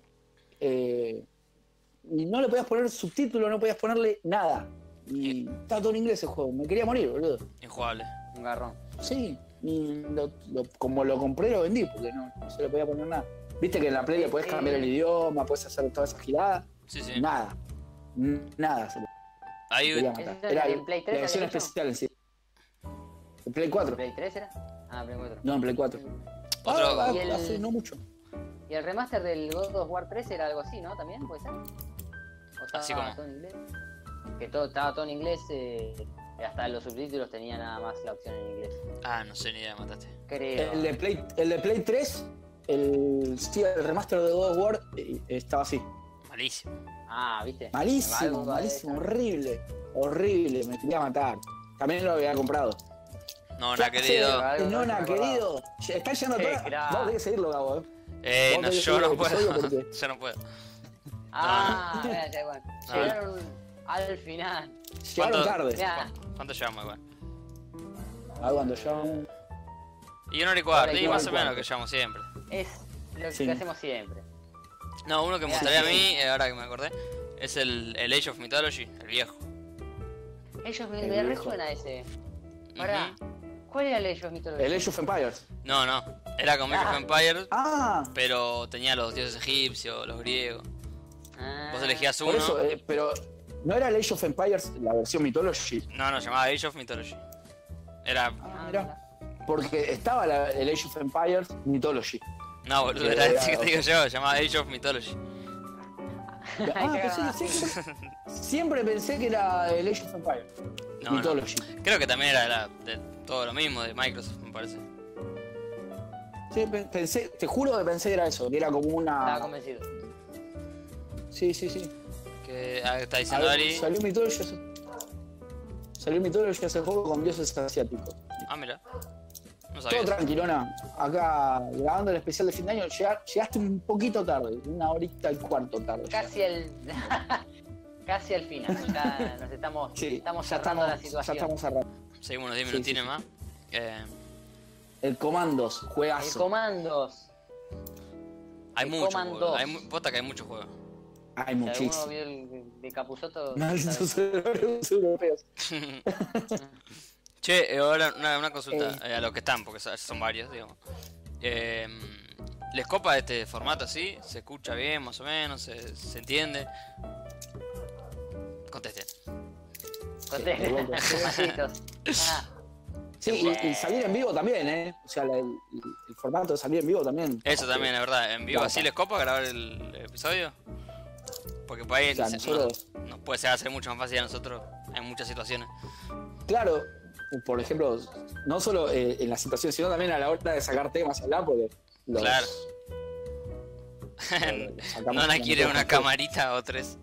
[SPEAKER 1] Y no le podías poner subtítulos, no podías ponerle nada. Y estaba todo en inglés el juego. Me quería morir, boludo.
[SPEAKER 2] Injugable.
[SPEAKER 3] Un garrón.
[SPEAKER 1] Sí, y como lo compré lo vendí porque no se le podía poner nada. Viste que en la Play le podés cambiar el idioma, podés hacer todas esas giradas.
[SPEAKER 2] Sí, sí.
[SPEAKER 1] Nada. Nada se le
[SPEAKER 2] Hay
[SPEAKER 1] podía
[SPEAKER 2] un-
[SPEAKER 1] matar.
[SPEAKER 3] ¿Ese
[SPEAKER 1] Era
[SPEAKER 3] en Play 3
[SPEAKER 1] la versión
[SPEAKER 3] había hecho?
[SPEAKER 1] especial en sí. ¿En Play 4?
[SPEAKER 3] ¿Play 3 era? Ah, Play 4.
[SPEAKER 1] No, en Play 4.
[SPEAKER 2] Otro-
[SPEAKER 3] Y el-
[SPEAKER 1] Hace no mucho.
[SPEAKER 3] Y el remaster del God of War 3 era algo así, ¿no? ¿También? ¿Puede ser? ¿O estaba
[SPEAKER 2] Así como.
[SPEAKER 3] todo en inglés? Que estaba todo en inglés, hasta los subtítulos tenía nada más la opción en inglés.
[SPEAKER 2] no sé ni idea, mataste.
[SPEAKER 3] Creo.
[SPEAKER 1] El de Play 3, el remaster de God of War estaba así.
[SPEAKER 2] Malísimo.
[SPEAKER 3] Ah, ¿viste?
[SPEAKER 1] Malísimo,
[SPEAKER 3] Algo
[SPEAKER 1] malísimo,
[SPEAKER 3] de eso.
[SPEAKER 1] horrible. Horrible, me quería matar. También lo había comprado.
[SPEAKER 2] No, no, querido.
[SPEAKER 3] Algo
[SPEAKER 1] No,
[SPEAKER 3] no
[SPEAKER 1] nada,
[SPEAKER 3] me acordaba.
[SPEAKER 1] querido. Está yendo
[SPEAKER 3] Qué
[SPEAKER 1] toda.
[SPEAKER 3] crack.
[SPEAKER 1] Vos tenés que seguirlo, Gabo,
[SPEAKER 2] No,
[SPEAKER 1] Vos tenés
[SPEAKER 2] yo
[SPEAKER 1] que
[SPEAKER 2] no
[SPEAKER 1] ver el
[SPEAKER 2] puedo.
[SPEAKER 1] episodio porque-
[SPEAKER 2] Yo no puedo.
[SPEAKER 3] Ah, ya, bueno.
[SPEAKER 2] Ah.
[SPEAKER 3] Llegaron al final.
[SPEAKER 1] Llegaron tarde.
[SPEAKER 3] Mirá,
[SPEAKER 2] ¿Cuánto llevamos igual?
[SPEAKER 1] Ah, cuando yo.
[SPEAKER 2] Y una hora y cuarto,
[SPEAKER 3] Hora y
[SPEAKER 2] y más o
[SPEAKER 1] cuarto.
[SPEAKER 2] menos que llevamos siempre.
[SPEAKER 3] es lo
[SPEAKER 1] Sí.
[SPEAKER 3] que hacemos siempre.
[SPEAKER 2] No, uno que me
[SPEAKER 3] Mirá,
[SPEAKER 2] gustaría a
[SPEAKER 3] sí,
[SPEAKER 2] mí, ahora que me acordé, es el Age of Mythology, el viejo.
[SPEAKER 3] Ellos
[SPEAKER 1] El
[SPEAKER 3] me
[SPEAKER 1] viejo.
[SPEAKER 3] resuena ese. Pará, ¿cuál era el Age of Mythology?
[SPEAKER 1] El Age of Empires.
[SPEAKER 2] No, era como Age of
[SPEAKER 3] Ah.
[SPEAKER 2] Empires,
[SPEAKER 1] Ah,
[SPEAKER 2] pero tenía los dioses egipcios, los griegos.
[SPEAKER 3] Ah,
[SPEAKER 2] Vos elegías
[SPEAKER 1] por
[SPEAKER 2] uno.
[SPEAKER 1] eso, pero. ¿No era el Age of Empires la versión Mythology?
[SPEAKER 2] No, llamaba Age of Mythology. Era.
[SPEAKER 1] Ah, mirá. Porque estaba el Age of Empires Mythology.
[SPEAKER 2] No, boludo,
[SPEAKER 1] Sí,
[SPEAKER 2] era
[SPEAKER 1] era-
[SPEAKER 2] ese que te digo yo, llamaba Age of Mythology.
[SPEAKER 1] Siempre pensé que era el Age of Empires.
[SPEAKER 2] No,
[SPEAKER 1] Mythology.
[SPEAKER 2] Creo que también era de todo lo mismo de Microsoft, me parece.
[SPEAKER 1] Sí, pensé, te juro que pensé que era eso, que era como
[SPEAKER 3] Estaba
[SPEAKER 1] una.
[SPEAKER 3] convencido.
[SPEAKER 1] Sí.
[SPEAKER 2] Que está diciendo Ari.
[SPEAKER 1] Salió Mythology hace poco con dioses asiáticos.
[SPEAKER 2] Ah, mira. No
[SPEAKER 1] Todo
[SPEAKER 2] sabía.
[SPEAKER 1] tranquilona. Acá grabando el especial de fin de año, llegaste un poquito tarde, 1 horita y 1/4 tarde.
[SPEAKER 3] Casi al final. Ya nos estamos cerrando la situación.
[SPEAKER 1] Ya estamos cerrando.
[SPEAKER 2] Seguimos unos 10
[SPEAKER 1] Sí,
[SPEAKER 2] minutines
[SPEAKER 1] sí.
[SPEAKER 2] más.
[SPEAKER 1] El Comandos,
[SPEAKER 3] El
[SPEAKER 1] juegazo.
[SPEAKER 3] Comandos.
[SPEAKER 2] Hay
[SPEAKER 3] el
[SPEAKER 2] muchos
[SPEAKER 3] Command
[SPEAKER 2] juegos.
[SPEAKER 3] 2.
[SPEAKER 2] Posta que hay muchos juegos.
[SPEAKER 1] Hay
[SPEAKER 3] Si alguno
[SPEAKER 1] muchísimo.
[SPEAKER 3] vio el de Capusotto.
[SPEAKER 1] Malditos europeos.
[SPEAKER 2] Che, ahora una consulta a los que están, porque son varios, digamos. ¿Les copa este formato así? ¿Se escucha bien, más o menos? ¿Se entiende? Contesten.
[SPEAKER 3] Masitos. Ah,
[SPEAKER 1] Sí, y salir en vivo también, ¿eh? O sea, el formato de salir en vivo también.
[SPEAKER 2] Eso también, es verdad. ¿En vivo
[SPEAKER 1] Claro.
[SPEAKER 2] así les copa grabar el episodio? Porque por ahí
[SPEAKER 1] O sea, nosotros-
[SPEAKER 2] nos puede hacer mucho más fácil a nosotros en muchas situaciones.
[SPEAKER 1] Claro, por ejemplo, no solo en la situación, sino también a la hora de sacar temas a hablar, porque los.
[SPEAKER 2] Claro.
[SPEAKER 1] los sacamos
[SPEAKER 2] ¿No la
[SPEAKER 1] con
[SPEAKER 2] quiere una
[SPEAKER 1] micrófono.
[SPEAKER 2] camarita o 3?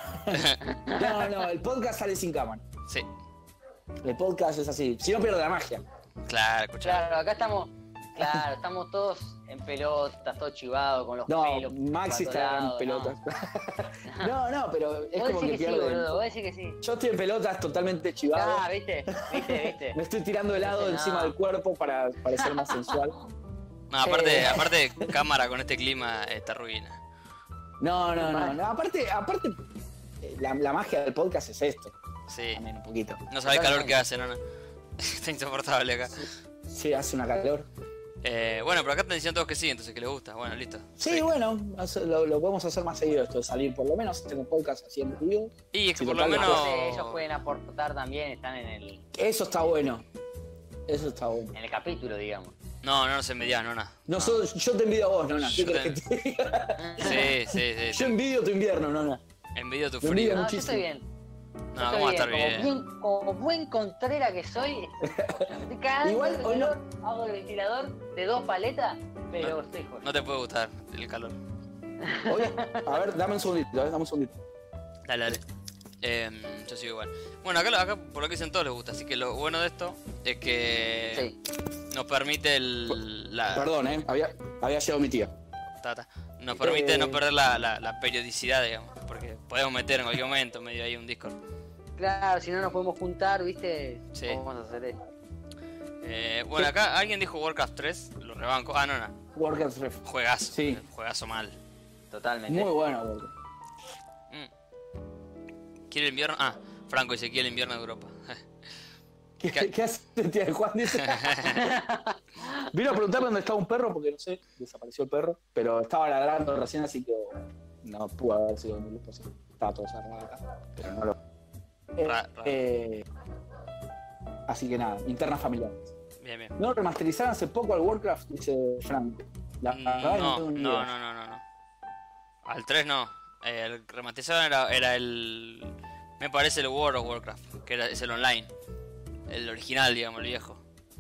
[SPEAKER 1] No, el podcast sale sin cámara.
[SPEAKER 2] Sí,
[SPEAKER 1] El podcast es así. Si no, pierde la magia.
[SPEAKER 2] claro, escuchá.
[SPEAKER 3] claro, acá estamos. Claro, estamos todos en pelotas, todo chivado, con los
[SPEAKER 1] No,
[SPEAKER 3] pelos.
[SPEAKER 1] Maxi
[SPEAKER 3] para
[SPEAKER 1] está
[SPEAKER 3] todos
[SPEAKER 1] en
[SPEAKER 3] lados,
[SPEAKER 1] pelotas. No, pero es
[SPEAKER 3] Vos
[SPEAKER 1] como
[SPEAKER 3] decís
[SPEAKER 1] que
[SPEAKER 3] que sí,
[SPEAKER 1] pierde.
[SPEAKER 3] boludo, vos decís que sí.
[SPEAKER 1] Yo estoy en pelotas totalmente chivado.
[SPEAKER 3] Ah, viste.
[SPEAKER 1] Me estoy tirando helado
[SPEAKER 3] No.
[SPEAKER 1] encima del cuerpo para parecer más sensual.
[SPEAKER 2] No, aparte cámara con este clima está ruina.
[SPEAKER 1] No. Aparte la magia del podcast es esto.
[SPEAKER 2] Sí.
[SPEAKER 1] También un poquito.
[SPEAKER 2] No sabe el calor que hace, no. Está insoportable acá.
[SPEAKER 1] Sí, hace una calor.
[SPEAKER 2] Bueno, pero acá están diciendo todos que sí, entonces que les gusta. Bueno, listo.
[SPEAKER 1] Sí, bueno, lo podemos hacer más seguido esto de salir, por lo menos tengo podcast haciendo vivo.
[SPEAKER 2] Y es que
[SPEAKER 1] Sí,
[SPEAKER 2] por lo
[SPEAKER 1] total,
[SPEAKER 2] menos.
[SPEAKER 3] Ellos pueden aportar también, están en
[SPEAKER 1] Eso está bueno. Eso está bueno.
[SPEAKER 3] el capítulo, digamos.
[SPEAKER 2] No nos envidias, no, nada.
[SPEAKER 1] Yo te envidio a vos, Nona. ¿Qué
[SPEAKER 2] Yo
[SPEAKER 1] querés que te diga?
[SPEAKER 2] Sí.
[SPEAKER 1] Yo envidio tu invierno, Nona.
[SPEAKER 2] Envidio tu
[SPEAKER 1] Te
[SPEAKER 2] frío.
[SPEAKER 1] envidio.
[SPEAKER 3] No, yo
[SPEAKER 1] Muchísimo.
[SPEAKER 3] estoy bien.
[SPEAKER 2] No,
[SPEAKER 3] Yo
[SPEAKER 2] ¿cómo va a
[SPEAKER 3] estoy
[SPEAKER 2] estar bien?
[SPEAKER 3] Como buen contrera que soy, estoy cagando
[SPEAKER 1] Igual,
[SPEAKER 3] de
[SPEAKER 1] hoy no-
[SPEAKER 3] calor, hago el ventilador de 2 paletas, pero estoy joven.
[SPEAKER 2] No te puede gustar el calor.
[SPEAKER 1] Oye, a ver, dame un segundito, dame un segundito.
[SPEAKER 2] Dale. Yo sigo igual. Bueno, acá por lo que dicen todos les gusta, así que lo bueno de esto es que nos permite
[SPEAKER 1] Perdón, había llegado mi tía.
[SPEAKER 2] nos permite no perder la periodicidad, digamos, porque podemos meter en cualquier momento medio ahí un Discord.
[SPEAKER 3] Claro, si no nos podemos juntar, ¿viste?
[SPEAKER 2] Sí.
[SPEAKER 3] Vamos a hacer esto.
[SPEAKER 2] Bueno, acá alguien dijo Warcraft 3, lo rebanco. Ah, no.
[SPEAKER 1] Warcraft Ref.
[SPEAKER 2] Juegazo.
[SPEAKER 1] Sí.
[SPEAKER 2] Juegazo mal.
[SPEAKER 3] Totalmente.
[SPEAKER 1] Muy bueno, Warcraft.
[SPEAKER 2] ¿Quiere el invierno? Ah, Franco dice, quiere el invierno de Europa.
[SPEAKER 1] ¿Qué hace tía de Juan? Dice. Vino a preguntarme dónde estaba un perro, porque no sé, desapareció el perro, pero estaba ladrando recién, así que no pudo haber sido muy posible. Estaba todo cerrado acá, pero no lo. Así que nada, internas familiares.
[SPEAKER 2] Bien.
[SPEAKER 1] ¿No remasterizaron hace poco al Warcraft? Dice Frank. La verdad
[SPEAKER 2] No.
[SPEAKER 1] tengo ni idea.
[SPEAKER 2] Al 3 no. El remasterizado era el. Me parece el World of Warcraft, que es el online. El original, digamos, el viejo.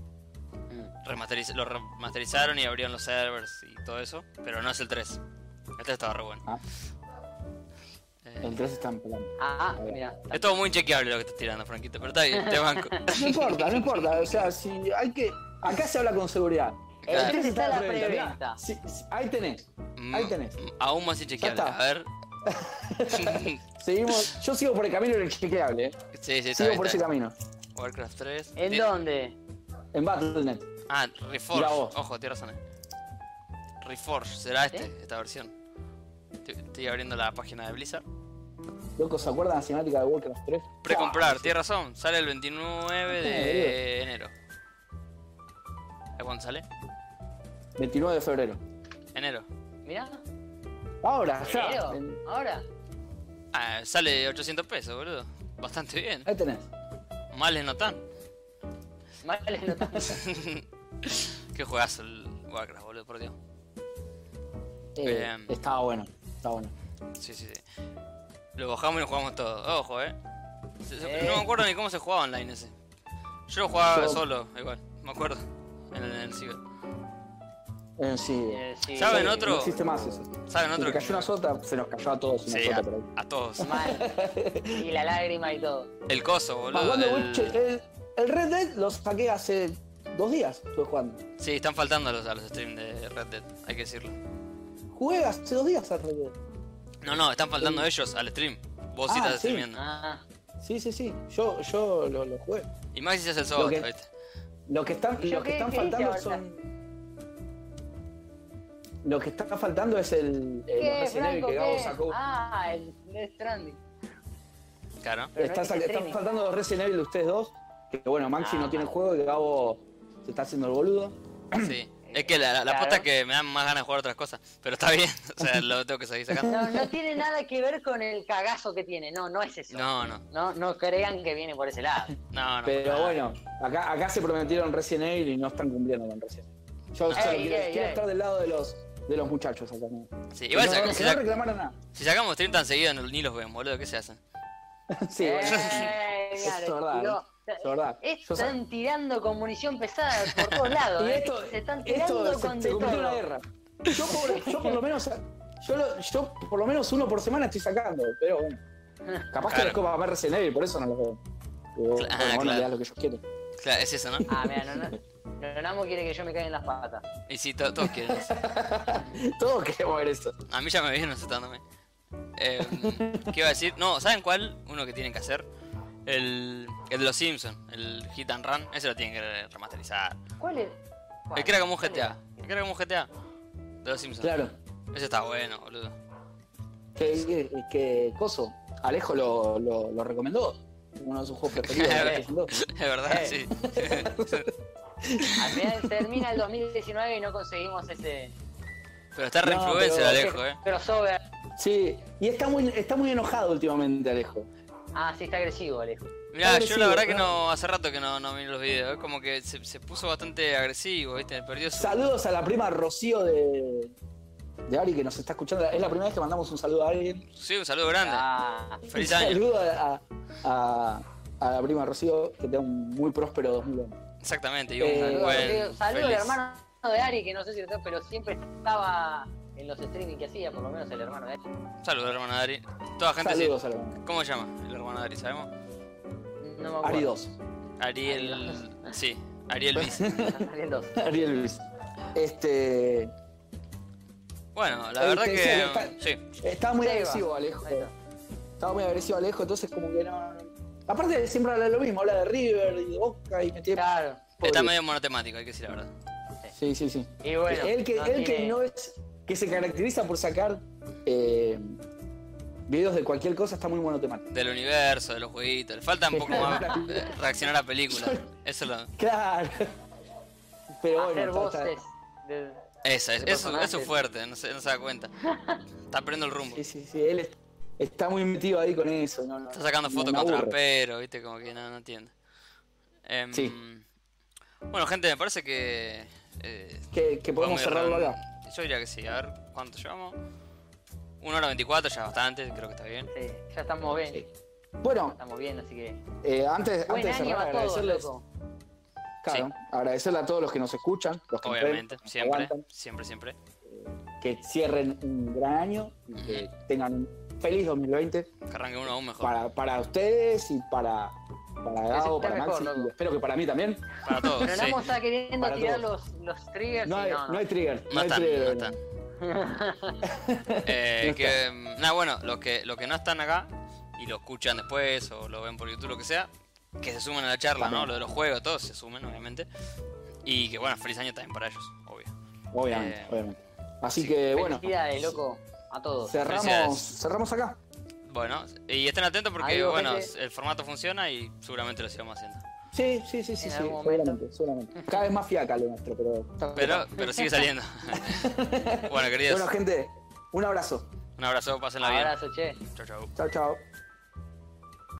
[SPEAKER 2] Lo remasterizaron y abrieron los servers y todo eso, pero no es el 3. El 3 estaba re bueno.
[SPEAKER 1] Ah. El 3 está empezando.
[SPEAKER 3] Mira.
[SPEAKER 2] Es todo muy inchequeable lo que estás tirando, Franquito, pero está bien, te banco.
[SPEAKER 1] No importa. O sea, si hay que. Acá se habla con seguridad.
[SPEAKER 3] El
[SPEAKER 2] Claro.
[SPEAKER 3] 3 está en la
[SPEAKER 1] preventa,
[SPEAKER 3] preventa.
[SPEAKER 1] sí, ahí tenés. Ahí tenés.
[SPEAKER 2] Aún más inchequeable.
[SPEAKER 1] Ya está.
[SPEAKER 2] A ver.
[SPEAKER 1] Seguimos. Yo sigo por el camino del chequeable,
[SPEAKER 2] Sí, está
[SPEAKER 1] Sigo
[SPEAKER 2] bien,
[SPEAKER 1] por ese
[SPEAKER 2] está bien.
[SPEAKER 1] camino.
[SPEAKER 2] Warcraft 3.
[SPEAKER 3] ¿En dónde?
[SPEAKER 1] En Battle.net.
[SPEAKER 2] Ah,
[SPEAKER 1] Mirá
[SPEAKER 2] Reforge.
[SPEAKER 1] vos.
[SPEAKER 2] Ojo, tienes razón. Reforge, será esta versión. Estoy abriendo la página de Blizzard.
[SPEAKER 1] Loco, ¿se acuerdan la cinemática de Warcraft 3?
[SPEAKER 2] Precomprar, tienes razón. Sale el 29 de enero. ¿A cuándo sale?
[SPEAKER 1] 29 de febrero.
[SPEAKER 2] Enero.
[SPEAKER 3] Mira.
[SPEAKER 1] Ahora, ya.
[SPEAKER 3] ¿Enero? ¿Ahora?
[SPEAKER 2] Ah, sale 800 pesos, boludo. Bastante bien.
[SPEAKER 1] Ahí tenés.
[SPEAKER 2] Males no tan.
[SPEAKER 3] Vale, no tanto.
[SPEAKER 2] Qué juegazo el Warcraft, boludo, por Dios.
[SPEAKER 1] Estaba bueno.
[SPEAKER 2] Sí. Lo bajamos y lo jugamos todo. Ojo, No me acuerdo ni cómo se jugaba online ese. Yo lo jugaba solo, igual, me acuerdo. En el Ciber.
[SPEAKER 1] Sí.
[SPEAKER 3] Sí.
[SPEAKER 2] ¿Saben
[SPEAKER 1] No
[SPEAKER 2] otro?
[SPEAKER 1] existe más eso.
[SPEAKER 2] ¿Saben
[SPEAKER 1] Si
[SPEAKER 2] otro?
[SPEAKER 1] te cayó una sota, se nos cayó a todos una
[SPEAKER 2] Sí,
[SPEAKER 1] sota por ahí.
[SPEAKER 2] a todos.
[SPEAKER 3] Mal. Y la lágrima y todo.
[SPEAKER 2] El coso, boludo.
[SPEAKER 1] Jugando el Red Dead lo saqué hace 2 días, estuve jugando.
[SPEAKER 2] Sí, están faltando a los streams de Red Dead, hay que decirlo.
[SPEAKER 1] Jugué hace 2 días al Red Dead.
[SPEAKER 2] No, están faltando ellos al stream. Vos sí estás
[SPEAKER 1] sí.
[SPEAKER 2] streamiendo.
[SPEAKER 1] Sí. Yo lo jugué.
[SPEAKER 2] Y Maxi se hace el
[SPEAKER 1] Lo
[SPEAKER 2] soboto,
[SPEAKER 1] que-
[SPEAKER 2] ¿viste?
[SPEAKER 1] Lo que están
[SPEAKER 3] ¿Qué
[SPEAKER 1] faltando
[SPEAKER 3] hice
[SPEAKER 1] son. Lo que está faltando es el
[SPEAKER 3] ¿Qué,
[SPEAKER 1] Resident Evil
[SPEAKER 3] Franco,
[SPEAKER 1] que Gabo
[SPEAKER 3] qué?
[SPEAKER 1] sacó.
[SPEAKER 3] El Death Stranding.
[SPEAKER 2] Claro.
[SPEAKER 3] Pero no es
[SPEAKER 1] Están
[SPEAKER 3] streaming.
[SPEAKER 1] faltando los Resident Evil de ustedes dos. Que bueno, Maxi no tiene el juego y Gabo se está haciendo el boludo.
[SPEAKER 2] Sí. Es que la
[SPEAKER 3] Claro.
[SPEAKER 2] posta es que me dan más ganas de jugar otras cosas. Pero está bien, o sea, lo tengo que seguir sacando.
[SPEAKER 3] No tiene nada que ver con el cagazo que tiene. No es eso.
[SPEAKER 2] No.
[SPEAKER 3] No crean que viene por ese lado.
[SPEAKER 2] No.
[SPEAKER 1] Pero bueno, acá se prometieron Resident Evil y no están cumpliendo con Resident Evil. Yo solo quiero estar del lado de los muchachos acá. ¿No?
[SPEAKER 2] Sí, igual
[SPEAKER 1] no,
[SPEAKER 2] si
[SPEAKER 1] no reclamaron nada.
[SPEAKER 2] sacamos stream tan seguido ni los ven, boludo, ¿qué se hacen?
[SPEAKER 1] Sí, bueno.
[SPEAKER 3] Claro,
[SPEAKER 1] es verdad.
[SPEAKER 3] tiró.
[SPEAKER 1] Es verdad.
[SPEAKER 3] Están tirando con munición pesada por todos lados.
[SPEAKER 1] Y esto,
[SPEAKER 3] Se están tirando con
[SPEAKER 1] se
[SPEAKER 3] de
[SPEAKER 1] convirtió en una
[SPEAKER 3] todo.
[SPEAKER 1] guerra. Yo por lo menos yo por lo menos uno por semana estoy sacando, pero bueno. Capaz que
[SPEAKER 2] Claro.
[SPEAKER 1] les copa ver Resident Evil, por eso no los veo. Pero, bueno,
[SPEAKER 2] claro.
[SPEAKER 1] le das lo que ellos quieren.
[SPEAKER 2] Claro, es eso, ¿no?
[SPEAKER 3] Mira, Nonamo quiere que yo me caiga en las patas.
[SPEAKER 2] Y sí, todos quieren eso.
[SPEAKER 1] Todos queremos ver eso.
[SPEAKER 2] A mí ya me viene aceptándome. ¿Qué iba a decir? No, ¿saben cuál? Uno que tienen que hacer. El de los Simpsons, el Hit and Run. Ese lo tienen que remasterizar.
[SPEAKER 3] ¿Cuál es?
[SPEAKER 2] El que era como un GTA. El que era como un GTA. De los Simpsons.
[SPEAKER 1] Claro.
[SPEAKER 2] Ese está bueno, boludo.
[SPEAKER 1] Que Coso, Alejo lo recomendó. Uno de sus juegos preferidos de PlayStation 2.
[SPEAKER 2] Es verdad, sí.
[SPEAKER 3] Al final termina el 2019 y no conseguimos ese
[SPEAKER 2] Pero está re
[SPEAKER 1] No,
[SPEAKER 2] influencer
[SPEAKER 1] pero-
[SPEAKER 2] Alejo,
[SPEAKER 3] crossover.
[SPEAKER 1] Sí, y está muy enojado últimamente, Alejo.
[SPEAKER 3] Sí, está agresivo, Alejo.
[SPEAKER 2] Mirá, yo la
[SPEAKER 1] agresivo,
[SPEAKER 2] verdad que
[SPEAKER 1] ¿no?
[SPEAKER 2] no, hace rato que no miro los videos. Es como que se puso bastante agresivo, ¿viste? Perdió su.
[SPEAKER 1] Saludos a la prima Rocío de Ari que nos está escuchando. Es la primera vez que mandamos un saludo a alguien.
[SPEAKER 2] Sí, un saludo grande. Feliz
[SPEAKER 1] Un
[SPEAKER 2] año.
[SPEAKER 1] saludo a la prima Rocío, que tenga un muy próspero 2020.
[SPEAKER 2] Exactamente, y un
[SPEAKER 1] Saludos,
[SPEAKER 2] buen.
[SPEAKER 3] Saludos al
[SPEAKER 2] feliz.
[SPEAKER 3] hermano de Ari, que no sé si lo pero siempre estaba en los streaming que hacía, por lo menos el hermano de Ari.
[SPEAKER 2] Saludos, hermano de Ari. Toda gente
[SPEAKER 1] Saludos
[SPEAKER 2] sí.
[SPEAKER 1] a la hermana.
[SPEAKER 2] ¿Cómo se llama el hermano de Ari? ¿Sabemos?
[SPEAKER 3] No me acuerdo.
[SPEAKER 1] Ari 2.
[SPEAKER 2] Ariel. Sí, Ariel Bis.
[SPEAKER 3] Ariel 2.
[SPEAKER 1] Ariel Luis.
[SPEAKER 2] Bueno, la verdad
[SPEAKER 1] te
[SPEAKER 2] que.
[SPEAKER 1] decía
[SPEAKER 2] Sí.
[SPEAKER 1] Estaba muy
[SPEAKER 3] Ahí va.
[SPEAKER 1] agresivo, Alejo.
[SPEAKER 3] Ahí está.
[SPEAKER 1] Estaba muy agresivo, Alejo, entonces como que no. Aparte siempre habla de lo mismo, habla de River y de Boca y metía.
[SPEAKER 3] Claro.
[SPEAKER 2] Está medio monotemático, hay que decir la verdad.
[SPEAKER 1] Sí.
[SPEAKER 3] Y bueno,
[SPEAKER 1] Él que
[SPEAKER 3] tiene-
[SPEAKER 1] no es. Que se caracteriza por sacar videos de cualquier cosa, está muy monotemático.
[SPEAKER 2] Del universo, de los jueguitos. Le falta un poco más reaccionar a películas. Eso es lo.
[SPEAKER 1] Claro. Pero
[SPEAKER 3] hacer
[SPEAKER 1] bueno, está-
[SPEAKER 3] voces. de-
[SPEAKER 2] Eso
[SPEAKER 3] personajes.
[SPEAKER 2] es fuerte, no se da cuenta. Está perdiendo el rumbo.
[SPEAKER 1] Sí, él está muy metido ahí con eso. No,
[SPEAKER 2] Está sacando fotos
[SPEAKER 1] me
[SPEAKER 2] con
[SPEAKER 1] aburre.
[SPEAKER 2] traperos, viste, como que no entiende.
[SPEAKER 1] Sí.
[SPEAKER 2] Bueno, gente, me parece que.
[SPEAKER 1] Que podemos
[SPEAKER 2] ir
[SPEAKER 1] cerrarlo
[SPEAKER 2] re-
[SPEAKER 1] acá.
[SPEAKER 2] Yo diría que sí, a ver cuánto llevamos. 1 hora 24, ya bastante, creo que está bien.
[SPEAKER 3] Sí, ya estamos bien.
[SPEAKER 1] Sí. Bueno,
[SPEAKER 3] Estamos bien, así que.
[SPEAKER 1] antes
[SPEAKER 3] Buen
[SPEAKER 1] de
[SPEAKER 3] año
[SPEAKER 1] cerrar,
[SPEAKER 3] a todos,
[SPEAKER 1] agradecerles.
[SPEAKER 3] loco.
[SPEAKER 1] Claro, agradecerle a todos los que nos escuchan, los que
[SPEAKER 2] Obviamente,
[SPEAKER 1] nos
[SPEAKER 2] siempre,
[SPEAKER 1] aguantan,
[SPEAKER 2] siempre.
[SPEAKER 1] que cierren un gran año y que tengan un feliz 2020
[SPEAKER 2] Que arranque uno aún mejor.
[SPEAKER 1] para ustedes y para Gabo,
[SPEAKER 3] esté
[SPEAKER 1] para
[SPEAKER 3] mejor,
[SPEAKER 1] Maxi,
[SPEAKER 3] loco.
[SPEAKER 1] y espero que para mí también.
[SPEAKER 2] Para todos,
[SPEAKER 3] Pero
[SPEAKER 2] sí.
[SPEAKER 3] Namo está queriendo
[SPEAKER 1] Para
[SPEAKER 3] tirar
[SPEAKER 1] todos.
[SPEAKER 3] los triggers.
[SPEAKER 1] No
[SPEAKER 3] y
[SPEAKER 1] hay trigger.
[SPEAKER 2] No
[SPEAKER 1] hay
[SPEAKER 2] están,
[SPEAKER 1] trigger.
[SPEAKER 2] no están. Nada, bueno, los que no están acá y lo escuchan después o lo ven por YouTube, lo que sea, que se sumen a la charla, ¿no?
[SPEAKER 1] También.
[SPEAKER 2] Lo de los juegos, todos se sumen, obviamente. Y que bueno, feliz año también para ellos, obvio.
[SPEAKER 1] Obviamente, obviamente. Así
[SPEAKER 2] sí.
[SPEAKER 1] que bueno,
[SPEAKER 3] Felicidades, loco, a todos.
[SPEAKER 2] Felicidades.
[SPEAKER 1] cerramos acá.
[SPEAKER 2] Bueno, y estén atentos porque
[SPEAKER 3] Adiós,
[SPEAKER 2] bueno,
[SPEAKER 3] gente.
[SPEAKER 2] el formato funciona y seguramente lo sigamos haciendo.
[SPEAKER 1] Sí,
[SPEAKER 3] En algún momento.
[SPEAKER 1] seguramente. Cada vez más fiaca lo nuestro, pero.
[SPEAKER 2] Pero sigue saliendo. Bueno, queridos,
[SPEAKER 1] Bueno, gente, un abrazo.
[SPEAKER 2] un abrazo, pásenla bien.
[SPEAKER 3] Abrazo, che.
[SPEAKER 2] Chau, chau.
[SPEAKER 1] Chao, chao.